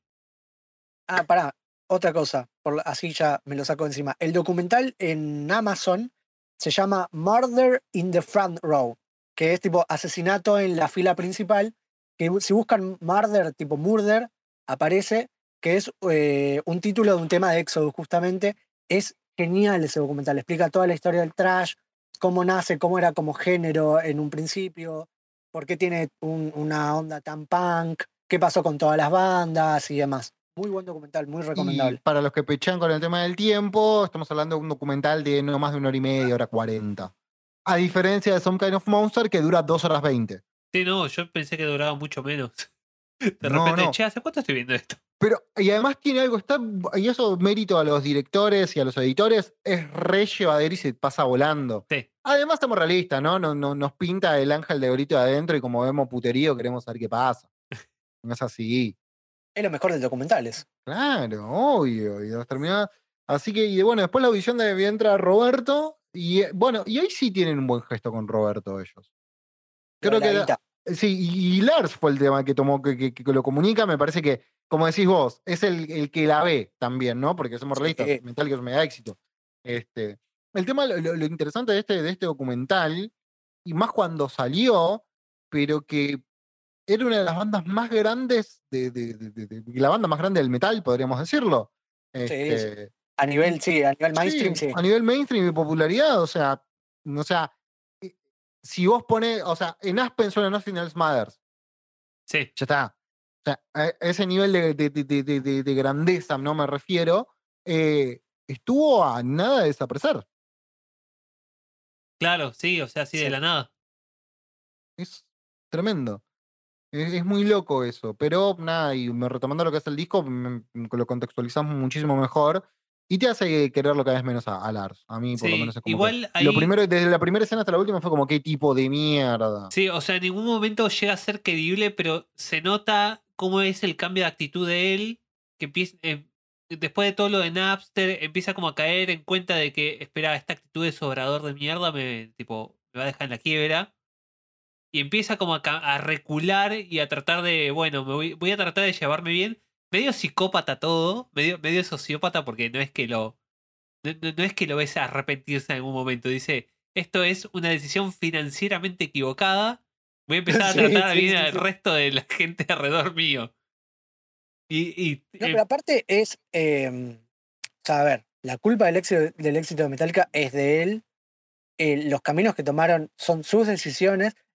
Ah, pará, otra cosa, así ya me lo saco encima. El documental en Amazon se llama Murder in the Front Row, que es tipo asesinato en la fila principal, que si buscan Murder, tipo Murder, aparece, que es un título de un tema de Exodus justamente. Es genial ese documental, explica toda la historia del thrash, cómo nace, cómo era como género en un principio, por qué tiene una onda tan punk, qué pasó con todas las bandas y demás. Muy buen documental, muy Y recomendable. para los que pechan con el tema del tiempo, estamos hablando de un documental de no más de 1 hora y media, 1 hora 40. A diferencia de Some Kind of Monster, que dura 2 horas 20. Sí, no, yo pensé que duraba mucho menos. De No, repente, no. che, ¿hace cuánto estoy viendo esto? Pero, y además tiene algo, y eso mérito a los directores y a los editores, es re llevadero y se pasa volando. Sí, Además, estamos realistas, ¿no? Nos pinta el ángel de Brito de adentro y como vemos puterío, queremos saber qué pasa. No es así. Es lo mejor del documental, es. Claro, obvio. Y termina. Así que, y bueno, después la audición de entra Roberto. Y bueno, y ahí sí tienen un buen gesto con Roberto ellos. Lo de Creo la que guita. sí, y Lars fue el tema que tomó, que lo comunica. Me parece que, como decís vos, es el que la ve también, ¿no? Porque somos realistas, Sí. Metallica es un mega éxito. El tema, lo interesante de este documental, y más cuando salió, pero que era una de las bandas más grandes, la banda más grande del metal, podríamos decirlo. Sí, sí. Este, A nivel, sí, a nivel sí, mainstream, sí. a nivel mainstream y popularidad, o sea, eh, si vos ponés, o sea, en Aspen suena Nothing Else Matters, sí. ya está. O sea, a ese nivel de grandeza, no me refiero, estuvo a nada de desaparecer. Claro, sí, o sea, así de Sí. la nada. Es tremendo. Es muy loco eso, pero nada, y retomando lo que es el disco, lo contextualizamos muchísimo mejor y te hace quererlo cada vez menos a Lars. A mí, por lo menos, Sí, es como que. igual Lo ahí, primero, desde la primera escena hasta la última, fue como, ¿qué tipo de mierda? sí, o sea, en ningún momento llega a ser creíble, pero se nota cómo es el cambio de actitud de él, que empieza, después de todo lo de Napster, empieza como a caer en cuenta de que, espera, esta actitud de sobrador de mierda me va a dejar en la quiebra. Y empieza como a recular y a tratar de, bueno, voy a tratar de llevarme bien. Medio psicópata todo, medio sociópata, porque no es que lo ves arrepentirse en algún momento. Dice, esto es una decisión financieramente equivocada. Voy a empezar a Sí, tratar sí, bien sí, al sí. resto de la gente alrededor mío. No, pero aparte es. O sea, a ver, la culpa del éxito de Metallica es de él. Los caminos que tomaron son sus decisiones.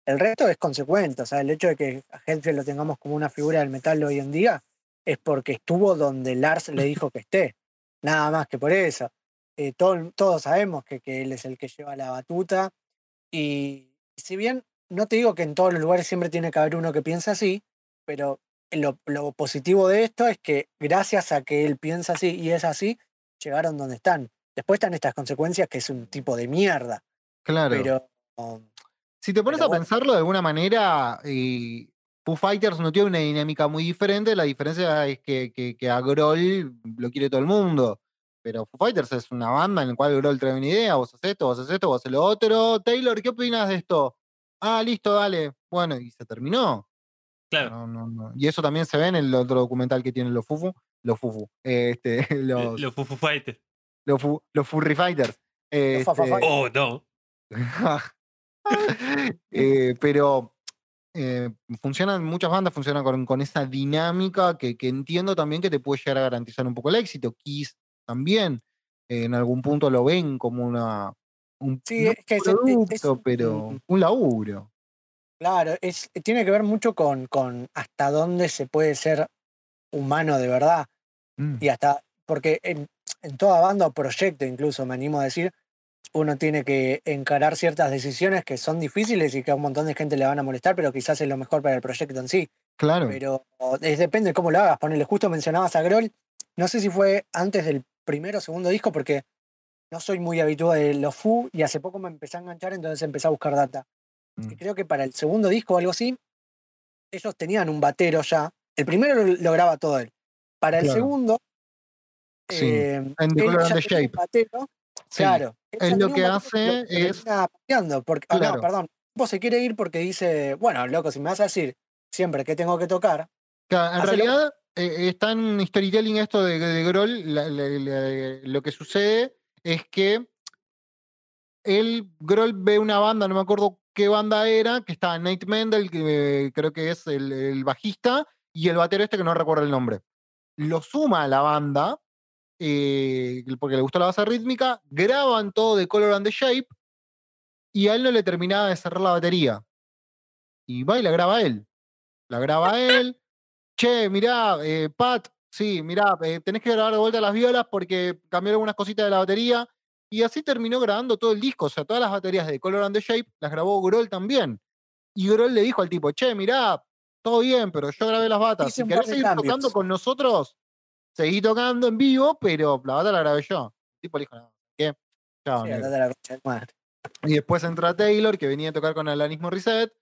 El resto es consecuente. O sea, el hecho de que a Hetfield lo tengamos como una figura del metal hoy en día es porque estuvo donde Lars le dijo que esté. Nada más que por eso. Todos sabemos que él es el que lleva la batuta. Y si bien no te digo que en todos los lugares siempre tiene que haber uno que piensa así, pero lo positivo de esto es que gracias a que él piensa así y es así, llegaron donde están. Después están estas consecuencias que es un tipo de mierda. Claro. Pero Si te pones pero a bueno. pensarlo de alguna manera, Foo Fighters no tiene una dinámica muy diferente. La diferencia es que a Grohl lo quiere todo el mundo. Pero Foo Fighters es una banda en la cual Grohl trae una idea, vos haces esto, vos haces esto, vos haces lo otro. Taylor, ¿qué opinas de esto? Ah, listo, dale. Bueno, y se terminó. Claro. No. Y eso también se ve en el otro documental que tienen los Fufu. Los Fufu. Los Foo Fighters. Los Furry Fighters. Oh, no. Pero funcionan, muchas bandas funcionan con esa dinámica que entiendo también que te puede llegar a garantizar un poco el éxito. Kiss también en algún punto lo ven como un Sí, no es que producto, pero un laburo. claro, tiene que ver mucho con hasta dónde se puede ser humano de verdad. Y hasta, porque en toda banda o proyecto incluso, me animo a decir, uno tiene que encarar ciertas decisiones que son difíciles y que a un montón de gente le van a molestar, pero quizás es lo mejor para el proyecto en sí. Claro. Pero depende de cómo lo hagas. Ponele, justo mencionabas a Grohl, no sé si fue antes del primero o segundo disco, porque no soy muy habituado de los Foo y hace poco me empecé a enganchar, entonces empecé a buscar data. Y creo que para el segundo disco o algo así, ellos tenían un batero ya. El primero lo graba todo él. Para el Claro. segundo, Sí. En The él Color ya and the tenía un Shape. batero. Sí. Claro. Él lo que hace es. Porque, Claro. no, perdón. Vos se quiere ir porque dice, bueno, loco, si me vas a decir siempre que tengo que tocar. Claro, en hacelo. realidad está en storytelling esto de Grohl. Lo que sucede es que Grohl ve una banda, no me acuerdo qué banda era, que estaba Nate Mendel, que creo que es el bajista, y el batero este que no recuerdo el nombre. Lo suma a la banda, porque le gustó la base rítmica, graban todo de Color and the Shape, y a él no le terminaba de cerrar la batería. Y va y la graba él. La graba él. Che, mirá, Pat, sí, mirá, tenés que grabar de vuelta las violas porque cambiaron algunas cositas de la batería. Y así terminó grabando todo el disco. O sea, todas las baterías de Color and the Shape las grabó Grohl también. Y Grohl le dijo al tipo, che, mirá, todo bien, pero yo grabé las batas. Hice Si un querés par de seguir cambios. tocando con nosotros, seguí tocando en vivo, pero la bata la grabé yo. El tipo le dijo, no, ¿qué? Chao, Sí, negro. andate a la concha de tu madre. Y después entra Taylor, que venía a tocar con Alanis Morissette,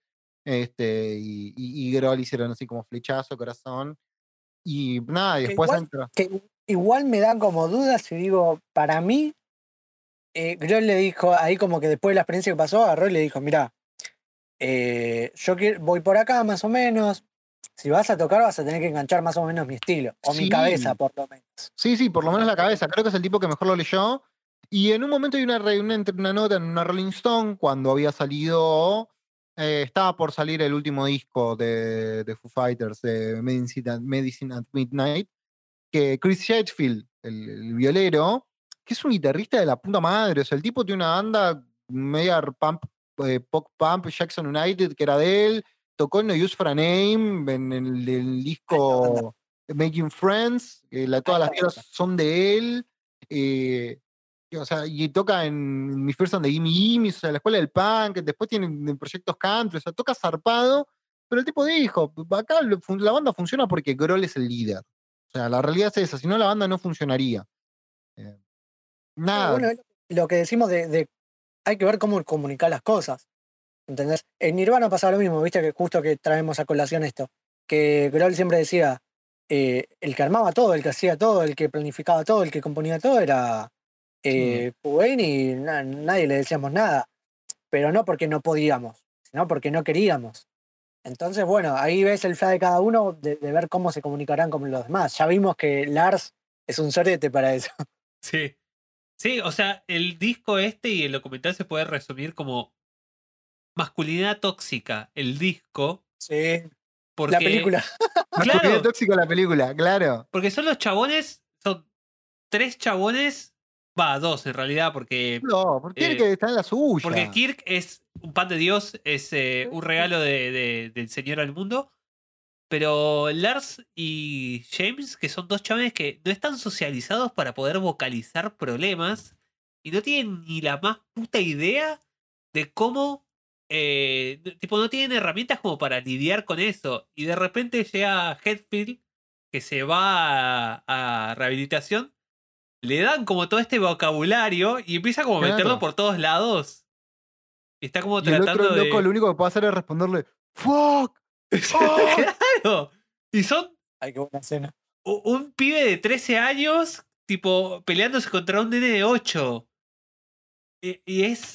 y Grohl hicieron así como flechazo, corazón. Y nada, y Que después igual, entra. que igual me dan como dudas y digo, para mí, Grohl le dijo, ahí como que después de la experiencia que pasó, agarró y le dijo, mirá, yo voy por acá más o menos, si vas a tocar vas a tener que enganchar más o menos mi estilo, o mi Sí. cabeza por lo menos. Sí, por lo menos la cabeza. Creo que es el tipo que mejor lo leyó. Y en un momento hay una nota en una Rolling Stone cuando había salido. Estaba por salir el último disco de Foo Fighters, de Medicine at Midnight, que Chris Hadfield, el violero, que es un guitarrista de la puta madre. O sea, el tipo tiene una banda media pop pump, Jackson United, que era de él. Tocó en No Use for a Name, en el disco Making Friends, todas las violas son de él. O sea, y toca en Mi First and the Gimme Gimme, o sea, la escuela del punk, después tiene proyectos country, o sea, toca zarpado, pero el tipo dijo, acá la banda funciona porque Grohl es el líder. O sea, la realidad es esa, si no la banda no funcionaría. Nada. Bueno, lo que decimos de hay que ver cómo comunicar las cosas. ¿Entendés? En Nirvana pasaba lo mismo, viste que justo que traemos a colación esto. Que Grohl siempre decía, el que armaba todo, el que hacía todo, el que planificaba todo, el que componía todo era Cobain y nadie le decíamos nada. Pero no porque no podíamos, sino porque no queríamos. Entonces, bueno, ahí ves el fla de cada uno de ver cómo se comunicarán con los demás. Ya vimos que Lars es un sorete para eso. Sí. Sí, o sea, el disco este y el documental se puede resumir como masculinidad tóxica, el disco. Sí. Porque, La película. Masculinidad tóxica la película, claro. Porque son los chabones, son 3 chabones Va, dos en realidad, porque No, porque tiene eh, que estar en la suya. porque Kirk es un pan de Dios, es un regalo del Señor al mundo. Pero Lars y James, que son dos chavales que no están socializados para poder vocalizar problemas y no tienen ni la más puta idea de cómo, tipo, no tienen herramientas como para lidiar con eso. Y de repente llega Hetfield, que se va a rehabilitación, le dan como todo este vocabulario y empieza como a meterlo Claro. por todos lados. Y está como Y el otro tratando loco lo de... único que puede hacer es responderle ¡Fuck! ¡Fuck! ¡Claro! Y son Ay, qué buena escena. un pibe de 13 años, tipo, peleándose contra un nene de 8. Y es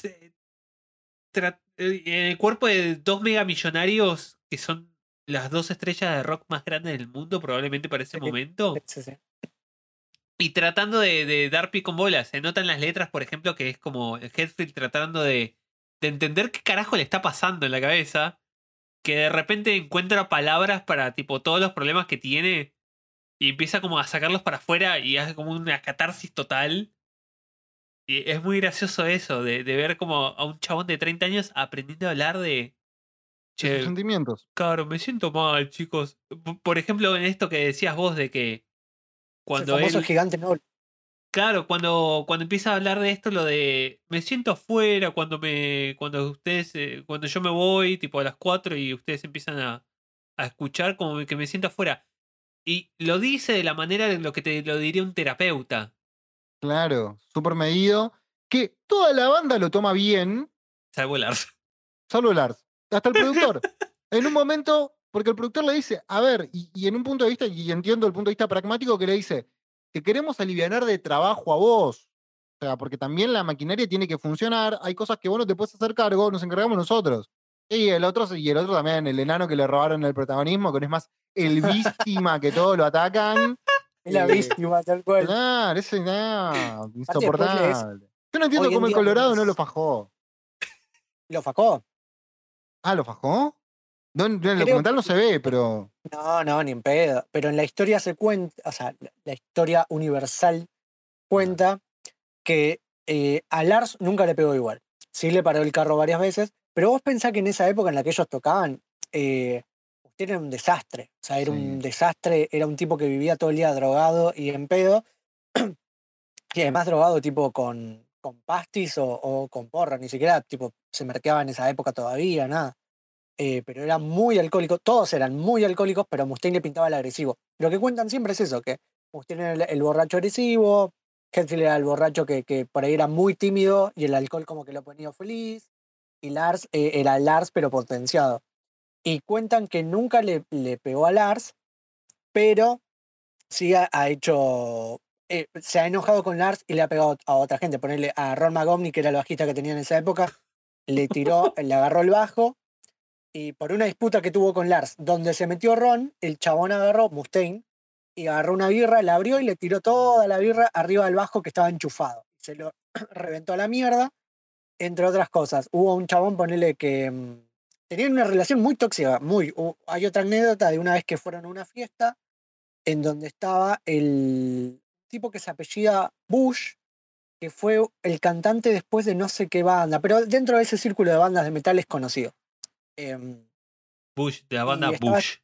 en el cuerpo de dos megamillonarios que son las dos estrellas de rock más grandes del mundo, probablemente para ese Sí, momento. sí, sí. Y tratando de dar pico en bola. Se notan las letras, por ejemplo, que es como Hetfield tratando de entender qué carajo le está pasando en la cabeza. Que de repente encuentra palabras para, tipo, todos los problemas que tiene. Y empieza como a sacarlos para afuera y hace como una catarsis total. Y es muy gracioso eso, de ver como a un chabón de 30 años aprendiendo a hablar de... De sus Che, sentimientos. claro, me siento mal, chicos. Por ejemplo, en esto que decías vos de que Es el cuando famoso él... gigante noble. Claro, cuando empieza a hablar de esto, lo de me siento afuera cuando ustedes, cuando yo me voy, tipo a las 4 y ustedes empiezan a escuchar como que me siento afuera. Y lo dice de la manera de lo que te lo diría un terapeuta. Claro, súper medido. Que toda la banda lo toma bien, Salvo Lars. salvo Lars. Hasta el productor. En un momento, porque el productor le dice, a ver, y en un punto de vista, y entiendo el punto de vista pragmático, que le dice, te queremos alivianar de trabajo a vos. O sea, porque también la maquinaria tiene que funcionar, hay cosas que vos no te puedes hacer cargo, nos encargamos nosotros. Y el otro también, el enano que le robaron el protagonismo, que no es más el víctima que todos lo atacan. Es la víctima, tal cual. Claro, ese después lees, insoportable. Yo no entiendo hoy en cómo el día Colorado no lees- lo fajó. ¿Lo facó? Ah, ¿lo fajó? No, en el Creo documental que no se ve, pero. no, ni en pedo. Pero en la historia se cuenta, o sea, la historia universal cuenta que a Lars nunca le pegó igual. Sí le paró el carro varias veces, pero vos pensás que en esa época en la que ellos tocaban, usted era un desastre. O sea, era un Sí. desastre, era un tipo que vivía todo el día drogado y en pedo, y además drogado tipo con pastis o con porra, ni siquiera tipo se merqueaba en esa época todavía, nada. Pero era muy alcohólico, todos eran muy alcohólicos, pero Mustaine le pintaba el agresivo. Lo que cuentan siempre es eso, que Mustaine era el borracho agresivo, Hetfield era el borracho que por ahí era muy tímido y el alcohol como que lo ponía feliz, y Lars era Lars pero potenciado. Y cuentan que nunca le pegó a Lars, pero sí ha hecho... se ha enojado con Lars y le ha pegado a otra gente. Ponerle a Ron McGovney, que era el bajista que tenía en esa época, le agarró el bajo y por una disputa que tuvo con Lars, donde se metió Ron, el chabón agarró Mustaine y agarró una birra, la abrió y le tiró toda la birra arriba del bajo que estaba enchufado. Se lo reventó a la mierda, entre otras cosas. Hubo un chabón, ponele que tenían una relación muy tóxica, hay otra anécdota de una vez que fueron a una fiesta en donde estaba el tipo que se apellida Bush, que fue el cantante después de no sé qué banda, pero dentro de ese círculo de bandas de metal es conocido. Bush, de la Y banda estaba Bush.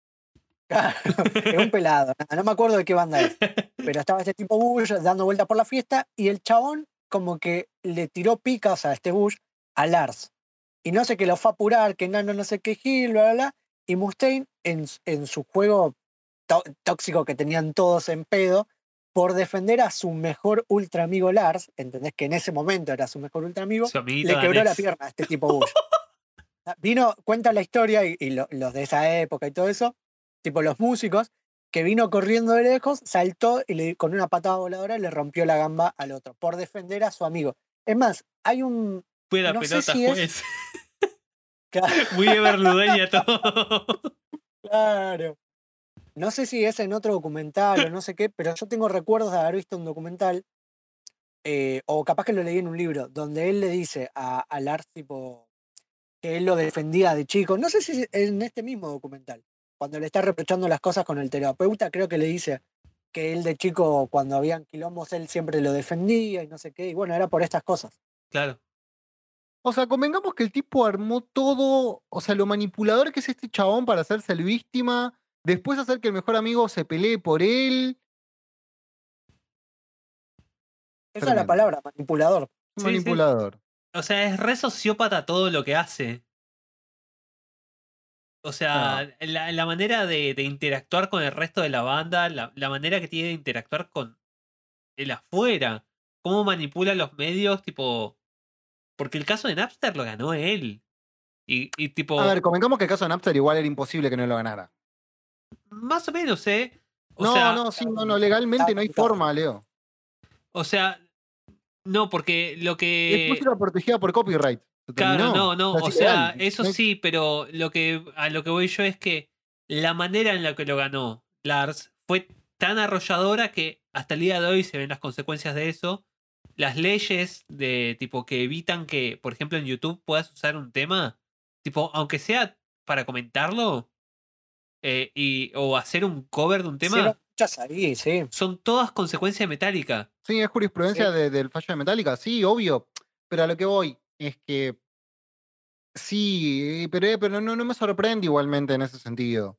es un pelado, no me acuerdo de qué banda es. Pero estaba este tipo Bush dando vueltas por la fiesta y el chabón como que le tiró picas a este Bush a Lars. Y no sé qué lo fue a apurar, que no sé qué Gil, bla, bla, bla. Y Mustaine, en su juego tóxico que tenían todos en pedo, por defender a su mejor ultra amigo Lars, ¿entendés? Que en ese momento era su mejor ultra amigo, Su amiguito le quebró la danés. pierna a este tipo Bush. Cuenta la historia y los de esa época y todo eso, tipo los músicos, que vino corriendo de lejos, saltó y con una patada voladora le rompió la gamba al otro, por defender a su amigo. Es más, hay un... Fue la no sé pelota, si es... juez. Claro, Muy everludeña todo. claro. No sé si es en otro documental o no sé qué, pero yo tengo recuerdos de haber visto un documental, o capaz que lo leí en un libro, donde él le dice a Lars, tipo, que él lo defendía de chico. No sé si es en este mismo documental, cuando le está reprochando las cosas con el terapeuta, creo que le dice que él de chico, cuando habían quilombos, él siempre lo defendía y no sé qué. Y bueno, era por estas cosas. Claro. O sea, convengamos que el tipo armó todo, o sea, lo manipulador que es este chabón para hacerse el víctima, después hacer que el mejor amigo se pelee por él. Esa es la Tremendo. palabra, manipulador. Sí, Manipulador. O sea, es re sociópata todo lo que hace. O sea, la manera de interactuar con el resto de la banda, la manera que tiene de interactuar con el afuera, cómo manipula los medios, tipo... Porque el caso de Napster lo ganó él. Y tipo, A ver, convengamos que el caso de Napster igual era imposible que no lo ganara. más o menos, ¿eh? O No, sea, no, sí, no, legalmente no hay forma, Leo. o sea, no, porque lo Y después que... era protegida por copyright. ¿Se Claro, terminó? no, o es sea, ilegal. eso No hay- sí, pero a lo que voy yo es que la manera en la que lo ganó Lars fue tan arrolladora que hasta el día de hoy se ven las consecuencias de eso. Las leyes de tipo que evitan que, por ejemplo, en YouTube puedas usar un tema, tipo, aunque sea para comentarlo, o hacer un cover de un Hicieron tema, muchas ahí, sí. son todas consecuencias de Metallica. Sí, es jurisprudencia Sí. del fallo de Metallica, sí, obvio. Pero a lo que voy es que sí, pero no me sorprende igualmente en ese sentido.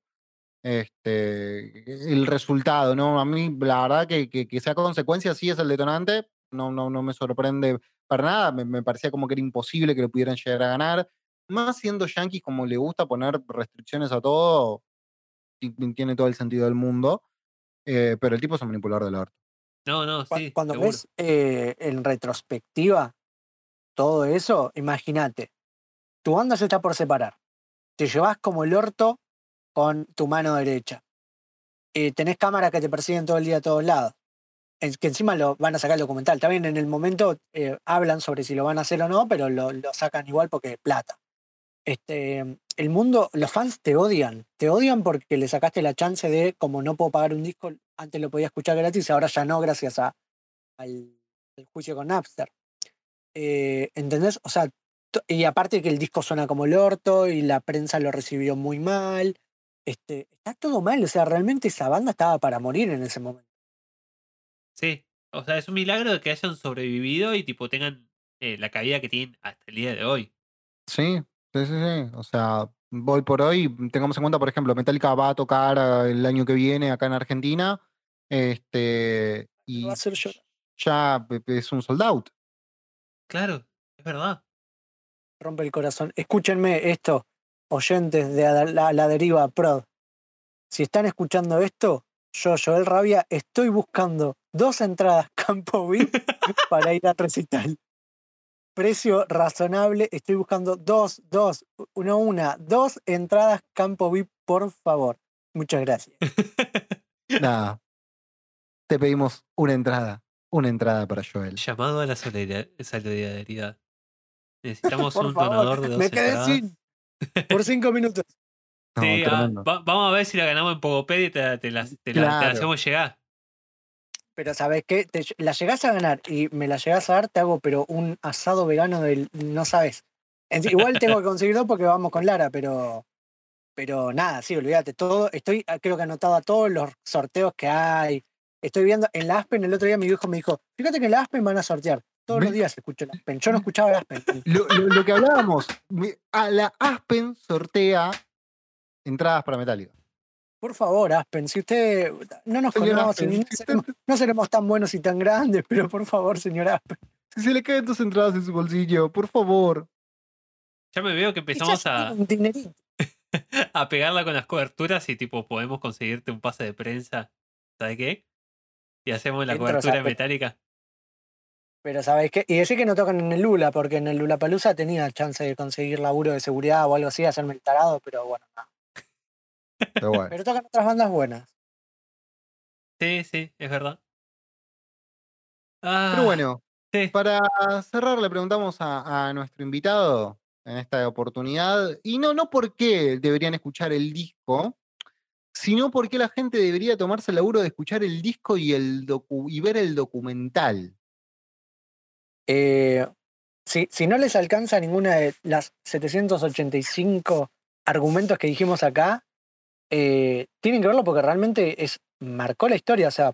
El resultado, ¿no? A mí, la verdad, que sea consecuencia, sí es el detonante. No me sorprende para nada. Me parecía como que era imposible que lo pudieran llegar a ganar. Más siendo Yankees, como le gusta poner restricciones a todo, tiene todo el sentido del mundo. Pero el tipo es un manipulador del orto. No, sí, Cuando seguro. ves en retrospectiva todo eso, imagínate, tu banda se está por separar. Te llevas como el orto con tu mano derecha. Tenés cámaras que te persiguen todo el día a todos lados. Que encima lo van a sacar el documental. También en el momento hablan sobre si lo van a hacer o no, pero lo sacan igual porque es plata. El mundo, los fans te odian porque le sacaste la chance de, como no puedo pagar un disco, antes lo podía escuchar gratis, ahora ya no, gracias al juicio con Napster. ¿Entendés? O sea, y aparte que el disco suena como el orto y la prensa lo recibió muy mal. Está todo mal, o sea, realmente esa banda estaba para morir en ese momento. Sí, o sea, es un milagro de que hayan sobrevivido y tipo tengan la caída que tienen hasta el día de hoy. Sí. O sea, hoy por hoy, tengamos en cuenta, por ejemplo, Metallica va a tocar el año que viene acá en Argentina. Lo va a Y hacer yo. ya es un sold out. Claro, es verdad. Rompe el corazón. Escúchenme esto, oyentes de la Deriva Prod. Si están escuchando esto, yo, Joel Rabia, estoy buscando 2 entradas campo VIP para ir a recital. Precio razonable, estoy buscando 2 entradas campo VIP, por favor. Muchas gracias. Nada. Te pedimos una entrada para Joel. Llamado a la solidaridad. Necesitamos Por un favor, donador de 2 me quedé entradas. sin. Por 5 minutos. No, Sí, tremendo. vamos a ver si la ganamos en Pogopedia y te la Claro. hacemos llegar. Pero ¿sabes qué? La llegás a ganar y me la llegás a dar, te hago pero un asado vegano del... No sabes. Igual tengo que conseguir 2 porque vamos con Lara, pero nada, sí, olvídate. Todo, creo que anotado a todos los sorteos que hay. Estoy viendo en la Aspen, el otro día mi hijo me dijo, fíjate que en la Aspen van a sortear. Todos los días escucho el Aspen. Yo no escuchaba el Aspen. Lo que hablábamos, a la Aspen sortea entradas para Metallica. Por favor, Aspen, si usted no nos Señor conoce, Aspen, ni no seremos tan buenos y tan grandes, pero por favor, señor Aspen. Si se le caen 2 entradas en su bolsillo, por favor. Ya me veo que empezamos Quizás tiene un dinerito. a pegarla con las coberturas y tipo podemos conseguirte un pase de prensa. ¿Sabes qué? Y hacemos la Entro, cobertura ¿sabes? Metallica. Pero ¿sabes qué? Y decir que no tocan en el Lula, porque en el Lollapalooza tenía chance de conseguir laburo de seguridad o algo así, hacerme el tarado, pero bueno, no. Pero bueno. Pero tocan otras bandas buenas. Sí, es verdad. Pero bueno, Sí. para cerrar le preguntamos a nuestro invitado en esta oportunidad, y no por qué deberían escuchar el disco, sino por qué la gente debería tomarse el laburo de escuchar el disco y ver el documental. Si no les alcanza ninguna de las 785 argumentos que dijimos acá, tienen que verlo porque realmente marcó la historia. O sea,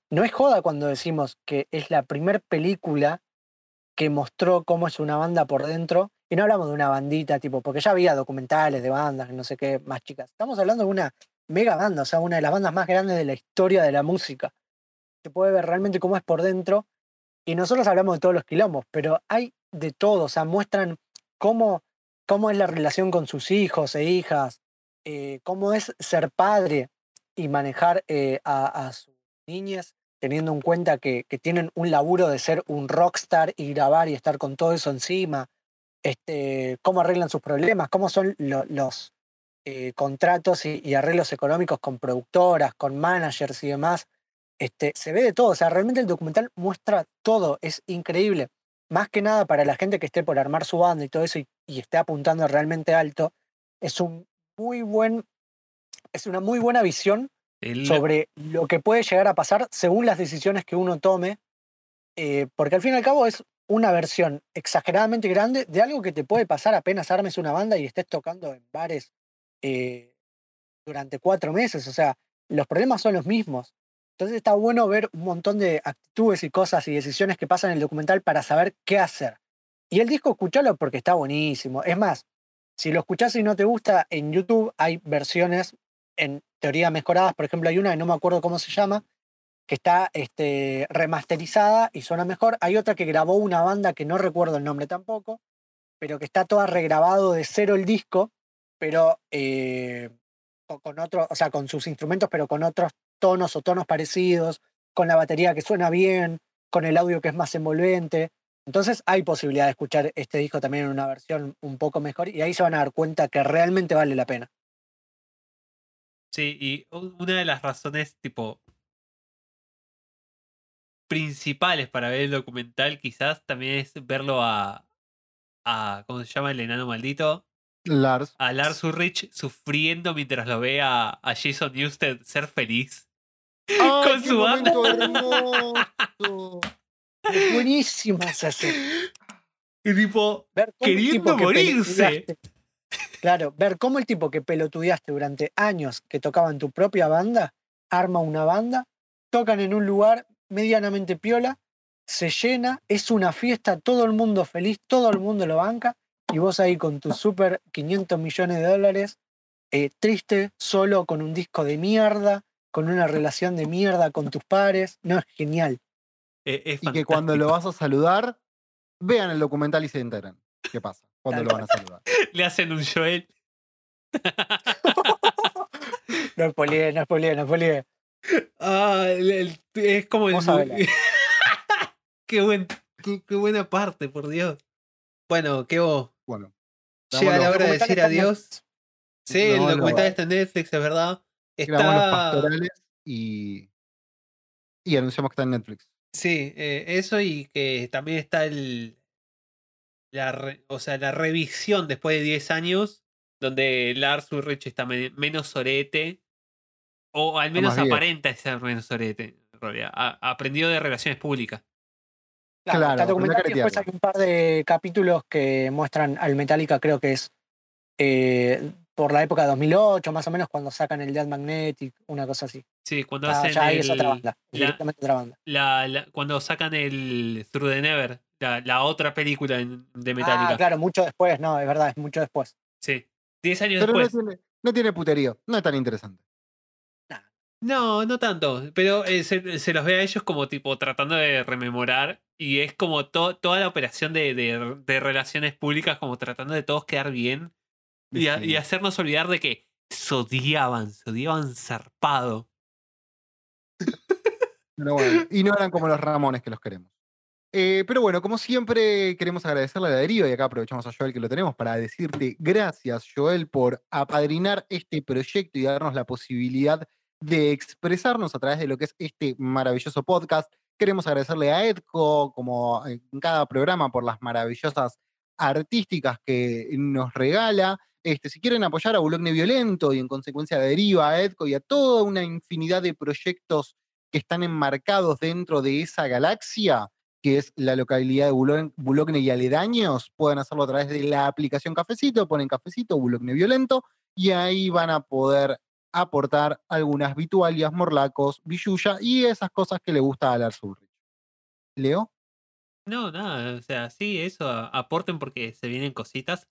no es joda cuando decimos que es la primer película que mostró cómo es una banda por dentro, y no hablamos de una bandita, tipo, porque ya había documentales de bandas, no sé qué, más chicas. Estamos hablando de una mega banda, o sea, una de las bandas más grandes de la historia de la música. Se puede ver realmente cómo es por dentro, y nosotros hablamos de todos los quilombos, pero hay de todo, o sea, muestran cómo, cómo es la relación con sus hijos e hijas, cómo es ser padre y manejar a sus niñas, teniendo en cuenta que tienen un laburo de ser un rockstar y grabar y estar con todo eso encima, cómo arreglan sus problemas, cómo son los contratos y arreglos económicos con productoras, con managers y demás. Se ve de todo, o sea, realmente el documental muestra todo, es increíble. Más que nada para la gente que esté por armar su banda y todo eso y esté apuntando realmente alto, es un muy buen, es una muy buena visión El- sobre lo que puede llegar a pasar según las decisiones que uno tome, porque al fin y al cabo es una versión exageradamente grande de algo que te puede pasar apenas armes una banda y estés tocando en bares eh, durante 4 meses, o sea, los problemas son los mismos. Entonces está bueno ver un montón de actitudes y cosas y decisiones que pasan en el documental para saber qué hacer. Y el disco, escuchalo porque está buenísimo. Es más, si lo escuchás y no te gusta, en YouTube hay versiones en teoría mejoradas. Por ejemplo, hay una que no me acuerdo cómo se llama, que está remasterizada y suena mejor. Hay otra que grabó una banda que no recuerdo el nombre tampoco, pero que está toda regrabado de cero el disco, pero con otro, o sea, con sus instrumentos, pero con otros tonos o tonos parecidos, con la batería que suena bien, con el audio que es más envolvente. Entonces hay posibilidad de escuchar este disco también en una versión un poco mejor y ahí se van a dar cuenta que realmente vale la pena. sí, y una de las razones, tipo, principales para ver el documental, quizás también es verlo ¿cómo se llama? El enano maldito. Lars. A Lars Ulrich sufriendo mientras lo ve a Jason Newsted ser feliz ¡Ay, con qué su banda. momento hermoso! Es buenísima esa serie. Y tipo, Ver cómo el queriendo tipo que morirse. pelotudeaste, claro, ver cómo el tipo que pelotudeaste durante años que tocaba en tu propia banda, arma una banda, tocan en un lugar medianamente piola, se llena, es una fiesta, todo el mundo feliz, todo el mundo lo banca, y vos ahí con tus super 500 millones de dólares, triste, solo, con un disco de mierda, con una relación de mierda con tus pares. No, es genial. Es Y que cuando lo fantástico. vas a saludar, vean el documental y se enteran qué pasa cuando Tal lo van a saludar. Le hacen un Joel. No spoileé, no spoileé, no spoileé. Es como el. Vos sabés. Qué buena parte, por Dios. Bueno, ¿qué vos? Bueno, Llega la dámoslo. hora de Documental decir está en adiós. Netflix. Sí, el No, documental lo- está en Netflix, es verdad. grabamos los Está. pastorales y anunciamos que está en Netflix. Sí, eso y que también está o sea, la revisión después de 10 años, donde Lars Ulrich está menos sorete, o al Está más menos viejo. aparenta ser menos sorete, en realidad. Aprendió de relaciones públicas. Claro, está el Claro, aprendí a documental y después hay caretearla. un par de capítulos que muestran al Metallica, creo que es por la época de 2008, más o menos, cuando sacan el Dead Magnetic, una cosa así. Sí, cuando Ya, hacen ya ahí es otra banda, es directamente otra banda. cuando sacan el Through the Never, la otra película de Ah, Metallica. claro, mucho después, no, es verdad, es mucho después. Sí, 10 años Pero después. no tiene puterío, no es tan interesante. No, no tanto, pero se los ve a ellos como tipo tratando de rememorar y es como toda la operación de relaciones públicas como tratando de todos quedar bien y Sí. hacernos olvidar de que se odiaban zarpado. Pero bueno, y no eran como los Ramones que los queremos. Pero bueno, como siempre, queremos agradecerle a la Deriva y acá aprovechamos a Joel que lo tenemos para decirte gracias, Joel, por apadrinar este proyecto y darnos la posibilidad de expresarnos a través de lo que es este maravilloso podcast. Queremos agradecerle a Edco, como en cada programa, por las maravillosas artísticas que nos regala. Si quieren apoyar a Bulogne Violento y en consecuencia a Deriva, a Edco y a toda una infinidad de proyectos que están enmarcados dentro de esa galaxia, que es la localidad de Bulogne y aledaños, pueden hacerlo a través de la aplicación Cafecito, ponen Cafecito, Bulogne Violento, y ahí van a poder aportar algunas vitualias, morlacos, billulla y esas cosas que le gusta a Lars Ulrich. ¿Leo? No, nada, o sea, sí, eso, aporten porque se vienen cositas.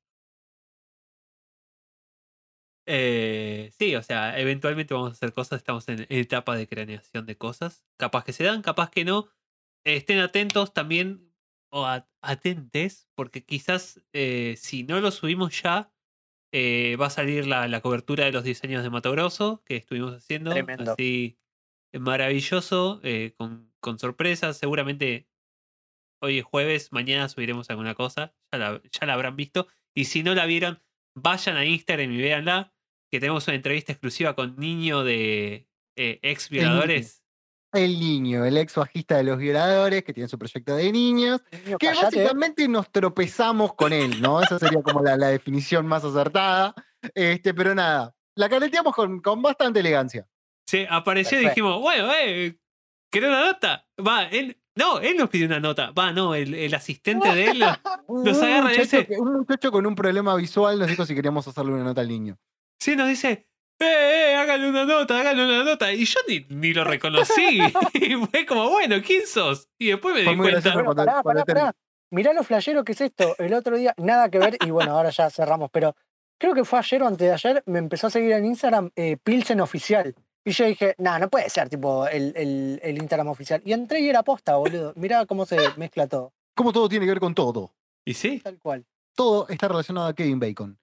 Sí, o sea, eventualmente vamos a hacer cosas, estamos en etapa de craneación de cosas. Capaz que se dan, capaz que no. Estén atentos también, o atentes, porque quizás si no lo subimos ya, va a salir la cobertura de los 10 años de Mato Grosso que estuvimos haciendo. Tremendo. Así, maravilloso, con sorpresas. Seguramente hoy es jueves, mañana subiremos alguna cosa, ya la habrán visto. Y si no la vieron, vayan a Instagram y véanla, que tenemos una entrevista exclusiva con Niño de ex violadores. El niño, el ex bajista de los violadores, que tiene su proyecto de niños, Niño, que callate, básicamente nos tropezamos con él, ¿no? Esa sería como la definición más acertada. Pero nada, la careteamos con bastante elegancia. Se apareció y Perfecto. dijimos, bueno, ¿querés una nota? Va, él nos pidió una nota. Va, no, el asistente de él nos agarra y dice, Un muchacho con un problema visual nos dijo si queríamos hacerle una nota al niño. sí, nos dice, háganle una nota. Y yo ni lo reconocí. Y fue como, bueno, ¿quién sos? Y después me Fue di muy cuenta. gracioso. Bueno, Cuando pará. Mirá lo flashero que es esto. El otro día, nada que ver, y bueno, ahora ya cerramos, pero creo que fue ayer o antes de ayer, me empezó a seguir en Instagram Pilsen Oficial. Y yo dije, no puede ser tipo el Instagram oficial. Y entré y era posta, boludo. Mirá cómo se mezcla todo. Como todo tiene que ver con todo. ¿Y sí? Tal cual. Todo está relacionado a Kevin Bacon.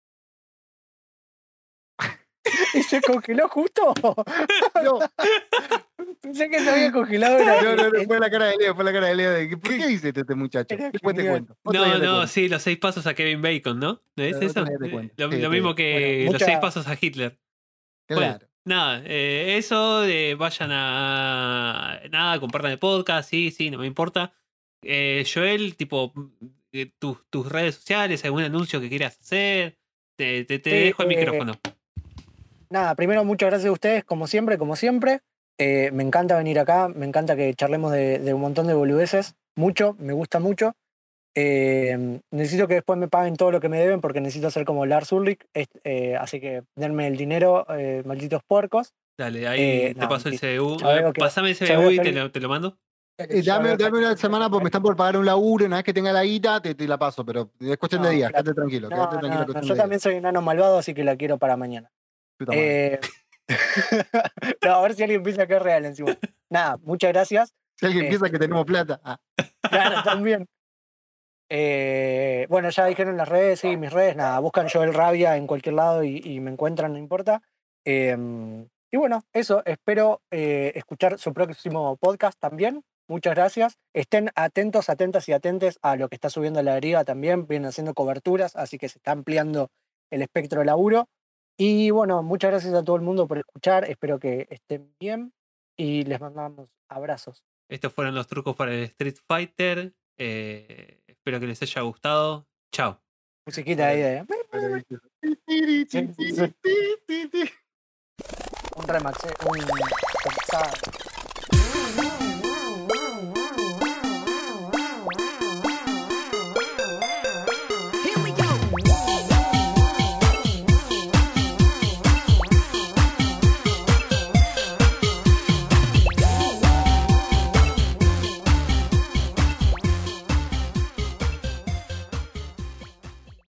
¿Y se congeló justo? No, Pensé que se había congelado. Era no, fue la cara de Leo, ¿Por qué dice este muchacho? Era Después te genial. cuento. Otro día te cuento. Sí, los 6 pasos a Kevin Bacon, ¿no? ¿No es Otro eso? día te cuento. Lo Sí, mismo que Bueno, los 6 mucha- pasos a Hitler. Claro. Bueno, nada, eso, vayan a... Nada, compartan el podcast, sí, no me importa. Joel, tipo, tus redes sociales, algún anuncio que quieras hacer, te dejo el micrófono. Nada, primero muchas gracias a ustedes, como siempre. Me encanta venir acá, me encanta que charlemos de un montón de boludeces. Mucho, me gusta mucho. Necesito que después me paguen todo lo que me deben porque necesito ser como Lars Ulrich. Así que denme el dinero, malditos puercos. Dale, ahí te no, paso el mentira. CBU. Ya veo que- Pasame el ya CBU veo y que- te lo mando. Dame una semana porque me están por pagar un laburo. Una vez que tenga la guita, te la paso. Pero es cuestión de No, días. claro. Quédate tranquilo. No, Quédate tranquilo. no, cuestión yo de también soy enano malvado, así que la quiero para mañana. días. Puta madre. No, a ver si alguien piensa que es real encima. Nada, muchas gracias. Si alguien piensa que tenemos plata. Claro, también. Bueno, ya dijeron las redes, sí, mis redes, nada, buscan Joel Rabia en cualquier lado y me encuentran, no importa. Y bueno, eso, espero escuchar su próximo podcast también. Muchas gracias. Estén atentos, atentas y atentes a lo que está subiendo la deriva también. Vienen haciendo coberturas, así que se está ampliando el espectro de laburo. Y bueno, muchas gracias a todo el mundo por escuchar. Espero que estén bien y les mandamos abrazos. Estos fueron los trucos para el Street Fighter. Espero que les haya gustado. Chao. Musiquita ahí de un remax, un remixado.